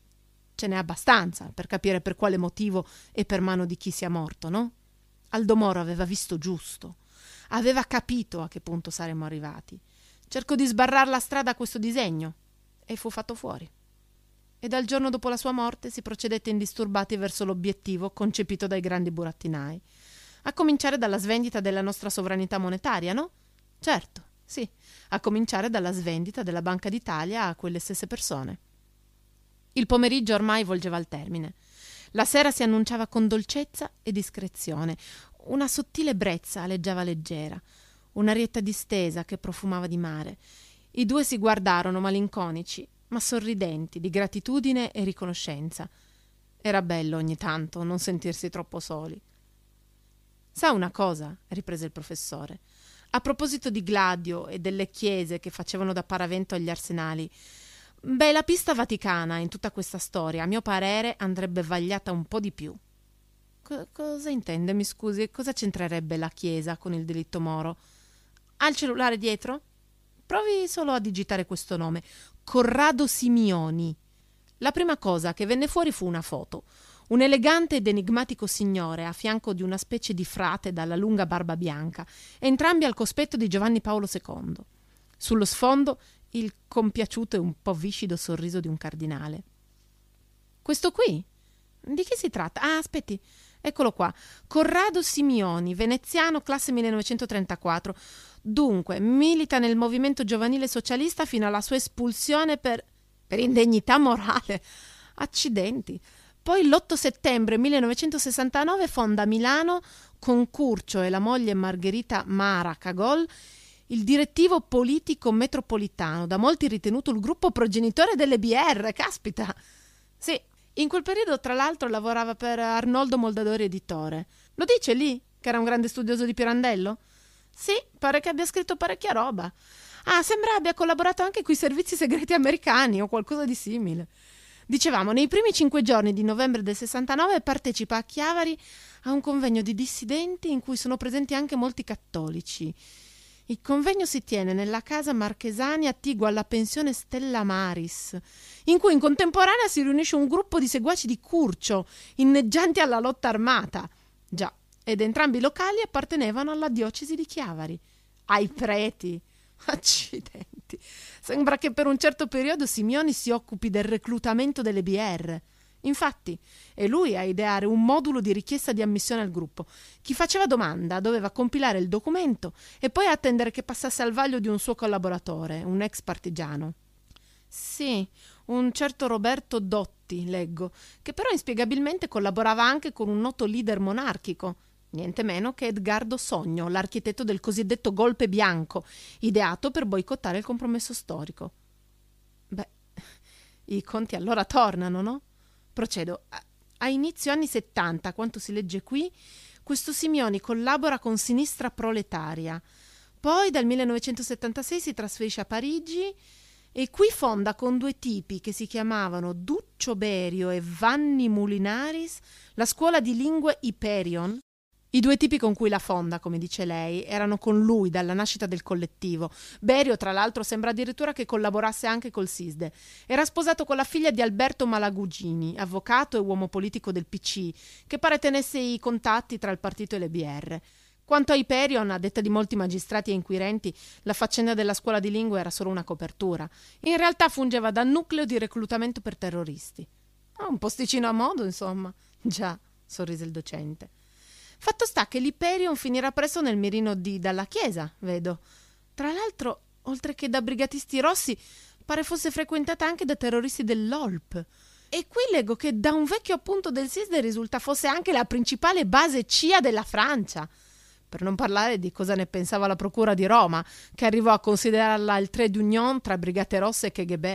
Ce n'è abbastanza per capire per quale motivo e per mano di chi sia morto, no? Aldo Moro aveva visto giusto. Aveva capito a che punto saremmo arrivati. Cercò di sbarrar la strada a questo disegno e fu fatto fuori. E dal giorno dopo la sua morte si procedette indisturbati verso l'obiettivo concepito dai grandi burattinai, a cominciare dalla svendita della nostra sovranità monetaria, no? Certo, sì, a cominciare dalla svendita della Banca d'Italia a quelle stesse persone. Il pomeriggio ormai volgeva al termine. La sera si annunciava con dolcezza e discrezione. Una sottile brezza aleggiava leggera, un'arietta distesa che profumava di mare. I due si guardarono malinconici, ma sorridenti di gratitudine e riconoscenza. Era bello ogni tanto non sentirsi troppo soli. «Sa una cosa?» riprese il professore. «A proposito di Gladio e delle chiese che facevano da paravento agli arsenali, beh, la pista vaticana in tutta questa storia, a mio parere, andrebbe vagliata un po' di più». Cosa intende, mi scusi? Cosa c'entrerebbe la Chiesa con il delitto Moro? Ha il cellulare dietro? Provi solo a digitare questo nome. Corrado Simioni. La prima cosa che venne fuori fu una foto. Un elegante ed enigmatico signore a fianco di una specie di frate dalla lunga barba bianca, entrambi al cospetto di Giovanni Paolo II. Sullo sfondo il compiaciuto e un po' viscido sorriso di un cardinale. Questo qui? Di chi si tratta? Ah, aspetti, eccolo qua. Corrado Simioni, veneziano, classe 1934. Dunque, milita nel movimento giovanile socialista fino alla sua espulsione per indegnità morale. Accidenti. Poi l'8 settembre 1969 fonda a Milano, con Curcio e la moglie Margherita Mara Cagol, il direttivo politico metropolitano, da molti ritenuto il gruppo progenitore delle BR. Caspita! Sì, in quel periodo tra l'altro lavorava per Arnoldo Mondadori editore. Lo dice lì, che era un grande studioso di Pirandello? Sì, pare che abbia scritto parecchia roba. Ah, sembra abbia collaborato anche coi servizi segreti americani o qualcosa di simile. Dicevamo, nei primi 5 giorni di novembre del 69 partecipa a Chiavari a un convegno di dissidenti in cui sono presenti anche molti cattolici. Il convegno si tiene nella casa Marchesani attigua alla pensione Stella Maris, in cui in contemporanea si riunisce un gruppo di seguaci di Curcio, inneggianti alla lotta armata. Già, ed entrambi i locali appartenevano alla diocesi di Chiavari. Ai preti. Accidenti. Senti, sembra che per un certo periodo Simioni si occupi del reclutamento delle BR. Infatti, è lui a ideare un modulo di richiesta di ammissione al gruppo. Chi faceva domanda doveva compilare il documento e poi attendere che passasse al vaglio di un suo collaboratore, un ex partigiano. Sì, un certo Roberto Dotti, leggo, che però inspiegabilmente collaborava anche con un noto leader monarchico, niente meno che Edgardo Sogno, l'architetto del cosiddetto golpe bianco, ideato per boicottare il compromesso storico. Beh, i conti allora tornano, no? Procedo. A inizio anni 70, quanto si legge qui, questo Simioni collabora con Sinistra Proletaria. Poi dal 1976 si trasferisce a Parigi e qui fonda con due tipi che si chiamavano Duccio Berio e Vanni Mulinaris la scuola di lingue Hyperion. I due tipi con cui la fonda, come dice lei, erano con lui dalla nascita del collettivo. Berio, tra l'altro, sembra addirittura che collaborasse anche col SISDE. Era sposato con la figlia di Alberto Malagugini, avvocato e uomo politico del PC, che pare tenesse i contatti tra il partito e le BR. Quanto a Hyperion, a detta di molti magistrati e inquirenti, la faccenda della scuola di lingue era solo una copertura. In realtà fungeva da nucleo di reclutamento per terroristi. Un posticino a modo, insomma. Già, sorrise il docente. Fatto sta che l'Hyperion finirà presto nel mirino di Dalla Chiesa, vedo. Tra l'altro, oltre che da brigatisti rossi, pare fosse frequentata anche da terroristi dell'OLP. E qui leggo che da un vecchio appunto del SISDE risulta fosse anche la principale base CIA della Francia. Per non parlare di cosa ne pensava la procura di Roma, che arrivò a considerarla il trait d'union tra Brigate Rosse e KGB.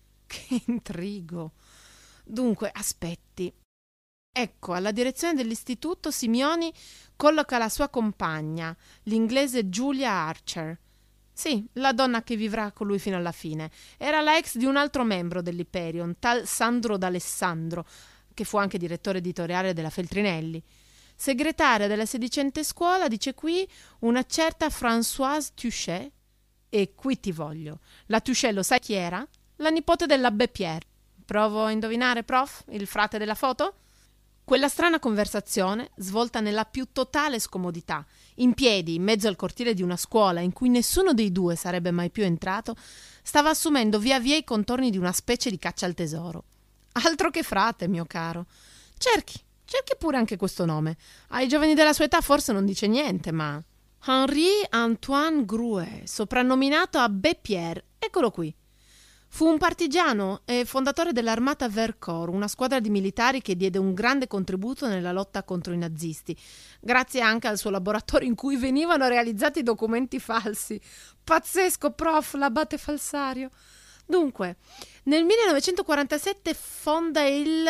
Che intrigo! Dunque, aspetti. Ecco, alla direzione dell'istituto Simioni colloca la sua compagna, l'inglese Julia Archer. Sì, la donna che vivrà con lui fino alla fine. Era la ex di un altro membro dell'Hyperion, tal Sandro D'Alessandro, che fu anche direttore editoriale della Feltrinelli. Segretaria della sedicente scuola, dice qui, una certa Françoise Tuchet. E qui ti voglio. La Tuchet lo sai chi era? La nipote dell'Abbé Pierre. Provo a indovinare, prof? Il frate della foto? Quella strana conversazione, svolta nella più totale scomodità, in piedi, in mezzo al cortile di una scuola in cui nessuno dei due sarebbe mai più entrato, stava assumendo via via i contorni di una specie di caccia al tesoro. Altro che frate, mio caro. Cerchi pure anche questo nome. Ai giovani della sua età forse non dice niente, ma... Henri-Antoine Grouet, soprannominato Abbé Pierre, eccolo qui. Fu un partigiano e fondatore dell'Armata Vercors, una squadra di militari che diede un grande contributo nella lotta contro i nazisti, grazie anche al suo laboratorio in cui venivano realizzati documenti falsi. Pazzesco, prof, l'abate falsario. Dunque, nel 1947 fonda il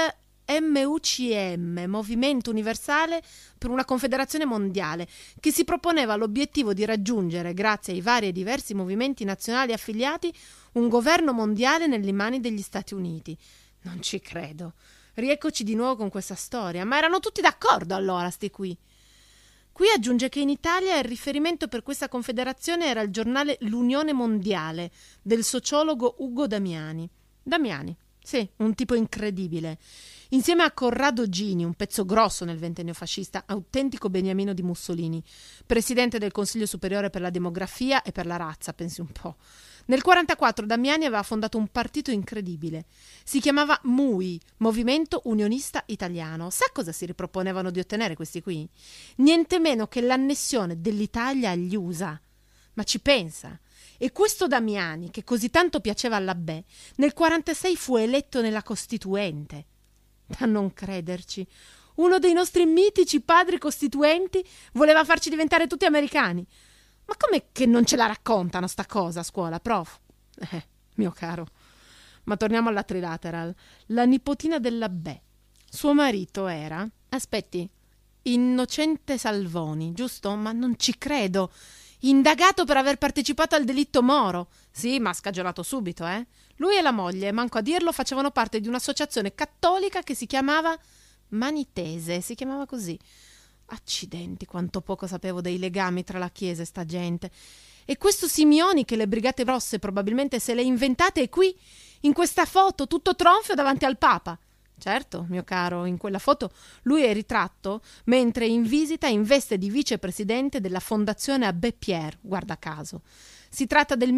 MUCM, Movimento Universale per una Confederazione Mondiale, che si proponeva l'obiettivo di raggiungere, grazie ai vari e diversi movimenti nazionali affiliati, un governo mondiale nelle mani degli Stati Uniti. Non ci credo. Rieccoci di nuovo con questa storia. Ma erano tutti d'accordo allora, sti qui. Qui aggiunge che in Italia il riferimento per questa confederazione era il giornale L'Unione Mondiale del sociologo Ugo Damiani. Damiani, sì, un tipo incredibile. Insieme a Corrado Gini, un pezzo grosso nel ventennio fascista, autentico beniamino di Mussolini, presidente del Consiglio Superiore per la Demografia e per la Razza, pensi un po'. Nel 1944 Damiani aveva fondato un partito incredibile. Si chiamava MUI, Movimento Unionista Italiano. Sa cosa si riproponevano di ottenere questi qui? Niente meno che l'annessione dell'Italia agli USA. Ma ci pensa. E questo Damiani, che così tanto piaceva all'Abbé, nel 1946 fu eletto nella Costituente. Da non crederci. Uno dei nostri mitici padri costituenti voleva farci diventare tutti americani. Ma com'è che non ce la raccontano sta cosa a scuola, prof? Mio caro. Ma torniamo alla Trilateral. La nipotina dell'Abbé. Suo marito era... Aspetti. Innocente Salvoni, giusto? Ma non ci credo. Indagato per aver partecipato al delitto Moro. Sì, ma scagionato subito, eh? Lui e la moglie, manco a dirlo, facevano parte di un'associazione cattolica che si chiamava Manitese, si chiamava così. Accidenti, quanto poco sapevo dei legami tra la Chiesa e sta gente. E questo Simioni, che le Brigate Rosse probabilmente se le inventate, è qui, in questa foto, tutto tronfio davanti al Papa. Certo, mio caro, in quella foto lui è ritratto mentre in visita in veste di vicepresidente della Fondazione Abbé Pierre, guarda caso. Si tratta del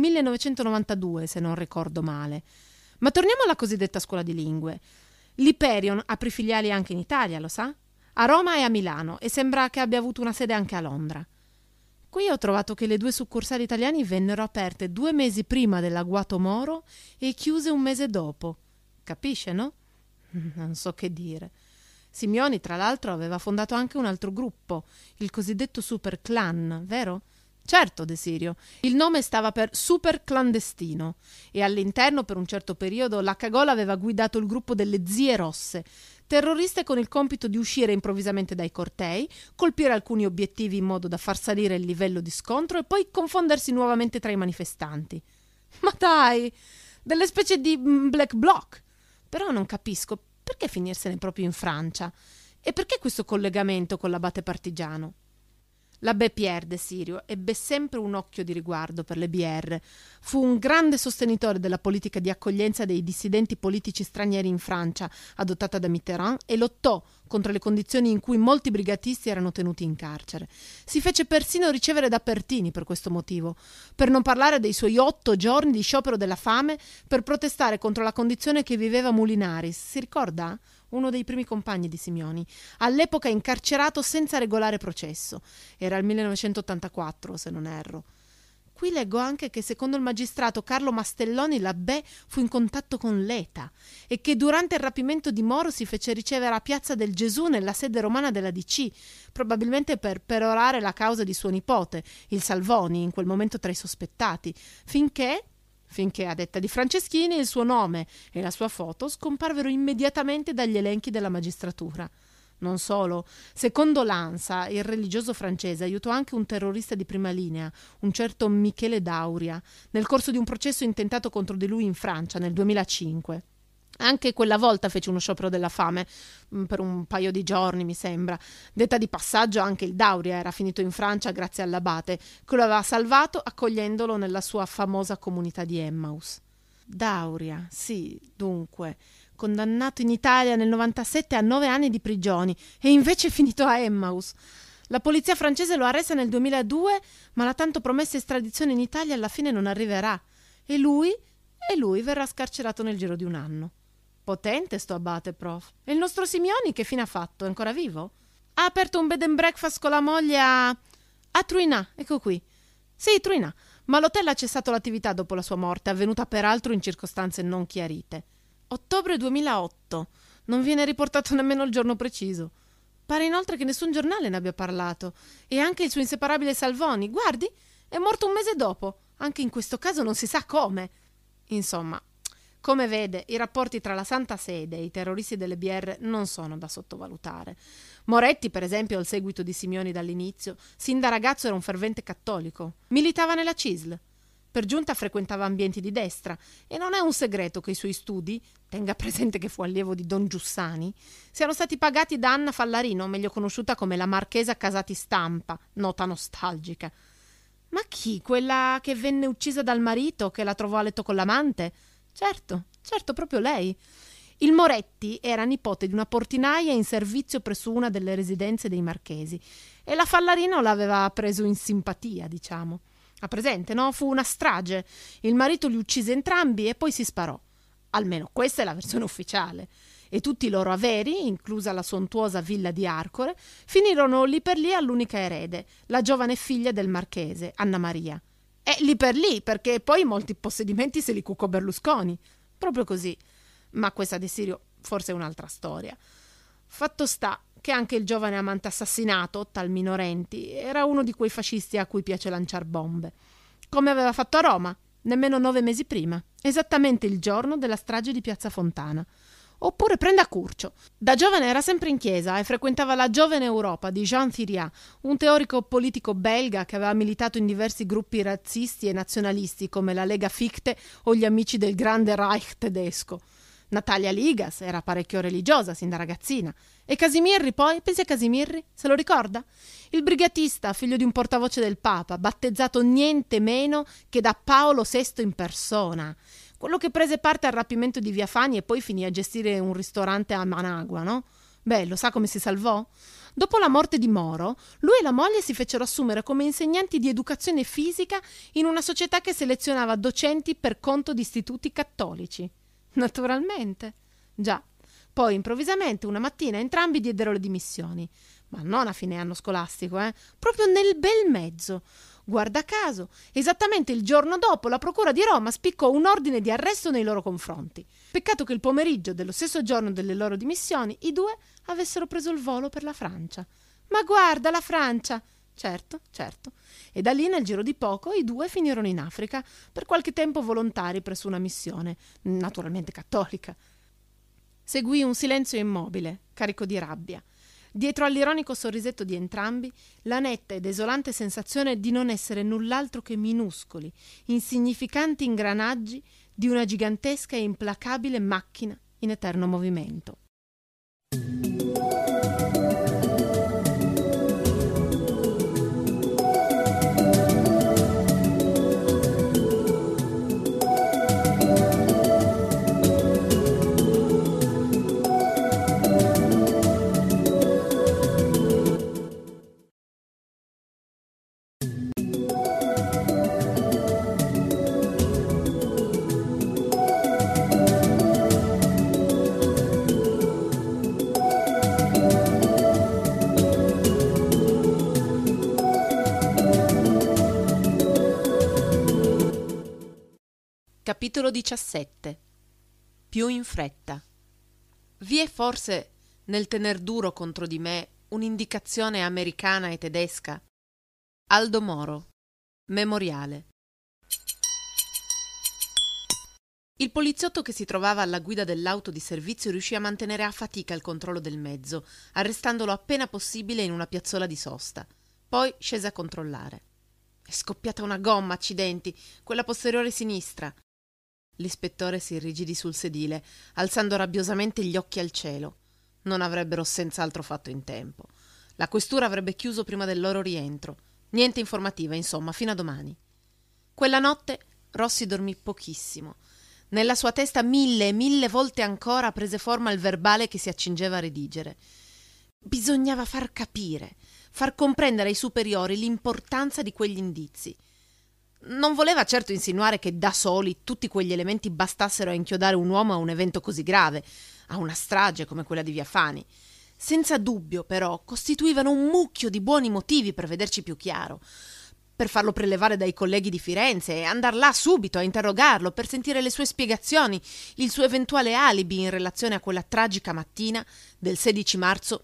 1992, se non ricordo male. Ma torniamo alla cosiddetta scuola di lingue. L'Hyperion apre filiali anche in Italia, lo sa? A Roma e a Milano, e sembra che abbia avuto una sede anche a Londra. Qui ho trovato che le 2 succursali italiane vennero aperte 2 mesi prima dell'agguato Moro e chiuse un mese dopo. Capisce, no? Non so che dire. Simioni, tra l'altro, aveva fondato anche un altro gruppo, il cosiddetto Super Clan, vero? Certo, De Sirio. Il nome stava per Super Clandestino e all'interno, per un certo periodo, la Cagola aveva guidato il gruppo delle Zie Rosse, terroriste con il compito di uscire improvvisamente dai cortei, colpire alcuni obiettivi in modo da far salire il livello di scontro e poi confondersi nuovamente tra i manifestanti. Ma dai, delle specie di black bloc. Però non capisco perché finirsene proprio in Francia e perché questo collegamento con l'abate partigiano. L'abbé Pierre de Sirio ebbe sempre un occhio di riguardo per le BR. Fu un grande sostenitore della politica di accoglienza dei dissidenti politici stranieri in Francia, adottata da Mitterrand, e lottò contro le condizioni in cui molti brigatisti erano tenuti in carcere. Si fece persino ricevere da Pertini per questo motivo, per non parlare dei suoi 8 giorni di sciopero della fame per protestare contro la condizione che viveva Mulinaris. Si ricorda? Uno dei primi compagni di Simioni, all'epoca incarcerato senza regolare processo. Era il 1984, se non erro. Qui leggo anche che secondo il magistrato Carlo Mastelloni l'abbé fu in contatto con l'ETA e che durante il rapimento di Moro si fece ricevere a Piazza del Gesù nella sede romana della DC, probabilmente per perorare la causa di suo nipote, il Salvoni, in quel momento tra i sospettati, finché, a detta di Franceschini, il suo nome e la sua foto scomparvero immediatamente dagli elenchi della magistratura. Non solo, secondo l'ANSA, il religioso francese aiutò anche un terrorista di prima linea, un certo Michele Dauria, nel corso di un processo intentato contro di lui in Francia nel 2005. Anche quella volta fece uno sciopero della fame, per un paio di giorni mi sembra. Detta di passaggio, anche il Dauria era finito in Francia grazie all'abate, che lo aveva salvato accogliendolo nella sua famosa comunità di Emmaus. Dauria, sì, dunque, condannato in Italia nel 97 a 9 anni di prigioni e invece è finito a Emmaus. La polizia francese lo arresta nel 2002, ma la tanto promessa estradizione in Italia alla fine non arriverà e lui verrà scarcerato nel giro di un anno. Potente sto abate, prof. E il nostro Simioni che fine ha fatto? È ancora vivo? Ha aperto un bed and breakfast con la moglie a Truinà, ecco qui. Sì, Truinà, ma l'hotel ha cessato l'attività dopo la sua morte, avvenuta peraltro in circostanze non chiarite. Ottobre 2008. Non viene riportato nemmeno il giorno preciso. Pare inoltre che nessun giornale ne abbia parlato. E anche il suo inseparabile Salvoni, guardi, è morto un mese dopo. Anche in questo caso non si sa come. Insomma, come vede, i rapporti tra la Santa Sede e i terroristi delle BR non sono da sottovalutare. Moretti, per esempio, al seguito di Simioni dall'inizio, sin da ragazzo era un fervente cattolico. Militava nella CISL. Per giunta frequentava ambienti di destra e non è un segreto che i suoi studi, tenga presente che fu allievo di Don Giussani, siano stati pagati da Anna Fallarino, meglio conosciuta come la Marchesa Casati Stampa, nota nostalgica. Ma chi? Quella che venne uccisa dal marito, che la trovò a letto con l'amante? Certo, proprio lei. Il Moretti era nipote di una portinaia in servizio presso una delle residenze dei Marchesi e la Fallarino l'aveva preso in simpatia, diciamo. Ha presente, no? Fu una strage. Il marito li uccise entrambi e poi si sparò. Almeno questa è la versione ufficiale. E tutti i loro averi, inclusa la sontuosa villa di Arcore, finirono lì per lì all'unica erede, la giovane figlia del marchese, Anna Maria. E lì per lì, perché poi molti possedimenti se li cuccò Berlusconi. Proprio così. Ma questa De Sirio forse è un'altra storia. Fatto sta che anche il giovane amante assassinato, tal Minorenti, era uno di quei fascisti a cui piace lanciar bombe. Come aveva fatto a Roma, nemmeno 9 mesi prima, esattamente il giorno della strage di Piazza Fontana. Oppure prenda Curcio. Da giovane era sempre in chiesa e frequentava la Giovane Europa di Jean Thiriat, un teorico politico belga che aveva militato in diversi gruppi razzisti e nazionalisti come la Lega Fichte o gli Amici del Grande Reich tedesco. Natalia Ligas era parecchio religiosa sin da ragazzina. E Casimirri poi? Pensi a Casimirri? Se lo ricorda? Il brigatista, figlio di un portavoce del Papa, battezzato niente meno che da Paolo VI in persona. Quello che prese parte al rapimento di Via Fani e poi finì a gestire un ristorante a Managua, no? Beh, lo sa come si salvò? Dopo la morte di Moro, lui e la moglie si fecero assumere come insegnanti di educazione fisica in una società che selezionava docenti per conto di istituti cattolici. Naturalmente. Già. Poi, improvvisamente, una mattina, entrambi diedero le dimissioni. Ma non a fine anno scolastico, proprio nel bel mezzo. Guarda caso, esattamente il giorno dopo la Procura di Roma spiccò un ordine di arresto nei loro confronti. Peccato che il pomeriggio dello stesso giorno delle loro dimissioni i due avessero preso il volo per la Francia. Ma guarda, la Francia! Certo, certo. E da lì, nel giro di poco, i due finirono in Africa, per qualche tempo volontari presso una missione, naturalmente cattolica. Seguì un silenzio immobile, carico di rabbia. Dietro all'ironico sorrisetto di entrambi, la netta ed esolante sensazione di non essere null'altro che minuscoli, insignificanti ingranaggi di una gigantesca e implacabile macchina in eterno movimento. Capitolo 17. Più in fretta. Vi è forse nel tener duro contro di me un'indicazione americana e tedesca? Aldo Moro. Memoriale. Il poliziotto che si trovava alla guida dell'auto di servizio riuscì a mantenere a fatica il controllo del mezzo, arrestandolo appena possibile in una piazzola di sosta. Poi scese a controllare. È scoppiata una gomma, accidenti, quella posteriore sinistra. L'ispettore si irrigidì sul sedile, alzando rabbiosamente gli occhi al cielo. Non avrebbero senz'altro fatto in tempo. La questura avrebbe chiuso prima del loro rientro. Niente informativa, insomma, fino a domani. Quella notte Rossi dormì pochissimo. Nella sua testa 1000 e 1000 volte ancora prese forma il verbale che si accingeva a redigere. Bisognava far capire, far comprendere ai superiori l'importanza di quegli indizi. Non voleva certo insinuare che da soli tutti quegli elementi bastassero a inchiodare un uomo a un evento così grave, a una strage come quella di Via Fani. Senza dubbio, però, costituivano un mucchio di buoni motivi per vederci più chiaro, per farlo prelevare dai colleghi di Firenze e andar là subito a interrogarlo, per sentire le sue spiegazioni, il suo eventuale alibi in relazione a quella tragica mattina del 16 marzo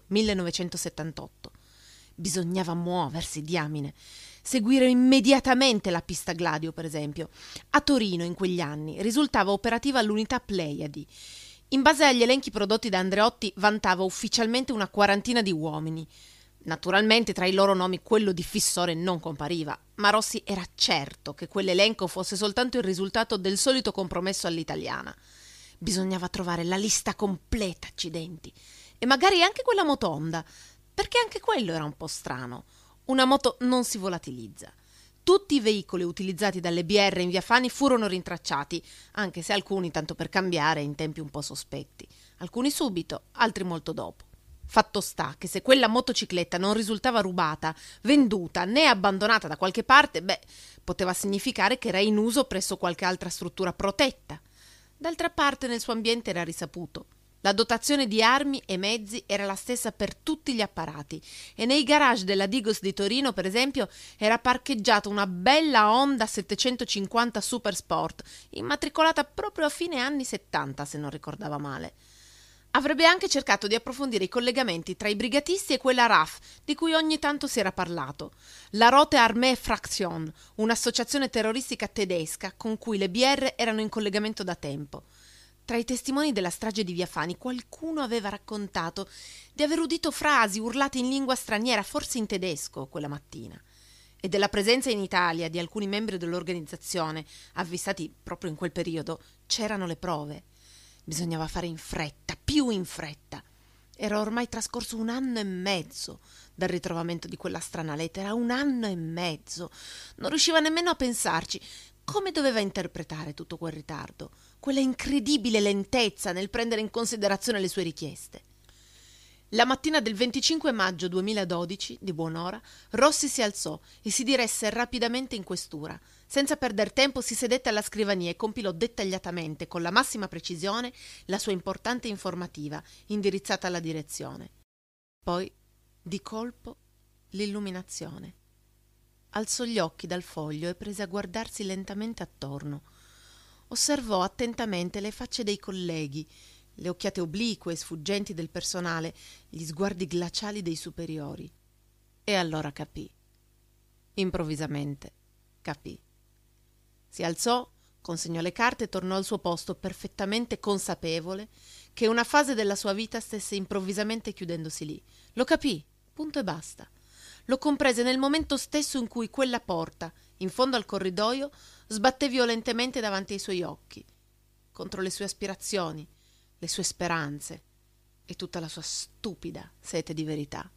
1978. Bisognava muoversi, diamine. Seguire immediatamente la pista Gladio, per esempio. A Torino, in quegli anni, risultava operativa l'unità Pleiadi. In base agli elenchi prodotti da Andreotti, vantava ufficialmente una quarantina di uomini. Naturalmente tra i loro nomi quello di Fissore non compariva, ma Rossi era certo che quell'elenco fosse soltanto il risultato del solito compromesso all'italiana. Bisognava trovare la lista completa, accidenti. E magari anche quella motonda, perché anche quello era un po' strano. Una moto non si volatilizza. Tutti i veicoli utilizzati dalle BR in Via Fani furono rintracciati, anche se alcuni, tanto per cambiare, in tempi un po' sospetti. Alcuni subito, altri molto dopo. Fatto sta che se quella motocicletta non risultava rubata, venduta né abbandonata da qualche parte, poteva significare che era in uso presso qualche altra struttura protetta. D'altra parte nel suo ambiente era risaputo. La dotazione di armi e mezzi era la stessa per tutti gli apparati e nei garage della Digos di Torino, per esempio, era parcheggiata una bella Honda 750 Super Sport, immatricolata proprio a fine anni 70, se non ricordava male. Avrebbe anche cercato di approfondire i collegamenti tra i brigatisti e quella RAF, di cui ogni tanto si era parlato, la Rote Armee Fraktion, un'associazione terroristica tedesca con cui le BR erano in collegamento da tempo. Tra i testimoni della strage di Via Fani qualcuno aveva raccontato di aver udito frasi urlate in lingua straniera, forse in tedesco, quella mattina, e della presenza in Italia di alcuni membri dell'organizzazione, avvistati proprio in quel periodo. C'erano le prove. Bisognava fare in fretta, più in fretta. Era ormai trascorso 1 anno e mezzo dal ritrovamento di quella strana lettera, 1 anno e mezzo. Non riusciva nemmeno a pensarci. Come doveva interpretare tutto quel ritardo, quella incredibile lentezza nel prendere in considerazione le sue richieste? La mattina del 25 maggio 2012, di buon'ora, Rossi si alzò e si diresse rapidamente in questura. Senza perder tempo si sedette alla scrivania e compilò dettagliatamente, con la massima precisione, la sua importante informativa, indirizzata alla direzione. Poi, di colpo, l'illuminazione. Alzò gli occhi dal foglio e prese a guardarsi lentamente attorno. Osservò attentamente le facce dei colleghi, le occhiate oblique e sfuggenti del personale, gli sguardi glaciali dei superiori. E allora capì. Improvvisamente capì. Si alzò, consegnò le carte e tornò al suo posto, perfettamente consapevole che una fase della sua vita stesse improvvisamente chiudendosi lì. Lo capì, punto e basta. Lo comprese nel momento stesso in cui quella porta, in fondo al corridoio, sbatté violentemente davanti ai suoi occhi, contro le sue aspirazioni, le sue speranze e tutta la sua stupida sete di verità.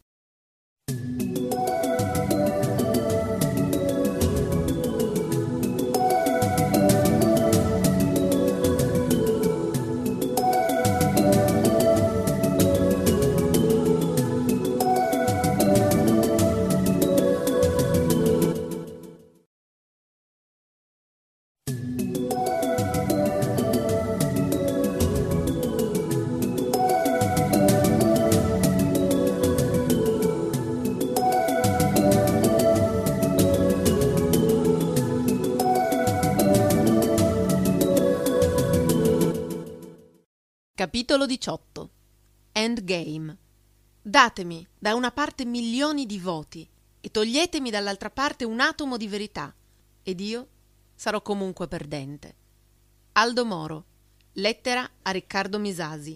Capitolo 18. Endgame. Datemi da una parte milioni di voti e toglietemi dall'altra parte un atomo di verità, ed io sarò comunque perdente. Aldo Moro. Lettera a Riccardo Misasi.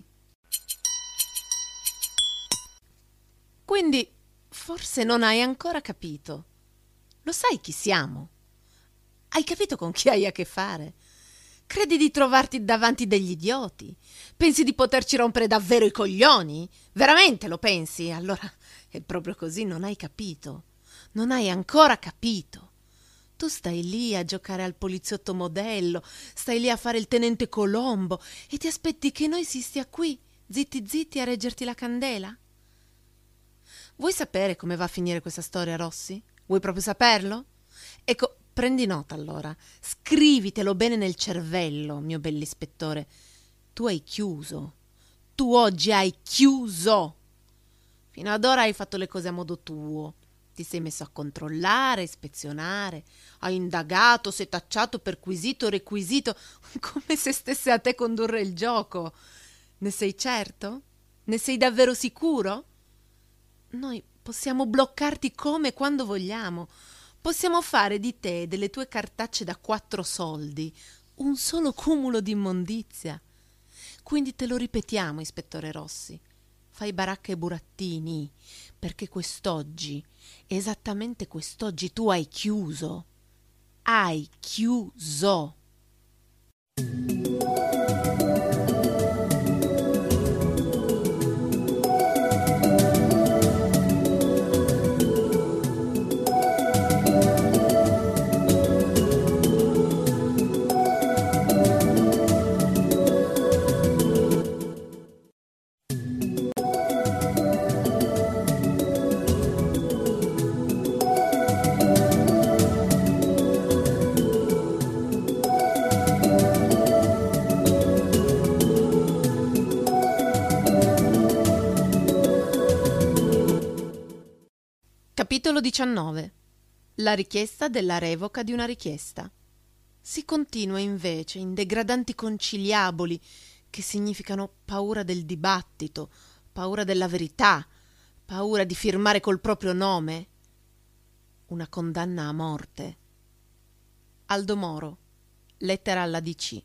Quindi forse non hai ancora capito. Lo sai chi siamo? Hai capito con chi hai a che fare? Credi di trovarti davanti degli idioti? Pensi di poterci rompere davvero i coglioni? Veramente lo pensi? Allora è proprio così, non hai capito. Non hai ancora capito. Tu stai lì a giocare al poliziotto modello, stai lì a fare il tenente Colombo e ti aspetti che noi si stia qui, zitti zitti, a reggerti la candela? Vuoi sapere come va a finire questa storia, Rossi? Vuoi proprio saperlo? Ecco, prendi nota allora, scrivitelo bene nel cervello, mio bell'ispettore. Tu hai chiuso. Tu oggi hai chiuso. Fino ad ora hai fatto le cose a modo tuo. Ti sei messo a controllare, ispezionare, hai indagato, setacciato, perquisito, requisito, come se stesse a te condurre il gioco. Ne sei certo? Ne sei davvero sicuro? Noi possiamo bloccarti come e quando vogliamo. Possiamo fare di te e delle tue cartacce da 4 soldi un solo cumulo di immondizia. Quindi te lo ripetiamo, ispettore Rossi. Fai baracca e burattini, perché quest'oggi, esattamente quest'oggi, tu hai chiuso. Hai chiuso. Capitolo 19. La richiesta della revoca di una richiesta. Si continua invece in degradanti conciliaboli che significano paura del dibattito, paura della verità, paura di firmare col proprio nome. Una condanna a morte. Aldo Moro. Lettera alla DC.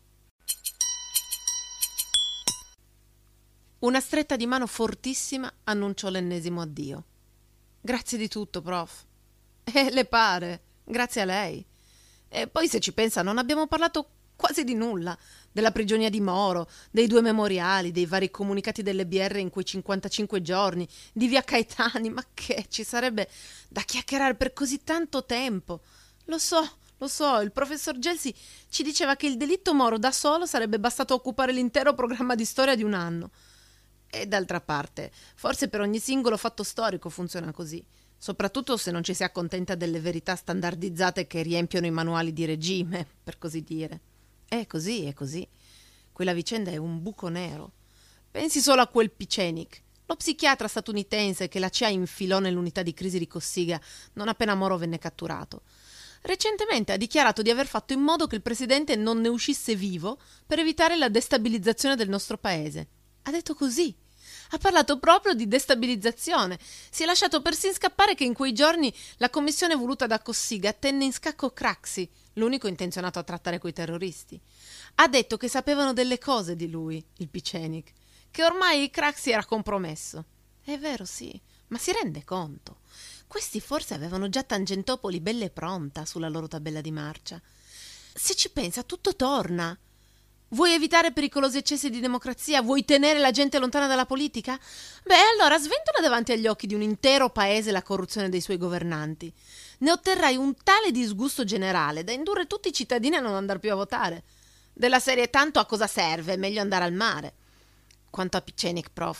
Una stretta di mano fortissima annunciò l'ennesimo addio. Grazie di tutto, prof. Le pare, grazie a lei. E poi se ci pensa non abbiamo parlato quasi di nulla, della prigionia di Moro, dei 2 memoriali, dei vari comunicati delle BR in quei 55 giorni, di via Caetani, ma che ci sarebbe da chiacchierare per così tanto tempo. Lo so, il professor Gelsi ci diceva che il delitto Moro da solo sarebbe bastato a occupare l'intero programma di storia di un anno. E d'altra parte, forse per ogni singolo fatto storico funziona così, soprattutto se non ci si accontenta delle verità standardizzate che riempiono i manuali di regime, per così dire. È così, è così. Quella vicenda è un buco nero. Pensi solo a quel Picenic, lo psichiatra statunitense che la CIA infilò nell'unità di crisi di Cossiga non appena Moro venne catturato. Recentemente ha dichiarato di aver fatto in modo che il presidente non ne uscisse vivo per evitare la destabilizzazione del nostro paese. Ha detto così. Ha parlato proprio di destabilizzazione. Si è lasciato persino scappare che in quei giorni la commissione voluta da Cossiga tenne in scacco Craxi, l'unico intenzionato a trattare coi terroristi. Ha detto che sapevano delle cose di lui, il Picenic, che ormai Craxi era compromesso. È vero, sì, ma si rende conto? Questi forse avevano già Tangentopoli belle pronta sulla loro tabella di marcia. Se ci pensa, tutto torna. Vuoi evitare pericolosi eccessi di democrazia? Vuoi tenere la gente lontana dalla politica? Beh, allora sventola davanti agli occhi di un intero paese la corruzione dei suoi governanti. Ne otterrai un tale disgusto generale da indurre tutti i cittadini a non andare più a votare. Della serie tanto a cosa serve? È meglio andare al mare. Quanto a Picenic, prof,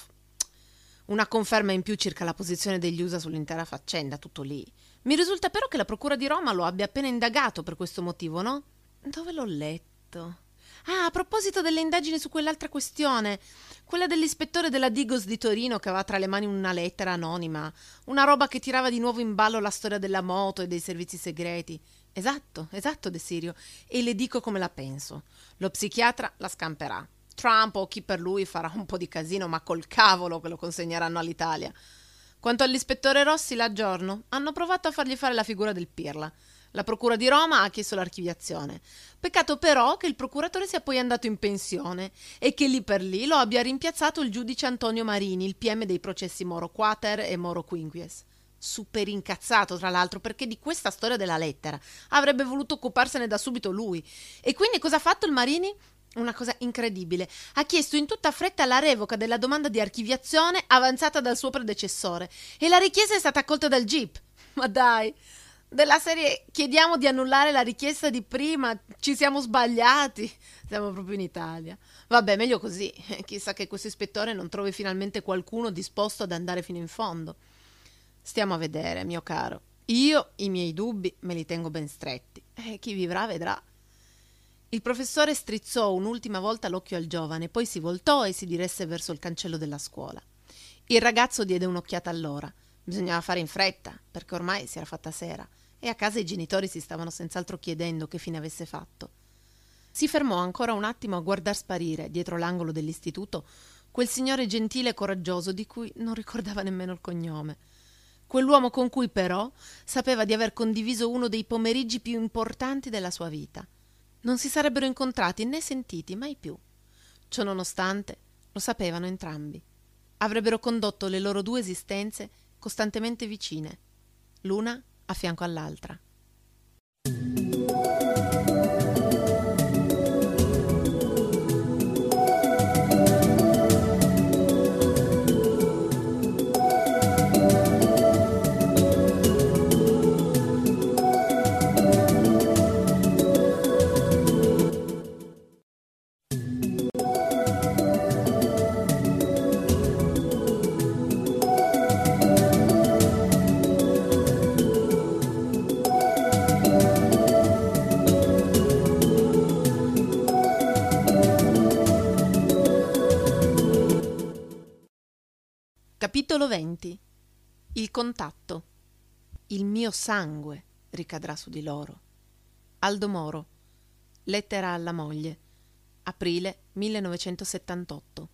una conferma in più circa la posizione degli USA sull'intera faccenda, tutto lì. Mi risulta però che la Procura di Roma lo abbia appena indagato per questo motivo, no? Dove l'ho letto? Ah, a proposito delle indagini su quell'altra questione, quella dell'ispettore della Digos di Torino che aveva tra le mani una lettera anonima, una roba che tirava di nuovo in ballo la storia della moto e dei servizi segreti. Esatto, De Sirio, e le dico come la penso. Lo psichiatra la scamperà. Trump o chi per lui farà un po' di casino, ma col cavolo che lo consegneranno all'Italia. Quanto all'ispettore Rossi, l'aggiorno. Hanno provato a fargli fare la figura del pirla. La Procura di Roma ha chiesto l'archiviazione. Peccato però che il procuratore sia poi andato in pensione e che lì per lì lo abbia rimpiazzato il giudice Antonio Marini, il PM dei processi Moro Quater e Moro Quinquies. Super incazzato, tra l'altro, perché di questa storia della lettera avrebbe voluto occuparsene da subito lui. E quindi cosa ha fatto il Marini? Una cosa incredibile. Ha chiesto in tutta fretta la revoca della domanda di archiviazione avanzata dal suo predecessore e la richiesta è stata accolta dal GIP. Ma dai, della serie chiediamo di annullare la richiesta di prima, ci siamo sbagliati. Siamo proprio in Italia. Vabbè, meglio così. Chissà che questo ispettore non trovi finalmente qualcuno disposto ad andare fino in fondo. Stiamo a vedere, mio caro. Io i miei dubbi me li tengo ben stretti. E chi vivrà vedrà. Il professore strizzò un'ultima volta l'occhio al giovane, poi si voltò e si diresse verso il cancello della scuola. Il ragazzo diede un'occhiata all'ora. Bisognava fare in fretta, perché ormai si era fatta sera, e a casa i genitori si stavano senz'altro chiedendo che fine avesse fatto. Si fermò ancora un attimo a guardar sparire, dietro l'angolo dell'istituto, quel signore gentile e coraggioso di cui non ricordava nemmeno il cognome. Quell'uomo con cui, però, sapeva di aver condiviso uno dei pomeriggi più importanti della sua vita. Non si sarebbero incontrati né sentiti mai più. Ciononostante, lo sapevano entrambi. Avrebbero condotto le loro due esistenze costantemente vicine, l'una a fianco all'altra. Capitolo 20. Il contatto. Il mio sangue ricadrà su di loro. Aldo Moro. Lettera alla moglie. Aprile 1978.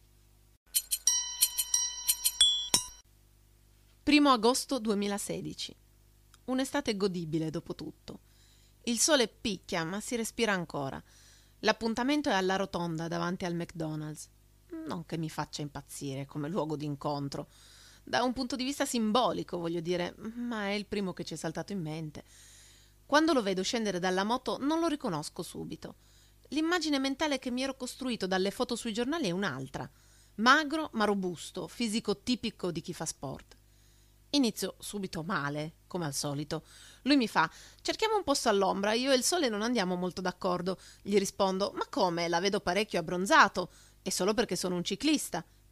1 agosto 2016. Un'estate godibile dopo tutto. Il sole picchia, ma si respira ancora. L'appuntamento è alla rotonda davanti al McDonald's. Non che mi faccia impazzire come luogo d'incontro. Da un punto di vista simbolico, voglio dire, ma è il primo che ci è saltato in mente. Quando lo vedo scendere dalla moto non lo riconosco subito. L'immagine mentale che mi ero costruito dalle foto sui giornali è un'altra. Magro ma robusto, fisico tipico di chi fa sport. Inizio subito male, come al solito. Lui mi fa: cerchiamo un posto all'ombra, io e il sole non andiamo molto d'accordo. Gli rispondo: ma come, la vedo parecchio abbronzato. È solo perché sono un ciclista.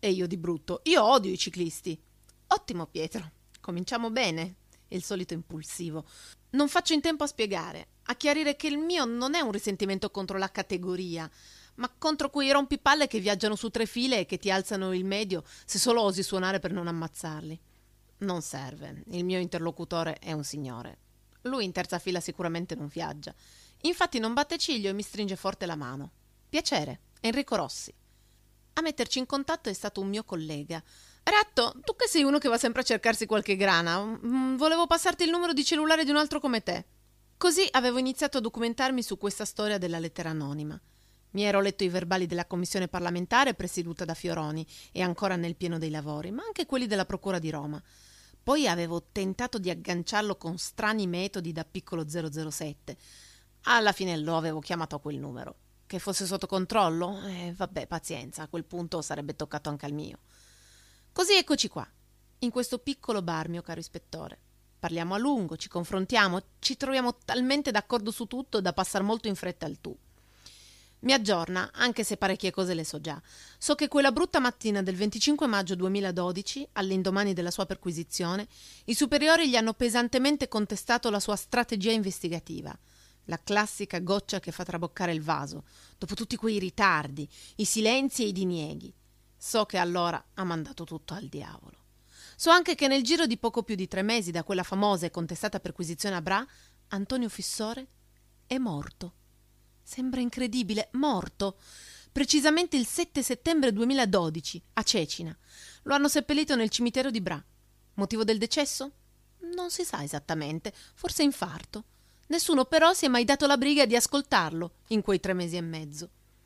E io di brutto: io odio i ciclisti. Ottimo, Pietro, cominciamo bene. Il solito impulsivo. Non faccio in tempo a spiegare, a chiarire che il mio non è un risentimento contro la categoria, ma contro quei rompipalle che viaggiano su 3 file e che ti alzano il medio se solo osi suonare per non ammazzarli. Non serve, il mio interlocutore è un signore. Lui in terza fila sicuramente non viaggia. Infatti non batte ciglio e mi stringe forte la mano. Piacere, Enrico Rossi. A metterci in contatto è stato un mio collega. Ratto, tu che sei uno che va sempre a cercarsi qualche grana, volevo passarti il numero di cellulare di un altro come te. Così avevo iniziato a documentarmi su questa storia della lettera anonima. Mi ero letto i verbali della commissione parlamentare presieduta da Fioroni e ancora nel pieno dei lavori, ma anche quelli della Procura di Roma. Poi avevo tentato di agganciarlo con strani metodi da piccolo 007. Alla fine lo avevo chiamato a quel numero. Che fosse sotto controllo? Vabbè, pazienza, a quel punto sarebbe toccato anche al mio. Così eccoci qua, in questo piccolo bar, mio caro ispettore. Parliamo a lungo, ci confrontiamo, ci troviamo talmente d'accordo su tutto da passare molto in fretta al tu. Mi aggiorna, anche se parecchie cose le so già. So che quella brutta mattina del 25 maggio 2012, all'indomani della sua perquisizione, i superiori gli hanno pesantemente contestato la sua strategia investigativa. La classica goccia che fa traboccare il vaso, dopo tutti quei ritardi, i silenzi e i dinieghi. So che allora ha mandato tutto al diavolo. So anche che nel giro di poco più di 3 mesi da quella famosa e contestata perquisizione a Bra, Antonio Fissore è morto. Sembra incredibile, morto. Precisamente il 7 settembre 2012, a Cecina. Lo hanno seppellito nel cimitero di Bra. Motivo del decesso? Non si sa esattamente, forse infarto. Nessuno però si è mai dato la briga di ascoltarlo in quei 3 mesi e mezzo.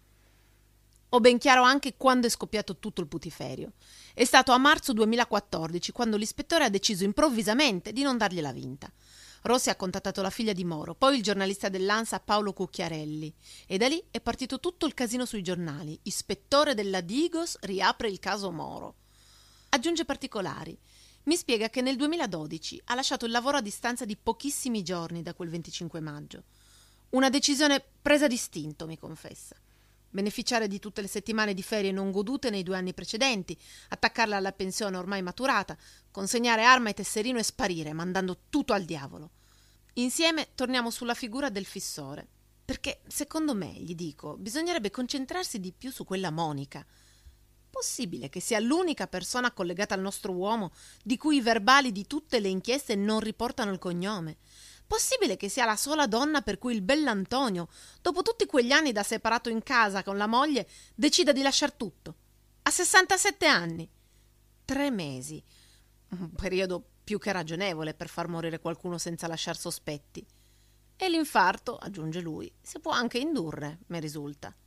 Ho ben chiaro anche quando è scoppiato tutto il putiferio. È stato a marzo 2014, quando l'ispettore ha deciso improvvisamente di non dargliela vinta. Rossi ha contattato la figlia di Moro, poi il giornalista dell'ANSA Paolo Cucchiarelli, e da lì è partito tutto il casino sui giornali. Ispettore della Digos riapre il caso Moro. Aggiunge particolari. Mi spiega che nel 2012 ha lasciato il lavoro a distanza di pochissimi giorni da quel 25 maggio. Una decisione presa d'istinto, mi confessa. Beneficiare di tutte le settimane di ferie non godute nei 2 anni precedenti, attaccarla alla pensione ormai maturata, consegnare arma e tesserino e sparire, mandando tutto al diavolo. Insieme torniamo sulla figura del Fissore, perché, secondo me, gli dico, bisognerebbe concentrarsi di più su quella Monica. Possibile che sia l'unica persona collegata al nostro uomo di cui i verbali di tutte le inchieste non riportano il cognome? Possibile che sia la sola donna per cui il bell'Antonio, dopo tutti quegli anni da separato in casa con la moglie, decida di lasciar tutto? A 67 anni. 3 mesi. Un periodo più che ragionevole per far morire qualcuno senza lasciar sospetti. E l'infarto, aggiunge lui, si può anche indurre, mi risulta.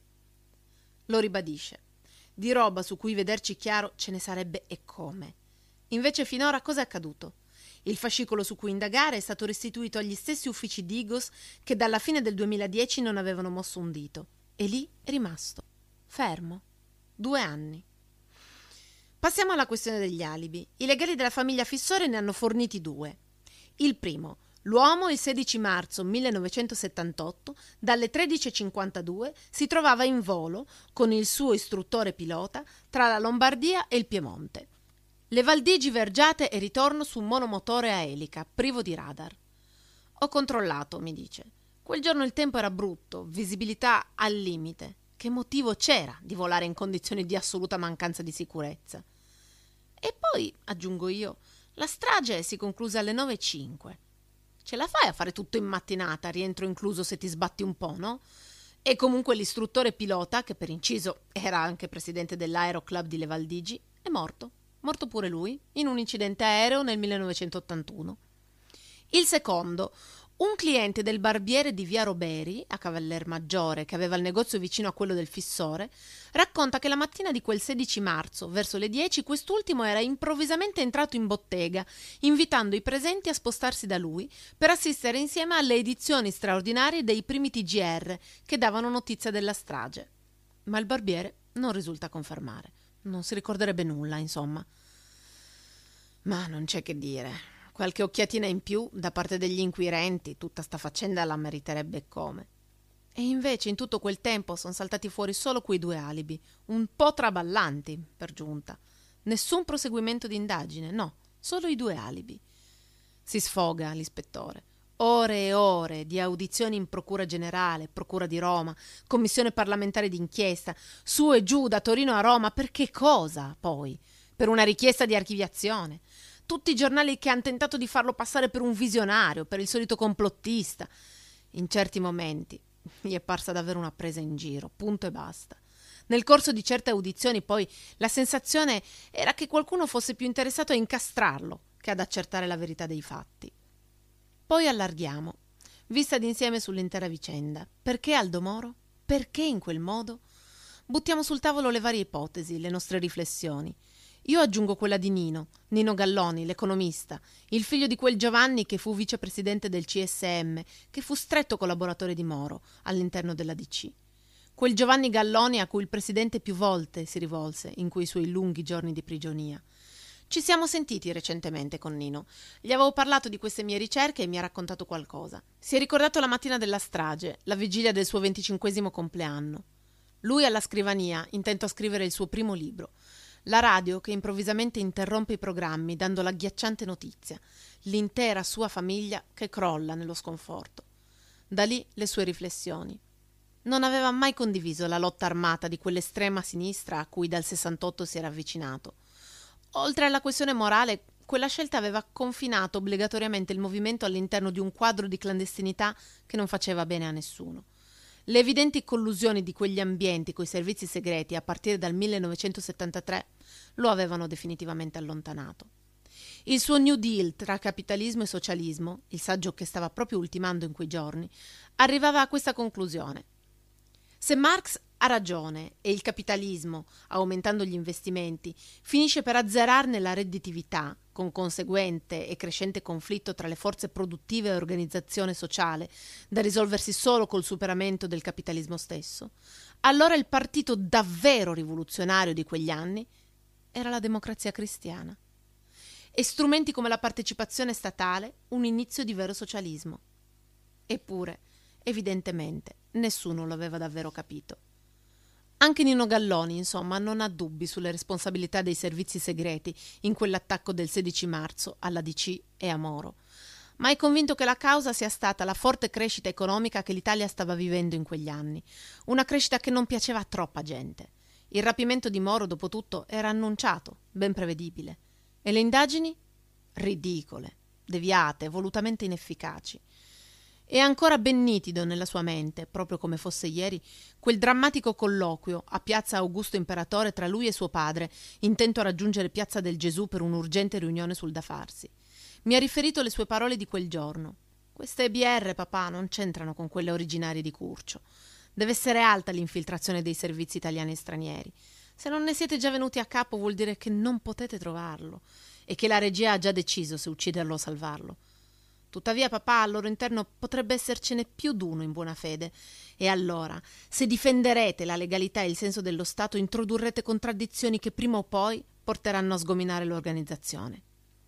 Lo ribadisce. Di roba su cui vederci chiaro ce ne sarebbe e come. Invece finora cosa è accaduto? Il fascicolo su cui indagare è stato restituito agli stessi uffici Digos che dalla fine del 2010 non avevano mosso un dito. E lì è rimasto. Fermo. 2 anni. Passiamo alla questione degli alibi. I legali della famiglia Fissore ne hanno forniti 2. Il primo. L'uomo il 16 marzo 1978 dalle 13:52 si trovava in volo con il suo istruttore pilota tra la Lombardia e il Piemonte. Le Valdigi Vergiate e ritorno su un monomotore a elica, privo di radar. Ho controllato, mi dice. Quel giorno il tempo era brutto, visibilità al limite. Che motivo c'era di volare in condizioni di assoluta mancanza di sicurezza? E poi, aggiungo io, la strage si concluse alle 9:05. Ce la fai a fare tutto in mattinata, rientro incluso se ti sbatti un po', no? E comunque l'istruttore pilota, che per inciso era anche presidente dell'Aeroclub di Le Valdigi, è morto. Morto pure lui, in un incidente aereo nel 1981. Il secondo, un cliente del barbiere di via Roberi, a Cavallermaggiore, che aveva il negozio vicino a quello del Fissore, racconta che la mattina di quel 16 marzo, verso le 10, quest'ultimo era improvvisamente entrato in bottega, invitando i presenti a spostarsi da lui per assistere insieme alle edizioni straordinarie dei primi TGR che davano notizia della strage. Ma il barbiere non risulta confermare. Non si ricorderebbe nulla, insomma. Ma non c'è che dire. Qualche occhiatina in più da parte degli inquirenti, tutta sta faccenda la meriterebbe come. E invece in tutto quel tempo sono saltati fuori solo quei due alibi, un po' traballanti, per giunta. Nessun proseguimento di indagine, no, solo i due alibi. Si sfoga l'ispettore. Ore e ore di audizioni in Procura Generale, Procura di Roma, Commissione parlamentare d'inchiesta, su e giù da Torino a Roma, per che cosa, poi? Per una richiesta di archiviazione. Tutti i giornali che hanno tentato di farlo passare per un visionario, per il solito complottista. In certi momenti gli è parsa davvero una presa in giro, punto e basta. Nel corso di certe audizioni, poi, la sensazione era che qualcuno fosse più interessato a incastrarlo che ad accertare la verità dei fatti. Poi allarghiamo, vista d'insieme sull'intera vicenda. Perché Aldo Moro? Perché in quel modo? Buttiamo sul tavolo le varie ipotesi, le nostre riflessioni. Io aggiungo quella di Nino Galloni, l'economista, il figlio di quel Giovanni che fu vicepresidente del CSM, che fu stretto collaboratore di Moro all'interno della DC. Quel Giovanni Galloni a cui il presidente più volte si rivolse in quei suoi lunghi giorni di prigionia. Ci siamo sentiti recentemente con Nino. Gli avevo parlato di queste mie ricerche e mi ha raccontato qualcosa. Si è ricordato la mattina della strage, la vigilia del suo 25° compleanno. Lui alla scrivania, intento a scrivere il suo primo libro. La radio che improvvisamente interrompe i programmi dando l'agghiacciante notizia. L'intera sua famiglia che crolla nello sconforto. Da lì le sue riflessioni. Non aveva mai condiviso la lotta armata di quell'estrema sinistra a cui dal 68 si era avvicinato. Oltre alla questione morale, quella scelta aveva confinato obbligatoriamente il movimento all'interno di un quadro di clandestinità che non faceva bene a nessuno. Le evidenti collusioni di quegli ambienti coi servizi segreti a partire dal 1973 lo avevano definitivamente allontanato. Il suo New Deal tra capitalismo e socialismo, il saggio che stava proprio ultimando in quei giorni, arrivava a questa conclusione. Se Marx ha ragione e il capitalismo, aumentando gli investimenti, finisce per azzerarne la redditività, con conseguente e crescente conflitto tra le forze produttive e organizzazione sociale, da risolversi solo col superamento del capitalismo stesso, allora il partito davvero rivoluzionario di quegli anni era la Democrazia Cristiana. E strumenti come la partecipazione statale un inizio di vero socialismo. Eppure, evidentemente, nessuno lo aveva davvero capito. Anche Nino Galloni, insomma, non ha dubbi sulle responsabilità dei servizi segreti in quell'attacco del 16 marzo alla DC e a Moro, ma è convinto che la causa sia stata la forte crescita economica che l'Italia stava vivendo in quegli anni, una crescita che non piaceva a troppa gente. Il rapimento di Moro, dopo tutto, era annunciato, ben prevedibile. E le indagini? Ridicole, deviate, volutamente inefficaci. È ancora ben nitido nella sua mente, proprio come fosse ieri, quel drammatico colloquio a Piazza Augusto Imperatore tra lui e suo padre, intento a raggiungere Piazza del Gesù per un'urgente riunione sul da farsi. Mi ha riferito le sue parole di quel giorno. Queste BR, papà, non c'entrano con quelle originarie di Curcio. Deve essere alta l'infiltrazione dei servizi italiani e stranieri. Se non ne siete già venuti a capo vuol dire che non potete trovarlo e che la regia ha già deciso se ucciderlo o salvarlo. Tuttavia, papà, al loro interno potrebbe essercene più d'uno in buona fede. E allora, se difenderete la legalità e il senso dello Stato, introdurrete contraddizioni che prima o poi porteranno a sgominare l'organizzazione.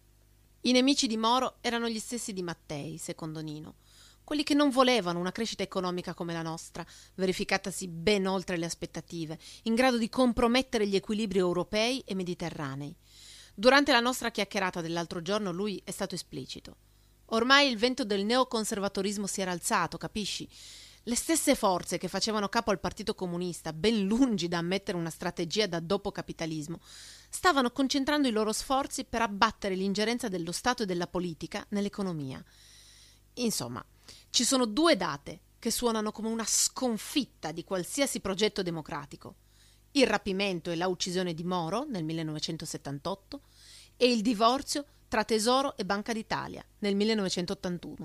I nemici di Moro erano gli stessi di Mattei, secondo Nino. Quelli che non volevano una crescita economica come la nostra, verificatasi ben oltre le aspettative, in grado di compromettere gli equilibri europei e mediterranei. Durante la nostra chiacchierata dell'altro giorno lui è stato esplicito. Ormai il vento del neoconservatorismo si era alzato, capisci? Le stesse forze che facevano capo al Partito Comunista, ben lungi da ammettere una strategia da dopo capitalismo, stavano concentrando i loro sforzi per abbattere l'ingerenza dello Stato e della politica nell'economia. Insomma, ci sono due date che suonano come una sconfitta di qualsiasi progetto democratico: il rapimento e la uccisione di Moro nel 1978 e il divorzio tra Tesoro e Banca d'Italia nel 1981.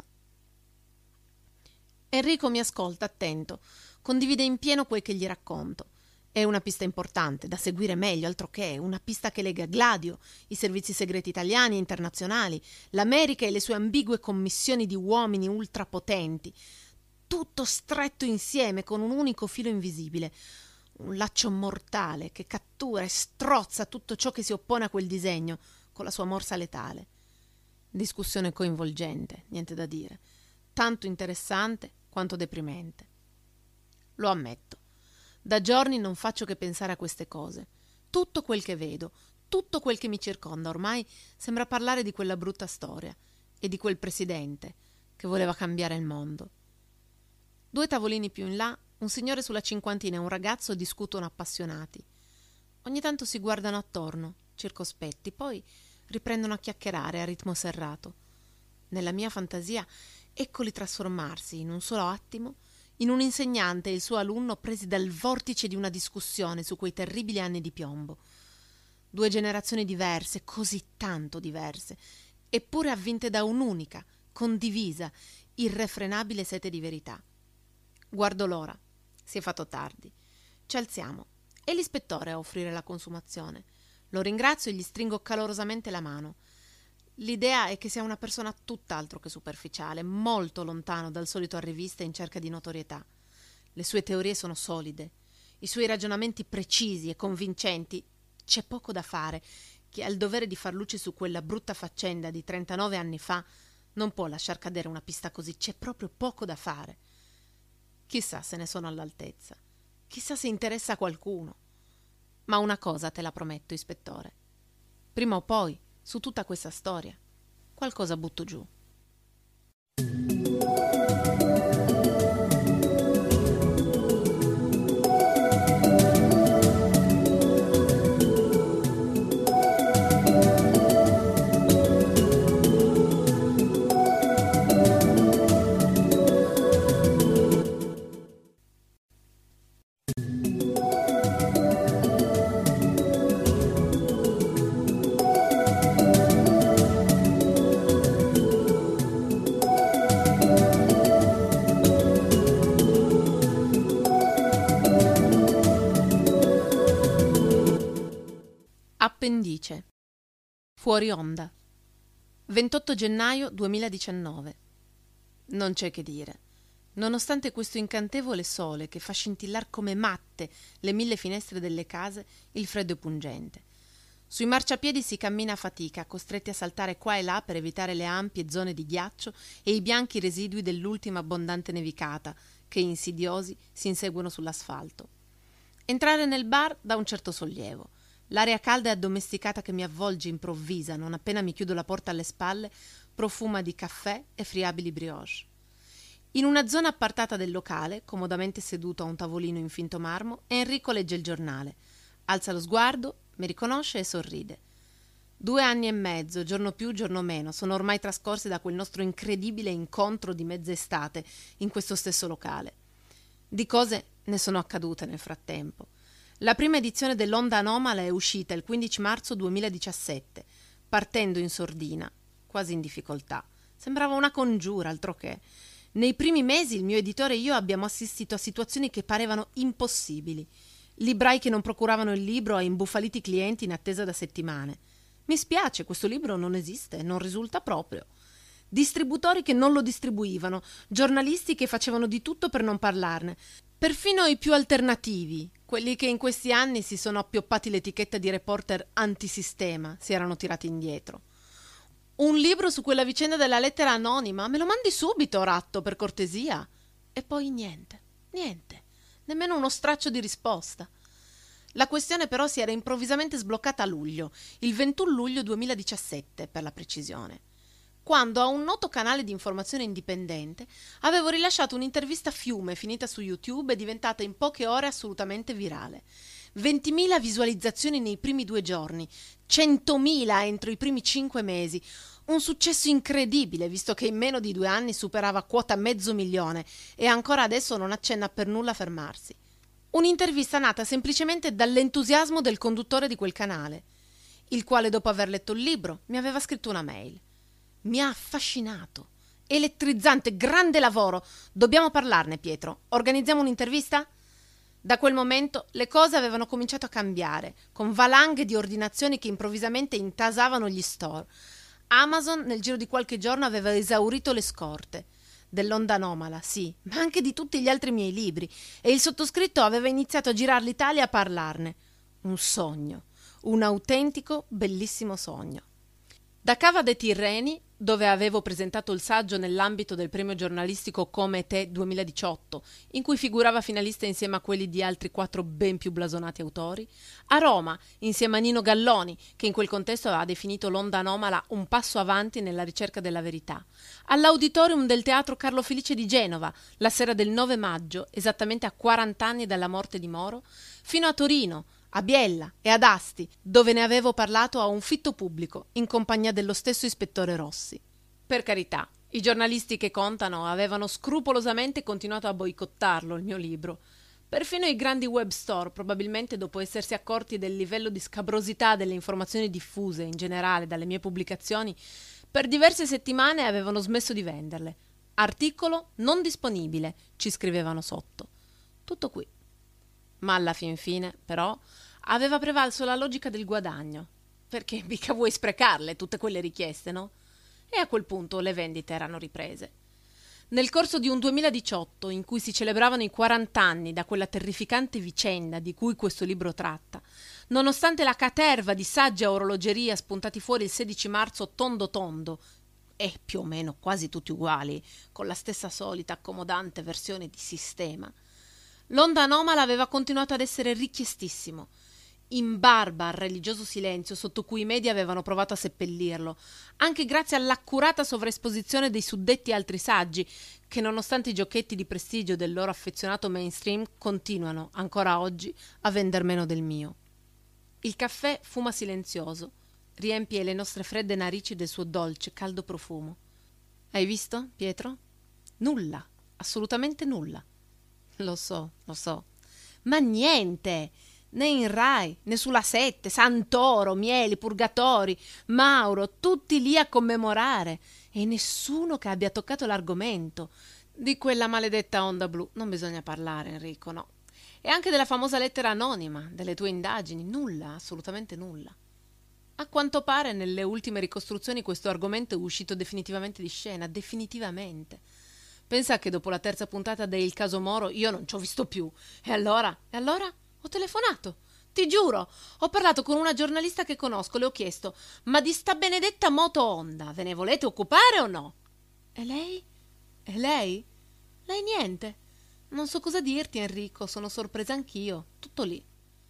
Enrico mi ascolta attento, condivide in pieno quel che gli racconto. È una pista importante, da seguire meglio, altro che, una pista che lega Gladio, i servizi segreti italiani e internazionali, l'America e le sue ambigue commissioni di uomini ultrapotenti, tutto stretto insieme con un unico filo invisibile, un laccio mortale che cattura e strozza tutto ciò che si oppone a quel disegno con la sua morsa letale. Discussione coinvolgente, niente da dire, tanto interessante quanto deprimente. lo ammetto. Da giorni non faccio che pensare a queste cose. Tutto quel che vedo, tutto quel che mi circonda ormai sembra parlare di quella brutta storia e di quel presidente che voleva cambiare il mondo. 2 tavolini più in là, un signore sulla cinquantina e un ragazzo discutono appassionati. Ogni tanto si guardano attorno, circospetti, poi riprendono a chiacchierare a ritmo serrato. Nella mia fantasia eccoli trasformarsi in un solo attimo in un insegnante e il suo alunno presi dal vortice di una discussione su quei terribili anni di piombo. 2 generazioni diverse, così tanto diverse, eppure avvinte da un'unica, condivisa, irrefrenabile sete di verità. Guardo l'ora. Si è fatto tardi. Ci alziamo. È l'ispettore a offrire la consumazione. Lo ringrazio e gli stringo calorosamente la mano. L'idea è che sia una persona tutt'altro che superficiale, molto lontano dal solito arrivista in cerca di notorietà. Le sue teorie sono solide, i suoi ragionamenti precisi e convincenti. C'è poco da fare. Chi ha il dovere di far luce su quella brutta faccenda di 39 anni fa non può lasciar cadere una pista così. C'è proprio poco da fare. Chissà se ne sono all'altezza. Chissà se interessa a qualcuno. Ma una cosa te la prometto, ispettore. Prima o poi, su tutta questa storia, qualcosa butto giù. Appendice. Fuori onda. 28 gennaio 2019. Non c'è che dire. Nonostante questo incantevole sole che fa scintillar come matte le 1000 finestre delle case, il freddo è pungente. Sui marciapiedi si cammina a fatica, costretti a saltare qua e là per evitare le ampie zone di ghiaccio e i bianchi residui dell'ultima abbondante nevicata che, insidiosi, si inseguono sull'asfalto. Entrare nel bar dà un certo sollievo. L'aria calda e addomesticata che mi avvolge improvvisa non appena mi chiudo la porta alle spalle profuma di caffè e friabili brioche. In una zona appartata del locale, comodamente seduto a un tavolino in finto marmo, Enrico legge il giornale. Alza lo sguardo, mi riconosce e sorride. 2 anni e mezzo, giorno più, giorno meno, sono ormai trascorsi da quel nostro incredibile incontro di mezz'estate in questo stesso locale. Di cose ne sono accadute nel frattempo. La prima edizione dell'Onda Anomala è uscita il 15 marzo 2017, partendo in sordina, quasi in difficoltà. Sembrava una congiura, altro che. Nei primi mesi il mio editore e io abbiamo assistito a situazioni che parevano impossibili. Librai che non procuravano il libro a imbufaliti clienti in attesa da settimane. Mi spiace, questo libro non esiste, non risulta proprio. Distributori che non lo distribuivano, giornalisti che facevano di tutto per non parlarne. Perfino i più alternativi, quelli che in questi anni si sono appioppati l'etichetta di reporter antisistema, si erano tirati indietro. Un libro su quella vicenda della lettera anonima? Me lo mandi subito, Ratto, per cortesia. E poi niente, nemmeno uno straccio di risposta. La questione però si era improvvisamente sbloccata a luglio, il 21 luglio 2017 per la precisione, quando a un noto canale di informazione indipendente avevo rilasciato un'intervista fiume finita su YouTube e diventata in poche ore assolutamente virale. 20.000 visualizzazioni nei primi 2 giorni, 100.000 entro i primi 5 mesi. Un successo incredibile, visto che in meno di 2 anni superava quota 500.000 e ancora adesso non accenna per nulla a fermarsi. Un'intervista nata semplicemente dall'entusiasmo del conduttore di quel canale, il quale dopo aver letto il libro mi aveva scritto una mail. Mi ha affascinato. Elettrizzante, grande lavoro. Dobbiamo parlarne, Pietro. Organizziamo un'intervista? Da quel momento le cose avevano cominciato a cambiare, con valanghe di ordinazioni che improvvisamente intasavano gli store. Amazon nel giro di qualche giorno aveva esaurito le scorte. Dell'Onda Anomala, sì, ma anche di tutti gli altri miei libri, e il sottoscritto aveva iniziato a girar l'Italia a parlarne. Un sogno, un autentico, bellissimo sogno. Da Cava dei Tirreni dove avevo presentato il saggio nell'ambito del premio giornalistico Come Te 2018, in cui figurava finalista insieme a quelli di altri 4 ben più blasonati autori, a Roma, insieme a Nino Galloni, che in quel contesto aveva definito l'onda anomala un passo avanti nella ricerca della verità, all'auditorium del Teatro Carlo Felice di Genova, la sera del 9 maggio, esattamente a 40 anni dalla morte di Moro, fino a Torino, a Biella e ad Asti, dove ne avevo parlato a un fitto pubblico, in compagnia dello stesso ispettore Rossi. Per carità, i giornalisti che contano avevano scrupolosamente continuato a boicottarlo, il mio libro. Perfino i grandi web store, probabilmente dopo essersi accorti del livello di scabrosità delle informazioni diffuse in generale dalle mie pubblicazioni, per diverse settimane avevano smesso di venderle. Articolo non disponibile, ci scrivevano sotto. Tutto qui. Ma alla fin fine, però, aveva prevalso la logica del guadagno, perché mica vuoi sprecarle tutte quelle richieste, no? E a quel punto le vendite erano riprese. Nel corso di un 2018 in cui si celebravano i 40 anni da quella terrificante vicenda di cui questo libro tratta, nonostante la caterva di saggi a orologeria spuntati fuori il 16 marzo tondo tondo, e più o meno quasi tutti uguali, con la stessa solita accomodante versione di sistema, l'onda anomala aveva continuato ad essere richiestissimo, in barba al religioso silenzio sotto cui i media avevano provato a seppellirlo, anche grazie all'accurata sovraesposizione dei suddetti altri saggi, che nonostante i giochetti di prestigio del loro affezionato mainstream continuano, ancora oggi, a vender meno del mio. Il caffè fuma silenzioso, riempie le nostre fredde narici del suo dolce, caldo profumo. Hai visto, Pietro? Nulla, assolutamente nulla. Lo so. Ma niente! Né in Rai, né sulla Sette, Santoro, Mieli, Purgatori, Mauro, tutti lì a commemorare. E nessuno che abbia toccato l'argomento. Di quella maledetta onda blu non bisogna parlare, Enrico, no. E anche della famosa lettera anonima, delle tue indagini, nulla, assolutamente nulla. A quanto pare nelle ultime ricostruzioni questo argomento è uscito definitivamente di scena, definitivamente. Pensa che dopo la terza puntata del caso Moro io non ci ho visto più. E allora? Ho telefonato. Ti giuro, ho parlato con una giornalista che conosco, le ho chiesto: ma di sta benedetta moto Honda ve ne volete occupare o no? E lei? Lei niente. Non so cosa dirti, Enrico, sono sorpresa anch'io. Tutto lì.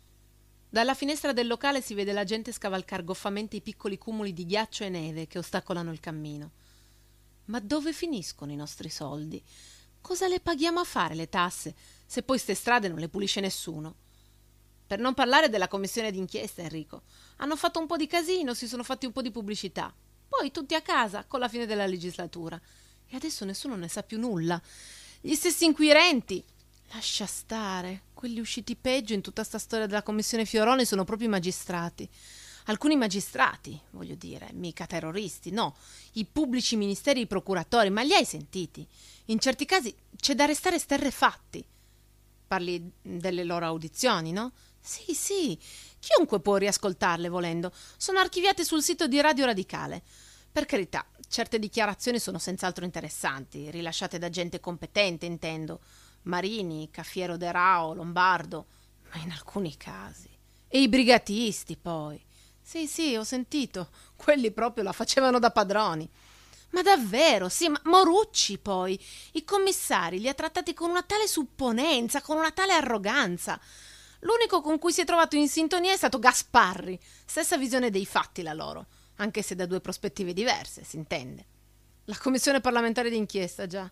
Dalla finestra del locale si vede la gente scavalcar goffamente i piccoli cumuli di ghiaccio e neve che ostacolano il cammino. Ma dove finiscono i nostri soldi? Cosa le paghiamo a fare le tasse, se poi ste strade non le pulisce nessuno? Per non parlare della commissione d'inchiesta, Enrico. Hanno fatto un po' di casino, si sono fatti un po' di pubblicità. Poi tutti a casa, con la fine della legislatura. E adesso nessuno ne sa più nulla. Gli stessi inquirenti. Lascia stare. Quelli usciti peggio in tutta sta storia della commissione Fioroni sono proprio i magistrati. Alcuni magistrati, voglio dire, mica terroristi, no. I pubblici ministeri e i procuratori, ma li hai sentiti? In certi casi c'è da restare sterrefatti. Parli delle loro audizioni, no? Sì, chiunque può riascoltarle volendo. Sono archiviate sul sito di Radio Radicale. Per carità, certe dichiarazioni sono senz'altro interessanti, rilasciate da gente competente, intendo. Marini, Caffiero De Rao, Lombardo, ma in alcuni casi. E i brigatisti, poi. Sì, ho sentito. Quelli proprio la facevano da padroni. Ma davvero, sì, ma Morucci poi. I commissari li ha trattati con una tale supponenza, con una tale arroganza. L'unico con cui si è trovato in sintonia è stato Gasparri. Stessa visione dei fatti la loro, anche se da 2 prospettive diverse, si intende. La commissione parlamentare d'inchiesta, già.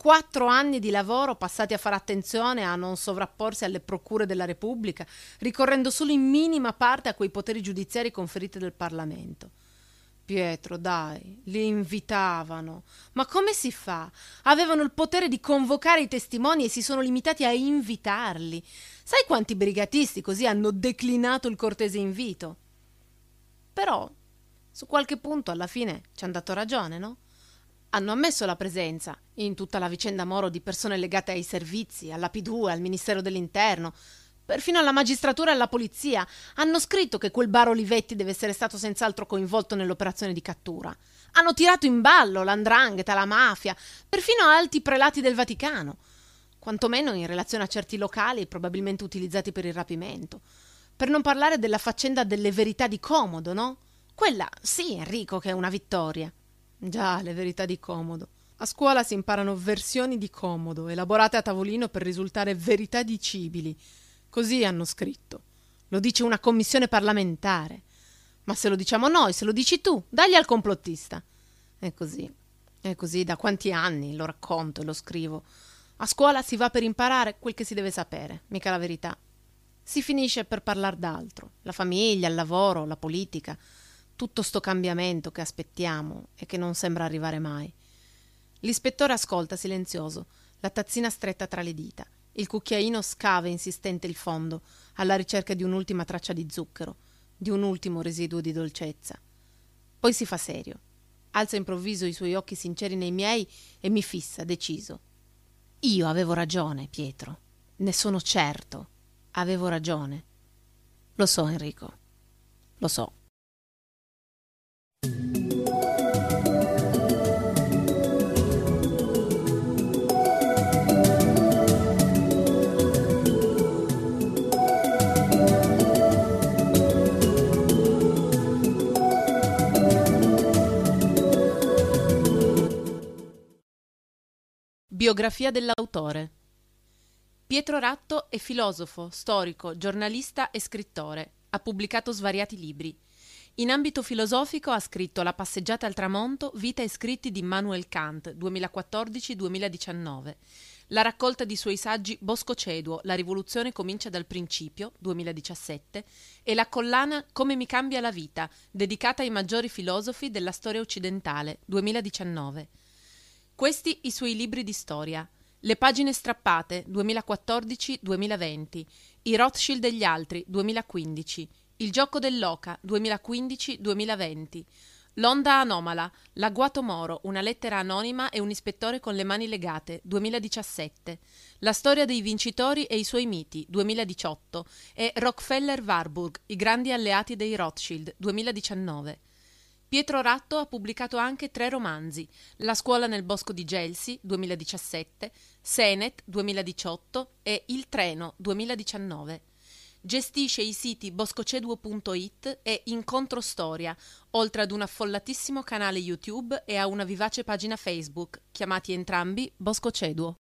4 anni di lavoro passati a fare attenzione a non sovrapporsi alle procure della Repubblica, ricorrendo solo in minima parte a quei poteri giudiziari conferiti dal Parlamento. Pietro, dai, li invitavano. Ma come si fa? Avevano il potere di convocare i testimoni e si sono limitati a invitarli. Sai quanti brigatisti così hanno declinato il cortese invito? Però, su qualche punto alla fine ci hanno dato ragione, no? Hanno ammesso la presenza, in tutta la vicenda Moro, di persone legate ai servizi, alla P2, al Ministero dell'Interno, perfino alla magistratura e alla polizia. Hanno scritto che quel bar Olivetti deve essere stato senz'altro coinvolto nell'operazione di cattura. Hanno tirato in ballo l''ndrangheta, la mafia, perfino alti prelati del Vaticano, quantomeno in relazione a certi locali probabilmente utilizzati per il rapimento. Per non parlare della faccenda delle Verità di Comodo, no? Quella, sì, Enrico, che è una vittoria. Già, le verità di comodo. A scuola si imparano versioni di comodo, elaborate a tavolino per risultare verità dicibili. Così hanno scritto. Lo dice una commissione parlamentare. Ma se lo diciamo noi, se lo dici tu, dagli al complottista. È così da quanti anni lo racconto e lo scrivo. A scuola si va per imparare quel che si deve sapere, mica la verità. Si finisce per parlar d'altro, la famiglia, il lavoro, la politica, tutto sto cambiamento che aspettiamo e che non sembra arrivare mai. L'ispettore ascolta silenzioso, la tazzina stretta tra le dita. Il cucchiaino scava insistente il fondo, alla ricerca di un'ultima traccia di zucchero, di un ultimo residuo di dolcezza. Poi si fa serio. Alza improvviso i suoi occhi sinceri nei miei e mi fissa, deciso. Io avevo ragione, Pietro. Ne sono certo. Avevo ragione. Lo so, Enrico. Lo so. Biografia dell'autore. Pietro Ratto è filosofo, storico, giornalista e scrittore. Ha pubblicato svariati libri. In ambito filosofico ha scritto La passeggiata al tramonto, vita e scritti di Immanuel Kant, 2014-2019. La raccolta di suoi saggi Bosco Ceduo, La rivoluzione comincia dal principio, 2017, e la collana Come mi cambia la vita, dedicata ai maggiori filosofi della storia occidentale, 2019. Questi i suoi libri di storia. Le pagine strappate, 2014-2020. I Rothschild e gli altri, 2015. Il gioco dell'oca, 2015-2020. L'onda anomala, l'agguato moro, una lettera anonima e un ispettore con le mani legate, 2017. La storia dei vincitori e i suoi miti, 2018. E Rockefeller-Warburg, i grandi alleati dei Rothschild, 2019. Pietro Ratto ha pubblicato anche 3 romanzi: La scuola nel bosco di Gelsi, 2017, Senet, 2018 e Il treno, 2019. Gestisce i siti boscoceduo.it e Incontro Storia, oltre ad un affollatissimo canale YouTube e a una vivace pagina Facebook, chiamati entrambi Bosco Ceduo.